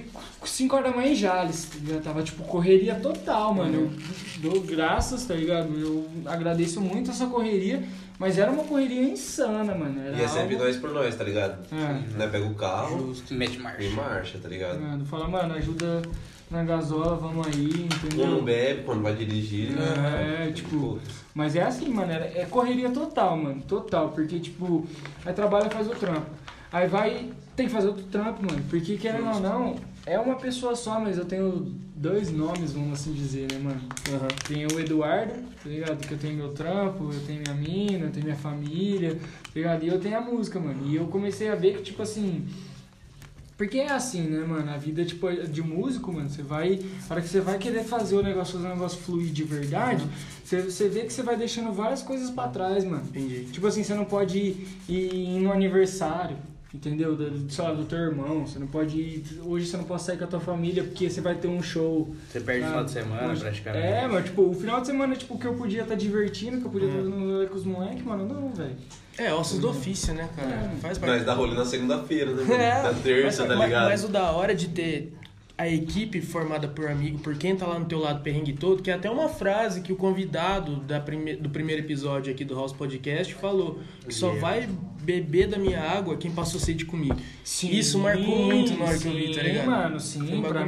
5 horas da manhã em Jales. Já tava, tipo, correria total, mano. Eu dou graças, tá ligado? Eu agradeço muito essa correria, mas era uma correria insana, mano. Era E é sempre algo... nós por nós, tá ligado? Né? Pega o carro Mete marcha. e marcha, tá ligado? Fala, mano, ajuda na gasola, vamos aí, entendeu? Um não bebe quando vai dirigir. Tipo... Mas é assim, mano, é correria total, mano, total, porque, tipo, aí trabalha e faz o trampo. Aí tem que fazer outro trampo, mano, porque, querendo ou não, é uma pessoa só, mas eu tenho 2 nomes, vamos assim dizer, né, mano? Tem o Eduardo, tá ligado? Que eu tenho meu trampo, eu tenho minha mina, eu tenho minha família, tá ligado? E eu tenho a música, mano, e eu comecei a ver que, tipo assim... Porque é assim, né, mano? A vida, tipo, de músico, mano, você vai... A hora que você vai querer fazer o negócio fluir de verdade, você vê que você vai deixando várias coisas pra trás, mano. Entendi. Tipo assim, você não pode ir no aniversário, entendeu? Sei lá, do teu irmão. Você não pode ir... Hoje você não pode sair com a tua família porque você vai ter um show. Você perde o final de semana, hoje, praticamente. mas, tipo, o final de semana, tipo, que eu podia estar divertindo, que eu podia estar no rolê com os moleques, mano, não, velho. Ossos do ofício, né, cara? Faz parte. Nós dá rolê na segunda-feira, né? Na terça, tá ligado? Mas o da hora de ter a equipe formada por amigo, por quem tá lá no teu lado perrengue todo, que é até uma frase que o convidado do primeiro episódio aqui do House Podcast falou, que só vai beber da minha água quem passou sede comigo. Sim, isso marcou muito na hora que eu vi, tá ligado? Mano, sim, pra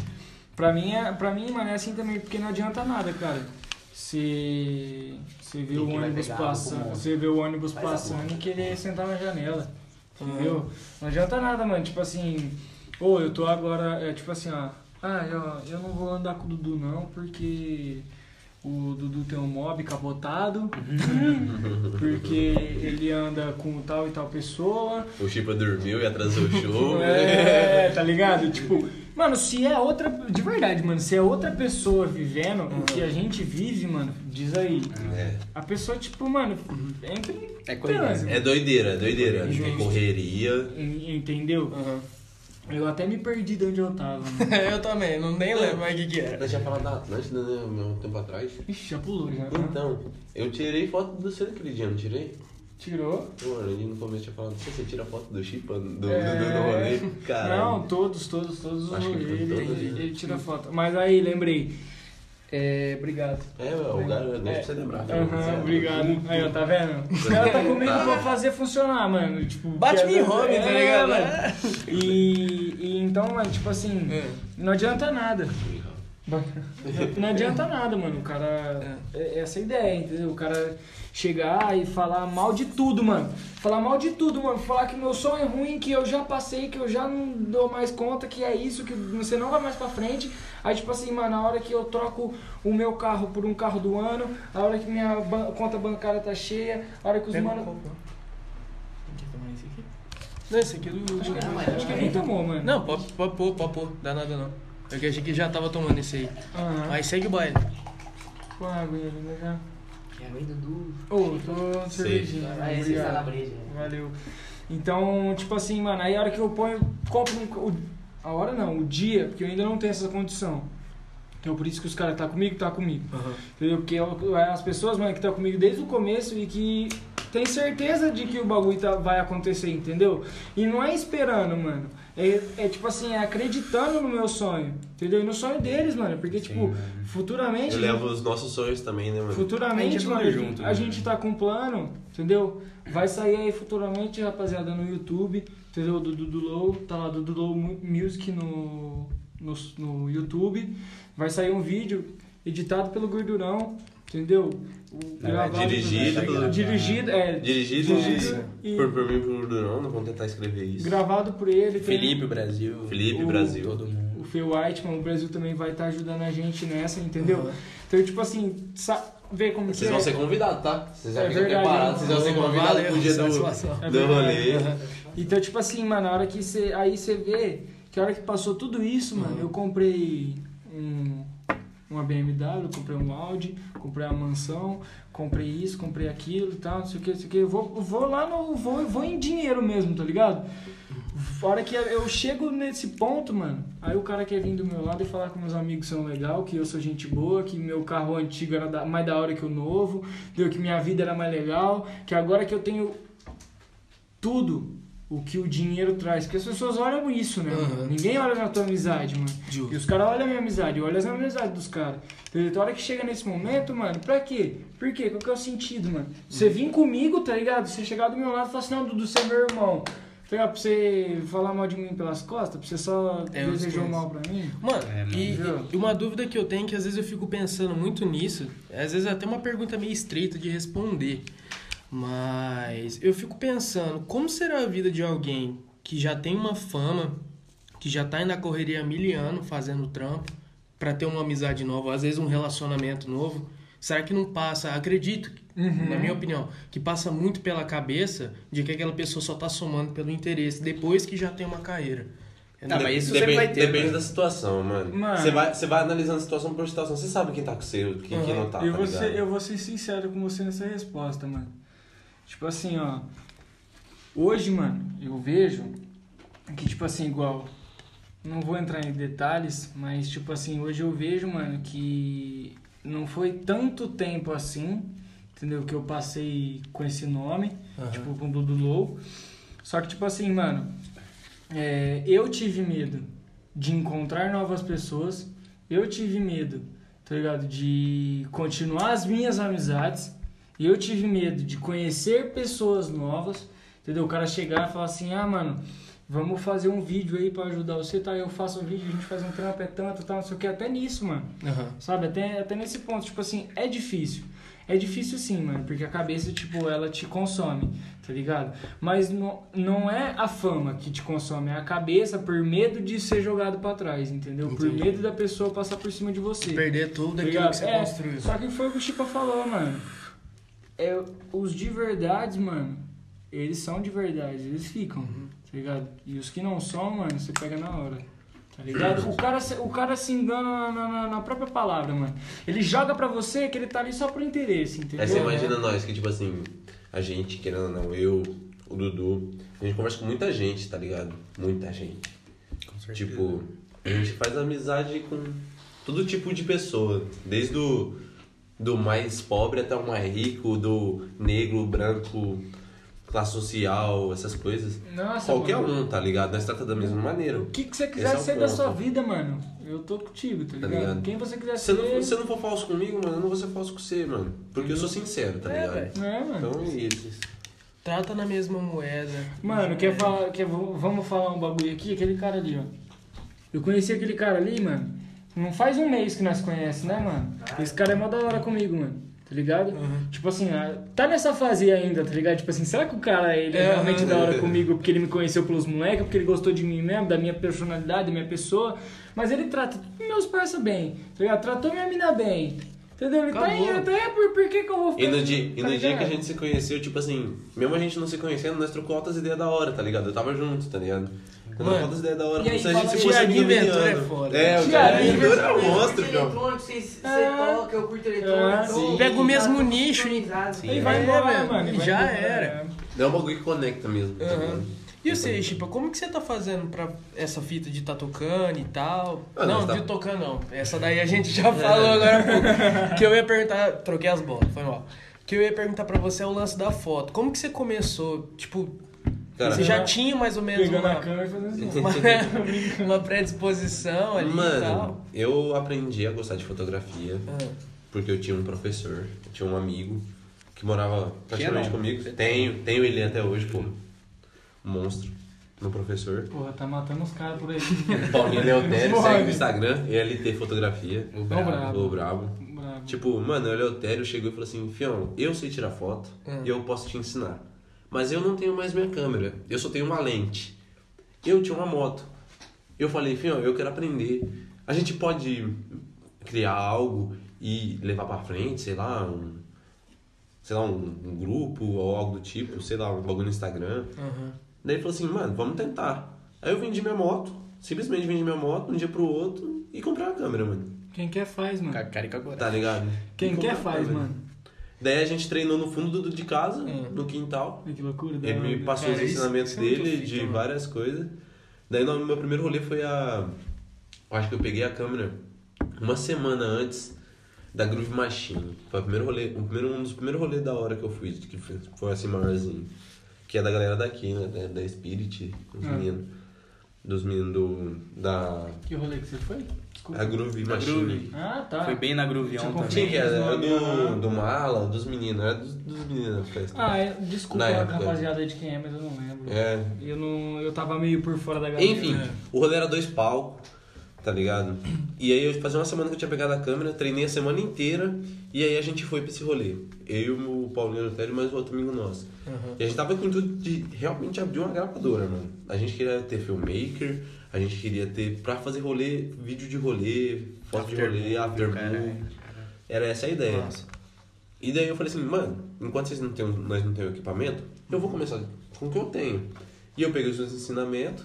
mim, mano, é assim também, porque não adianta nada, cara. Você vê o ônibus passando, e querer sentar na janela, entendeu? Não adianta nada, mano, tipo assim, eu tô agora, tipo assim, eu não vou andar com o Dudu não, porque o Dudu tem um mob capotado, porque ele anda com tal e tal pessoa. O Chipa dormiu e atrasou o show. Tá ligado? Tipo, mano, se é outra... De verdade, mano, se é outra pessoa vivendo o que a gente vive, mano, diz aí. A pessoa, tipo, mano, entra em transe. É doideira. É correria. Entendeu? Eu até me perdi de onde eu tava, mano. Eu também, nem lembro mais o que era. Nós já falamos da Atlântida, né, um tempo atrás. Ixi, já pulou, já. Então, eu tirei foto do você naquele dia, não tirei? Tirou? Mano, ali no começo tinha falado, você tira foto do Chipa, do rolê? Caralho. Não, todos os Acho que rolês, foi todos, ele tira foto. Mas aí, lembrei. Obrigado. O garoto, deixa você lembrar. Obrigado. Aí, ó, tá vendo? Os caras tá comigo pra fazer funcionar, mano. Tipo, Bate-me home, tá ligado? Mano. E então, mano, tipo assim, não adianta nada. Não adianta nada, mano. O cara. É essa a ideia, entendeu? O cara chegar e falar mal de tudo, mano. Falar mal de tudo, mano. Falar que meu som é ruim, que eu já passei, que eu já não dou mais conta, que é isso, que você não vai mais pra frente. Aí, tipo assim, mano, na hora que eu troco o meu carro por um carro do ano, a hora que minha conta bancária tá cheia, a hora que os mano. Não, esse aqui é do... Acho que ele nem tomou, mano. Não, pode pôr. Dá nada não. Eu achei que já tava tomando esse aí. Aí segue o baile. Com a aguinha ali, né, já? É ruim, Dudu. Tô cervejinha. Aí você está na breja. Valeu. Então, tipo assim, mano, aí a hora que eu ponho, compro a hora não, o dia, porque eu ainda não tenho essa condição. Então por isso que os caras tá comigo. Entendeu? Porque as pessoas, mano, que tá comigo desde o começo e que tem certeza de que o bagulho vai acontecer, entendeu? E não é esperando, mano. É tipo assim, é acreditando no meu sonho, entendeu? E no sonho deles, mano. Porque, tipo, futuramente... Eu levo os nossos sonhos também, né, mano? Futuramente, mano, junto, a gente tá com um plano, entendeu? Vai sair aí futuramente, rapaziada, no YouTube, entendeu? Do Dudu Low, tá lá, Dudu Low Music no YouTube. Vai sair um vídeo editado pelo Gordurão, entendeu? Dirigido e por mim, por Gordurão, não vamos tentar escrever isso. gravado por ele. Felipe Brasil. Todo mundo. O Fê Whiteman, o Brasil também vai estar ajudando a gente nessa, entendeu? Então, tipo assim, vê como Vocês vão ser convidados, tá? Vocês já ficam verdade, preparados, vocês vão ser convidados pro dia do rolê. Então, tipo assim, mano, na hora que você... Aí você vê que a hora que passou tudo isso, mano, eu comprei uma BMW, comprei um Audi, comprei uma mansão, comprei isso, comprei aquilo e tal, não sei o que. Eu vou lá vou em dinheiro mesmo, tá ligado? A hora que eu chego nesse ponto, mano, aí o cara quer vir do meu lado e falar que meus amigos são legal, que eu sou gente boa, que meu carro antigo era mais da hora que o novo, que minha vida era mais legal, que agora que eu tenho tudo o que o dinheiro traz, porque as pessoas olham isso, né, mano? Ninguém olha na tua amizade, mano. Justo. E os caras olham a minha amizade, eu olho as amizades dos caras. Então, a hora que chega nesse momento, mano, pra quê? Por quê? Qual que é o sentido, mano? Você vir comigo, tá ligado? Você chegar do meu lado e falar assim, não, Dudu, você é meu irmão. Tá ligado? Pra você falar mal de mim pelas costas, pra você só desejou mal pra mim. Mano, e uma dúvida que eu tenho, que às vezes eu fico pensando muito nisso, às vezes é até uma pergunta meio estreita de responder, mas eu fico pensando, como será a vida de alguém que já tem uma fama, que já tá indo na correria há 1000 anos fazendo trampo, pra ter uma amizade nova, às vezes um relacionamento novo? Será que não passa, acredito, na minha opinião, que passa muito pela cabeça de que aquela pessoa só tá somando pelo interesse depois que já tem uma carreira? Tá, mas isso sempre vai ter. Depende da situação, mano. Você vai analisando situação por situação. Você sabe quem tá com você, quem não tá, Eu vou ser sincero com você nessa resposta, mano. Tipo assim, ó. Hoje, mano, eu vejo que, tipo assim, igual... Não vou entrar em detalhes, mas, tipo assim, hoje eu vejo, mano, que não foi tanto tempo assim, entendeu? Que eu passei com esse nome, tipo, com o Dudu Low. Só que, tipo assim, mano, eu tive medo de encontrar novas pessoas, eu tive medo, tá ligado? De continuar as minhas amizades, e eu tive medo de conhecer pessoas novas, entendeu? O cara chegar e falar assim, mano, vamos fazer um vídeo aí pra ajudar você, tá? Eu faço um vídeo, a gente faz um trampo, é tanto, tá? Não sei o que, até nisso, mano. Sabe? Até nesse ponto, tipo assim, é difícil. É difícil sim, mano, porque a cabeça, tipo, ela te consome, tá ligado? Mas não é a fama que te consome, é a cabeça por medo de ser jogado pra trás, entendeu? Entendi. Por medo da pessoa passar por cima de você. Perder tudo aquilo tá que você construiu. Só que foi o que o Chipa falou, mano. Os de verdade, mano, eles são de verdade, eles ficam, tá ligado? E os que não são, mano, você pega na hora. Tá ligado? O cara se engana na própria palavra, mano. Ele joga pra você que ele tá ali só por interesse, entendeu? Aí você imagina nós, que tipo assim, a gente, querendo ou não, eu, o Dudu, a gente conversa com muita gente, tá ligado? Muita gente. Com certeza. Tipo, a gente faz amizade com todo tipo de pessoa. Desde do mais pobre até o mais rico, do negro, branco, classe social, essas coisas. Nossa, qualquer mano. um, tá ligado? Nós trata da mesma maneira. O que você quiser ser da sua vida, mano. eu tô contigo, tá ligado? ligado? Quem você quiser Se ser... você não for falso comigo, mano, eu não vou ser falso com você, mano. Porque eu sou sincero, tá ligado? velho. É, mano. Então é isso. Trata na mesma moeda. Mano, vamos falar um bagulho aqui, aquele cara ali, ó. Eu conheci aquele cara ali, mano. Não faz um mês que nós conhecemos, né, mano? Esse cara é mó da hora comigo, mano. Tá ligado? Tipo assim, tá nessa fase ainda, tá ligado? Tipo assim, será que o cara, ele é realmente da hora comigo porque ele me conheceu pelos moleques, porque ele gostou de mim mesmo, da minha personalidade, da minha pessoa? Mas ele trata meus parça bem, tá ligado? Tratou minha mina bem. Entendeu? Ele tá aí, até por que eu vou ficar... E no dia que a gente se conheceu, tipo assim, mesmo a gente não se conhecendo, nós trocou altas ideias da hora, tá ligado? Eu tava junto, tá ligado? Trocou altas ideias da hora, como se a gente se fosse amigo Inventor é mediano. foda. É, o cara Inventor é um monstro, Eu curto cara. eletrônico, você toca, eu curto eletrônico. Sim. Pega o mesmo nicho e... Ele vai embora, mano. ele vai Já embora, era. É um bagulho que conecta mesmo, tá ligado? E você, Chipa, como que você tá fazendo pra essa fita de tá tocando e tal? Ah, não, nós tá- de tocando não. Essa daí a gente já falou agora há pouco. Que eu ia perguntar... Troquei as bolas, foi mal. Que eu ia perguntar pra você é o lance da foto. Como que você começou? Tipo, Cara, você já tinha mais ou menos Pegando a uma, câmera e fazendo assim. uma predisposição ali e Mano, tal? eu aprendi a gostar de fotografia porque eu tinha um professor, eu tinha um amigo que morava praticamente comigo. Tenho ele até hoje, pô. Um monstro. Meu professor. Porra, tá matando os caras por aí. Paulinho Leotério, segue no Instagram, ELT Fotografia. O brabo. O brabo. Bravo. Tipo, mano, o Leotério chegou e falou assim, Fião, eu sei tirar foto e eu posso te ensinar. Mas eu não tenho mais minha câmera, eu só tenho uma lente. Eu tinha uma moto. Eu falei, Fião, eu quero aprender. A gente pode criar algo e levar pra frente, sei lá, um grupo ou algo do tipo, sei lá, um bagulho no Instagram. Daí ele falou assim, mano, vamos tentar. Aí eu vendi minha moto, simplesmente vendi minha moto um dia pro outro e comprei uma câmera, mano. Quem quer faz, mano. Carica agora. Tá ligado? Quem E comprei quer uma faz, câmera. mano. Daí a gente treinou no fundo de casa, no quintal. Que loucura. da Ele me hora. passou Cara, os isso ensinamentos é muito dele fita, de mano. várias coisas. Daí no meu primeiro rolê foi eu acho que eu peguei a câmera uma semana antes da Groove Machine. Foi o primeiro rolê, um dos primeiros rolês da hora que eu fui, que foi assim maiorzinho. Que é da galera daqui, né? Da Spirit, dos meninos da Que rolê que você foi? Desculpa. a Groove Da Machine. Groove. Ah, tá. Foi bem na Groove Tipo, ontem. Tinha que era Nome, do Mala, dos meninos, era dos meninos da festa. Desculpa, Na época. rapaziada, de quem é, mas eu não lembro. É. Eu tava meio por fora da galera. Enfim, o rolê era 2 palcos, tá ligado? E aí eu fazia uma semana que eu tinha pegado a câmera, treinei a semana inteira e aí a gente foi pra esse rolê. Eu, o Paulinho Leotério e mais um outro amigo nosso. E a gente tava com o intuito de realmente abrir uma gravadora, mano. A gente queria ter filmmaker, a gente queria ter pra fazer rolê, vídeo de rolê, foto de rolê, afterblue. Era essa a ideia. E daí eu falei assim, mano, enquanto nós não temos equipamento, eu vou começar com o que eu tenho. E eu peguei os seus ensinamentos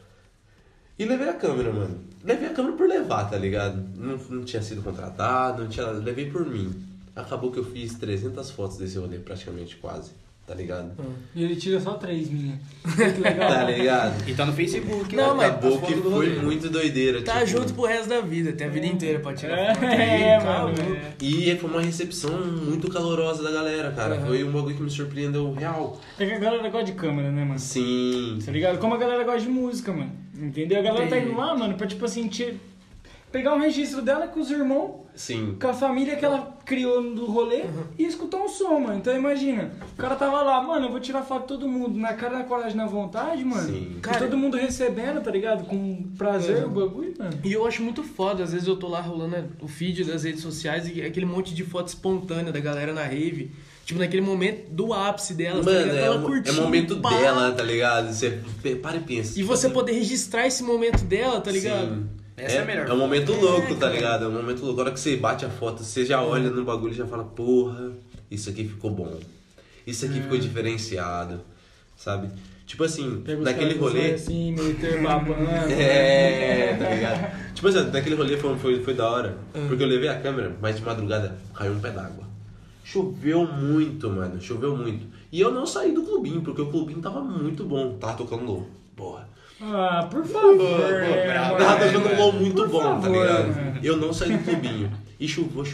e levei a câmera, mano. Levei a câmera por levar, tá ligado? Não tinha sido contratado, não tinha nada. Levei por mim. Acabou que eu fiz 300 fotos desse rolê, praticamente, quase. Tá ligado? E ele tira só 3, minha. Que legal. Tá ligado? E tá no Facebook. Não, mas Acabou as que fotos do foi rolê. muito doideira. Tá tipo, junto pro resto da vida, tem a vida inteira pra tirar foto. É, Calma. mano. E foi uma recepção muito calorosa da galera, cara. Foi um bagulho que me surpreendeu real. É que a galera gosta de câmera, né, mano? Sim. Tá ligado? Como a galera gosta de música, mano. Entendeu? A galera tá indo lá, mano, pra tipo assim, pegar um registro dela com os irmãos, Sim. com a família que ela criou do rolê e escutar um som, mano. Então imagina, o cara tava lá, mano, eu vou tirar foto de todo mundo, na cara, na coragem, na vontade, mano. Sim. E Cara, todo mundo recebendo, tá ligado? Com prazer o bagulho, mano. E eu acho muito foda, às vezes eu tô lá rolando o feed das redes sociais e aquele monte de foto espontânea da galera na rave. Tipo, naquele momento do ápice dela, tá Mano, ligado? Ela curtindo, é o momento pá. dela, tá ligado? Você para e pensa. E você poder registrar esse momento dela, tá ligado? Sim. Essa é a melhor É um momento louco, tá cara. ligado? É um momento louco. A hora que você bate a foto, você já olha no bagulho e já fala, porra, isso aqui ficou bom. Isso aqui ficou diferenciado, sabe? Tipo assim, Pega os naquele caras que rolê... sai assim, meio terbabando. É, tá ligado? Tipo assim, naquele rolê foi da hora. Porque eu levei a câmera, mas de madrugada caiu um pé d'água. Choveu muito, mano. Choveu muito. E eu não saí do clubinho, porque o clubinho tava muito bom. Tava tocando low. Porra. Ah, por favor. né, mano? Tava tocando um low muito Por bom, tá favor, ligado? mano. Eu não saí do clubinho. E chuva.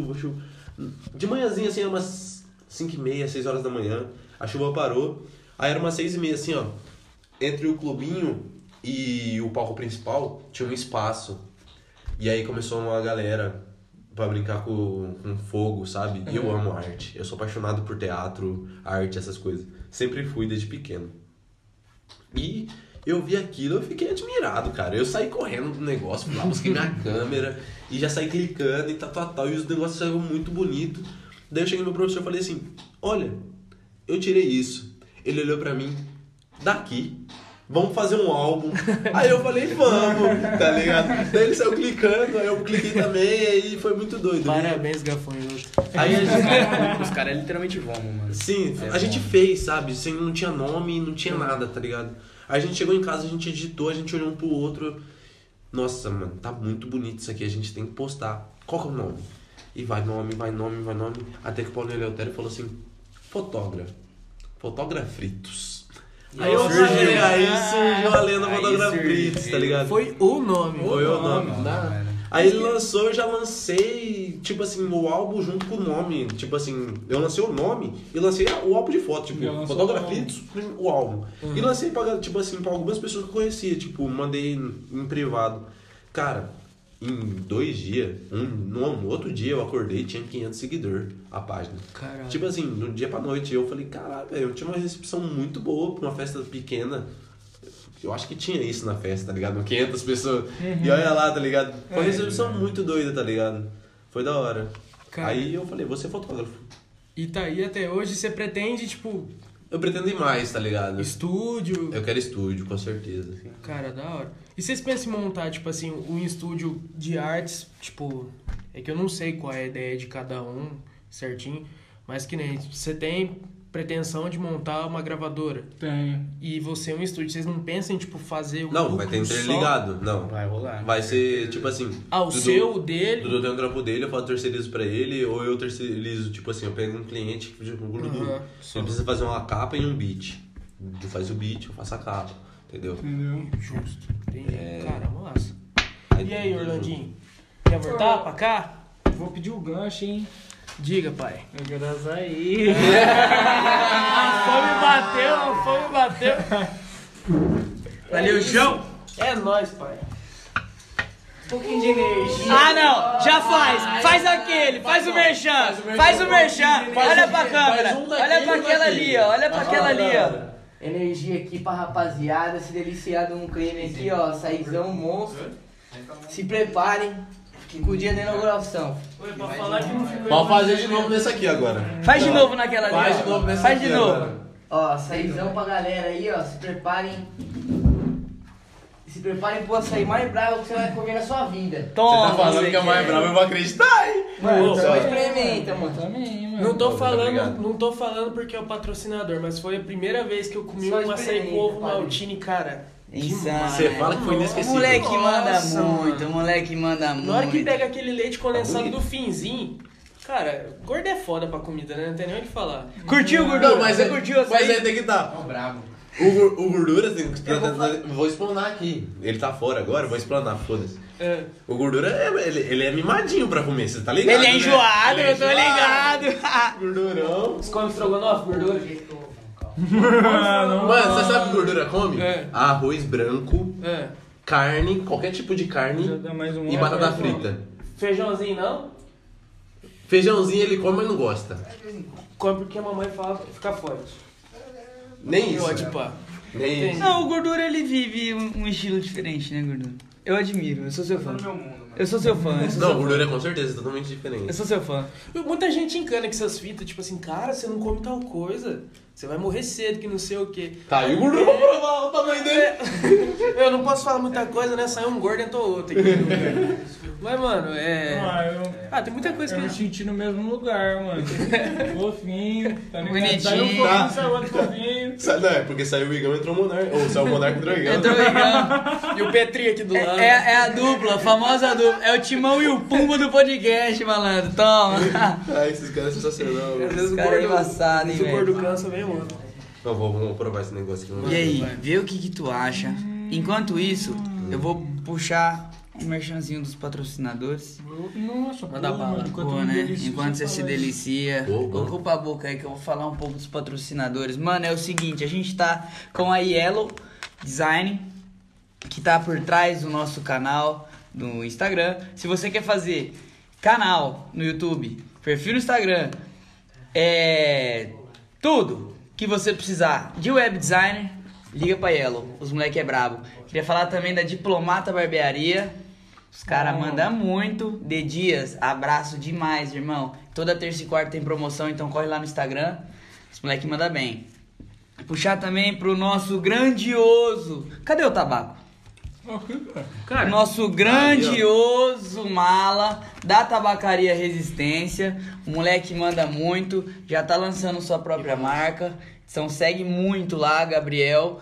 De manhãzinha, assim, era umas 5h30, 6 horas da manhã. A chuva parou. Aí era umas 6h30, assim, ó. Entre o clubinho e o palco principal, tinha um espaço. E aí começou uma galera pra brincar com fogo, sabe? E eu amo arte. Eu sou apaixonado por teatro, arte, essas coisas. Sempre fui desde pequeno. E eu vi aquilo, eu fiquei admirado, cara. Eu saí correndo do negócio, fui lá, busquei minha câmera e já saí clicando e tal. E os negócios saíram muito bonitos. Daí eu cheguei no meu professor e falei assim, olha, eu tirei isso. Ele olhou pra mim, daqui, vamos fazer um álbum. Aí eu falei, vamos, tá ligado? Daí ele saiu clicando, aí eu cliquei também, aí foi muito doido. Parabéns, Gafanhoto. Aí a gente... Os caras literalmente vão, mano. Sim, a gente fez, sabe? Sem, não tinha nome, não tinha nada, tá ligado? Aí a gente chegou em casa, a gente editou, a gente olhou um pro outro. Nossa, mano, tá muito bonito isso aqui, a gente tem que postar. Qual que é o nome? E vai nome. Até que o Paulinho Eleutério falou assim, Fotógrafritos. Aí eu falei, aí surgiu a lenda Fotógrafritos, tá ligado? Foi o nome. Foi o nome. Aí ele lançou, eu já lancei, tipo assim, o álbum junto com o nome. Tipo assim, eu lancei o nome e lancei o álbum de foto, tipo, Fotógrafritos, o álbum. E lancei pra, tipo assim, pra algumas pessoas que eu conhecia, tipo, mandei em privado. Cara, em 2 dias, no outro dia eu acordei e tinha 500 seguidores a página. Caralho. Tipo assim, do dia pra noite, eu falei, caralho, velho, eu tinha uma recepção muito boa pra uma festa pequena. Eu acho que tinha isso na festa, tá ligado? 500 pessoas. E olha lá, tá ligado? Foi uma recepção muito doida, tá ligado? Foi da hora. Cara, aí eu falei, vou ser fotógrafo. E tá aí até hoje, você pretende, tipo, Eu pretendo ir mais, tá ligado? estúdio? Eu quero estúdio, com certeza. Cara, da hora. E vocês pensam em montar, tipo assim, um estúdio de artes, tipo... É que eu não sei qual é a ideia de cada um certinho, mas que nem você tem pretensão de montar uma gravadora. Tenho. E você um estúdio, vocês não pensam em, tipo, fazer um Não, vai ter lucro só? interligado. Não. Vai rolar. Vai ser, tipo assim... Ah, o seu, o dele? Dudu tem um trampo dele, eu faço terceirizo pra ele, ou eu terceirizo, tipo assim, eu pego um cliente, tipo, o Dudu, Aham. ele precisa fazer uma capa e um beat. Tu faz o beat, eu faço a capa, entendeu? Entendeu? Justo. Entendi. Cara, massa. Aí E aí, tudo Orlandinho? Quer voltar pra cá? Vou pedir o gancho, hein? Diga, pai. Eu quero açaí. A fome bateu. Valeu, João! É nóis, pai. Um pouquinho de energia. Ah, não! Já faz! Faz aquele! Faz o merchan! Faz o merchan! Olha pra câmera! Olha pra aquela ali, ó! Olha pra aquela ali, ó! Energia aqui pra rapaziada, se deliciar de um creme aqui, ó, açaizão monstro. Se preparem, que com o dia da inauguração. Pra falar que não ficou... Pode fazer de novo nesse aqui agora. Faz de novo naquela ali, Faz ó. de novo nesse Faz aqui de novo. agora. Ó, açaizão pra galera aí, ó, se preparem. Se preparem pro açaí mais bravo que você vai comer na sua vida. Toma! Você tá falando que é mais bravo, eu vou acreditar, hein? Mano, Ô, só cara. experimenta, mano. Também, mano. Não tô Obrigado. falando porque é o patrocinador, mas foi a primeira vez que eu comi Só um açaí experimenta, com ovo padre. maltine, cara. Insano. Você fala que foi O inesquecível. moleque manda Nossa, muito, mano. o moleque manda muito. Na hora que pega aquele leite condensado bonito. do finzinho, cara, gordo é foda pra comida, né? Não tem nem o que falar. Curtiu, gordura? Não, mas Você é, curtiu mas açaí? aí tem que dar. Ó, bravo. O Gordura, assim, vou explanar aqui. Ele tá fora agora, vou explanar, foda-se. É. O Gordura, ele é mimadinho pra comer, você tá ligado? Ele é né? enjoado, Ele é eu tô enjoado. ligado. Gordurão. Você come estrogonofe, gordura? Mano, você sabe o que gordura come? É. Arroz branco, É. carne, qualquer tipo de Já carne dá mais um e batata frita. Feijãozinho não? Feijãozinho ele come, mas não gosta. Come porque a mamãe fala que fica forte. Nem isso. Pode pá. Nem isso. Não, o Gordura ele vive um estilo diferente, né, Gordura? Eu admiro, eu sou seu fã. Eu sou seu fã, eu sou Não, seu gordura é fã. com certeza totalmente diferente. Eu sou seu fã. Muita gente encana com essas fitas, tipo assim, cara, você não come tal coisa, você vai morrer cedo, que não sei o quê. Tá, e o gordura pra provar o tamanho dele. Eu não posso falar muita coisa, né? Saiu um gordo, entrou outro aqui. Mas, mano, tem muita coisa Eu que me senti no mesmo lugar, mano. Fofinho, tá ligado? Bonitinho. Saiu um fofinho, Tá. saiu outro fofinho. Não, é porque saiu o Igão e entrou o Monarca. Ou saiu o Monarca e entrou o Igão. Entrou o Igão. E o Petri aqui do lado. É a dupla, a famosa dupla. É o Timão e o Pumba do podcast, malandro. Toma. Ah, esses caras são sensacional. Às vezes Esse cara é embaçado, hein, Se o gordo velho. cansa, vem, mano. Não, vamos provar esse negócio aqui. E aí, vê o que tu acha. Enquanto isso, eu vou puxar um merchanzinho dos patrocinadores. Nossa, Manda pô, bala. mano, enquanto Boa, eu me né? delicio, Enquanto você se fala isso. delicia, Boa. ocupa a boca aí que eu vou falar um pouco dos patrocinadores. Mano, é o seguinte, a gente tá com a Yellow Design, que tá por trás do nosso canal. no Instagram. Se você quer fazer canal no YouTube, perfil no Instagram, tudo que você precisar de web designer, liga pra Yellow, os moleque é brabo. Queria falar também da Diplomata Barbearia, os caras mandam muito. De Dias, abraço demais, irmão. Toda terça e quarta tem promoção, então corre lá no Instagram, os moleque mandam bem. Puxar também pro nosso grandioso... Cadê o tabaco? Cara, O nosso grandioso mala da Tabacaria Resistência. O moleque manda muito, já tá lançando sua própria marca. Então segue muito lá, Gabriel.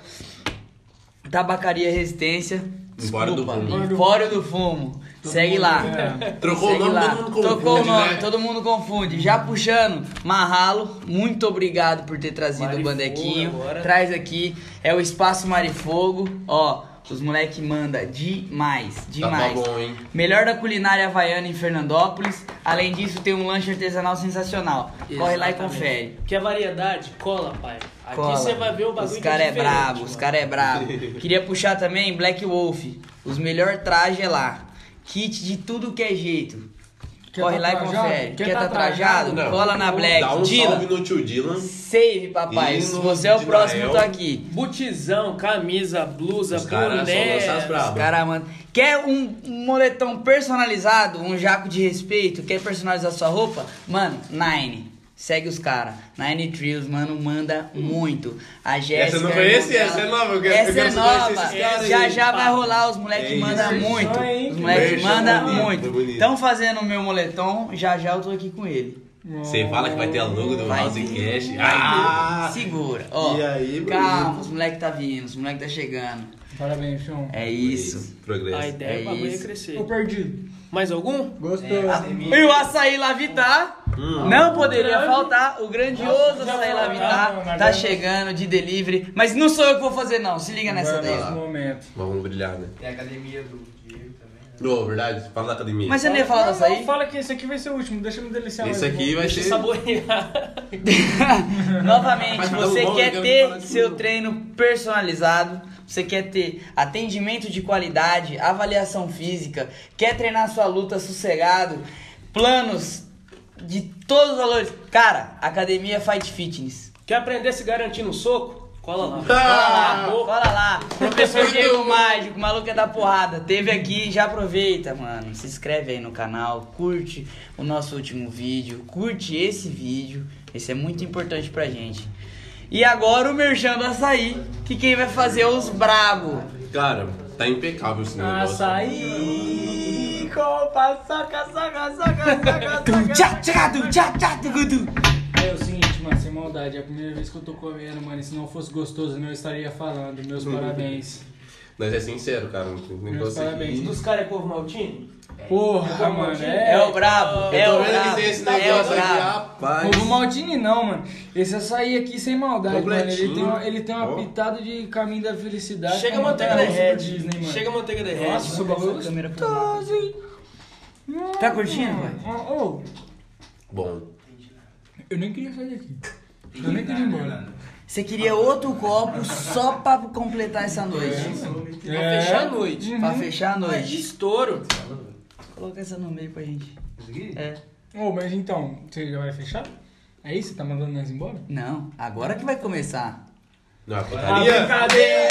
Tabacaria Resistência. Empório do Fumo. Empório do Fumo. Segue lá. Trocou Segue o nome, lá. todo mundo confunde, Trocou o nome, né? todo mundo confunde. Já puxando, Marralo, muito obrigado por ter trazido o Marifogo Bandequinho. agora. Traz aqui, é o Espaço Marifogo. Ó, os moleque manda demais, demais. Tá bom, hein? Melhor da culinária havaiana em Fernandópolis. Além disso, tem um lanche artesanal sensacional. Corre lá e Exatamente. confere. Quer variedade? Cola, pai. Aqui Cola. você vai ver o bagulho Os caras é diferente, brabo, mano. os caras é brabo. Queria puxar também Black Wolf. Os melhor trajes é lá. Kit de tudo que é jeito. Quer Corre tá lá e trajado? confere. Quer Quer tá tá trajado? Não. Cola na Black. Dá um Dylan, salve no tio Dylan. save, papai. E Se no você é o Dinael. próximo, eu tô aqui. Botizão, camisa, blusa, Os caras só boné. lançam as bravas. Cara, mano. Quer um moletom personalizado? Um jaco de respeito? Quer personalizar sua roupa? Mano, Nine. Segue os caras. Nine Trios, mano, manda muito. A Jéssica. Essa eu não conheci, irmã essa é dela- nova. Eu quero Essa é conhecer nova. esses caras Já aí. já vai rolar. Os moleques É mandam isso. muito. Hein? Os moleques Merchan mandam bonito, muito. bonito. Estão fazendo o meu moletom. Já já eu tô aqui com ele. Você fala que vai ter a logo do Vai House ter. Cash. Segura. Ó, E aí, calma, bonito. os moleques tá vindo. Os moleques tá chegando. Parabéns, João. É isso. Progresso. A ideia é o bagulho isso. crescer. Tô perdido. Mais algum? Gostou. E o açaí Lavitar não poderia faltar. O grandioso açaí Lavitar tá chegando de delivery. Mas não sou eu que vou fazer, não. Se liga nessa Agora é daí, nosso ó. momento. Vamos brilhar, né? Tem a academia do Diego também. Ô, verdade? Fala da academia. Mas você não ia falar do açaí? Fala que esse aqui vai ser o último, deixa eu me deliciar Esse mais. aqui vai Deixa eu ser... saborear. Novamente, Mas tá você bom, quer eu quero ter falar de seu novo. treino personalizado, você quer ter atendimento de qualidade, avaliação física, quer treinar sua luta sossegado, planos de todos os valores. Cara, Academia Fight Fitness. Quer aprender a se garantir no soco? Cola lá. Cola lá. Professor Diego Mágico, o maluco é da porrada. Teve aqui, já aproveita, mano. Se inscreve aí no canal, curte o nosso último vídeo, curte esse vídeo. Esse é muito importante pra gente. E agora o merchan do açaí, que quem vai fazer é os brabo. Cara, tá impecável esse negócio. Açaí, copa, soca, soca, soca, soca, tchá, tchá, tu, tchá, tchá, tu, tu. É o seguinte, mano, sem maldade, é a primeira vez que eu tô comendo, mano, e se não fosse gostoso eu não estaria falando. Meus parabéns. Mas é sincero, cara. Um negócio parabéns. aqui... Dos caras é povo maltino? Porra, mano, É o brabo, é Eu o tô vendo que brabo, tem esse é o negócio aqui, brabo. rapaz. Povo Maltini não, mano. Esse açaí aqui sem maldade, mano. Completinho. Ele tem uma Ó. pitada de caminho da felicidade. Chega a como manteiga tá no derrete. Disney, mano. Chega a manteiga derrete. Nossa, esse bagulho é câmera gostoso. Tá curtindo, pai? Ô, Bom. eu nem queria sair daqui. Eu nem queria ir embora. Você queria outro copo só pra completar essa noite. Pra fechar a noite. Pra fechar a De noite. estouro. Coloca essa no meio pra gente. É. Ô, mas então, você já vai fechar? É isso? Você tá mandando nós embora? Não, agora que vai começar. Não, a putaria... Brincadeira!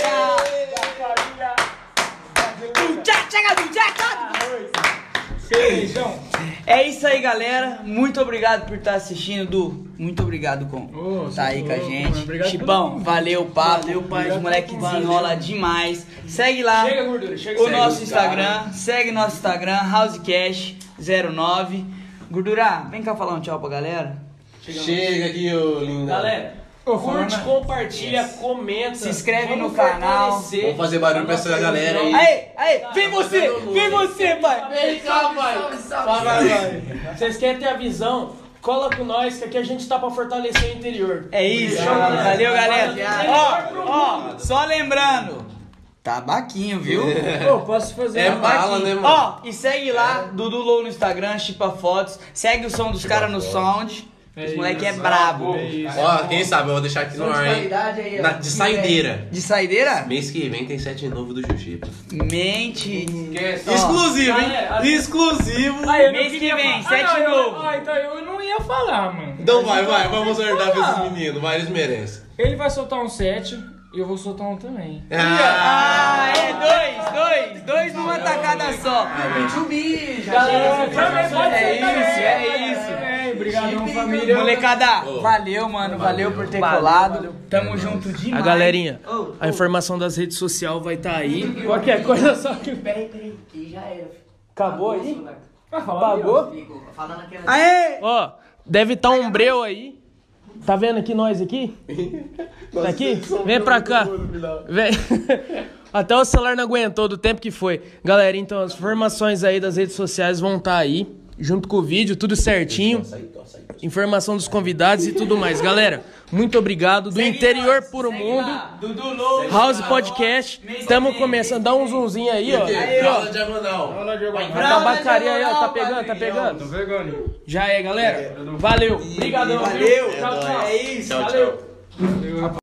Feijão! É isso aí, galera. Muito obrigado por estar assistindo, Du. Muito obrigado com Ô, tá aí você com a louco, gente. mano. Obrigado Chipão, pelo- valeu o papo. Valeu, pai. Os moleque Valeu. desenrola demais. Segue lá Chega, gordura. Chega, o segue. nosso Instagram. Segue nosso Instagram, HouseCash09. Gordura, vem cá falar um tchau pra galera. Chega aqui, ô linda. Galera, Ô, curte, falando- compartilha, comenta. Se inscreve Vamos no canal. fortalecer Vamos fazer barulho pra essa galera aí. Aí, vem você, pai. Vem cá, pai. Vai. Vocês querem ter a visão? Cola com nós, que aqui a gente tá pra fortalecer o interior. É isso, valeu, galera. Ó, só lembrando, tabaquinho, viu? Ô, posso fazer É uma... mala, né, mano? Ó, e segue lá, Dudu Low no Instagram, Chipa Fotos. Segue o som dos caras no Sound. Esse moleque é brabo. Ó, quem sabe, eu vou deixar aqui no ar, hein? Aí, ó. De saideira. De saideira? Mês que vem tem set novo do Jiu-Jitsu. Mente. Exclusivo, hein? Exclusivo. Ah, eu não Mês que queria vem, falar. sete novo. Então eu não ia falar, mano. Então vai, vamos ajudar pra esses meninos, vai, eles merecem. Ele vai soltar um set e eu vou soltar um também. Ah, é dois numa tacada só. B2B, já Galera, chega. também pode ser também. É isso. Obrigado, família. Molecada, valeu, mano. Valeu por ter colado. Tamo junto demais. A galerinha, a informação das redes sociais vai estar aí. Qualquer coisa só que... Peraí, que já era. Acabou aí? celular. Apagou? Fico falando aquela... Aê! Ó, deve estar um breu aí. Tá vendo aqui nós aqui? Tá aqui? Vem pra cá. Vem. Até o celular não aguentou do tempo que foi. Galera, então as informações aí das redes sociais vão estar aí, junto com o vídeo, tudo certinho. Informação dos convidados e tudo mais. Galera, muito obrigado. Do interior puro mundo. Dudu Low. House Podcast. Estamos começando. Dá um zoomzinho aí, ó. Aí, ó. Diagonal. A tabacaria aí, ó. Tá pegando, tá pegando? Tô pegando. Já é, galera. Valeu. Obrigadão. Valeu. Tchau, tchau. É isso. Tchau, Valeu. tchau.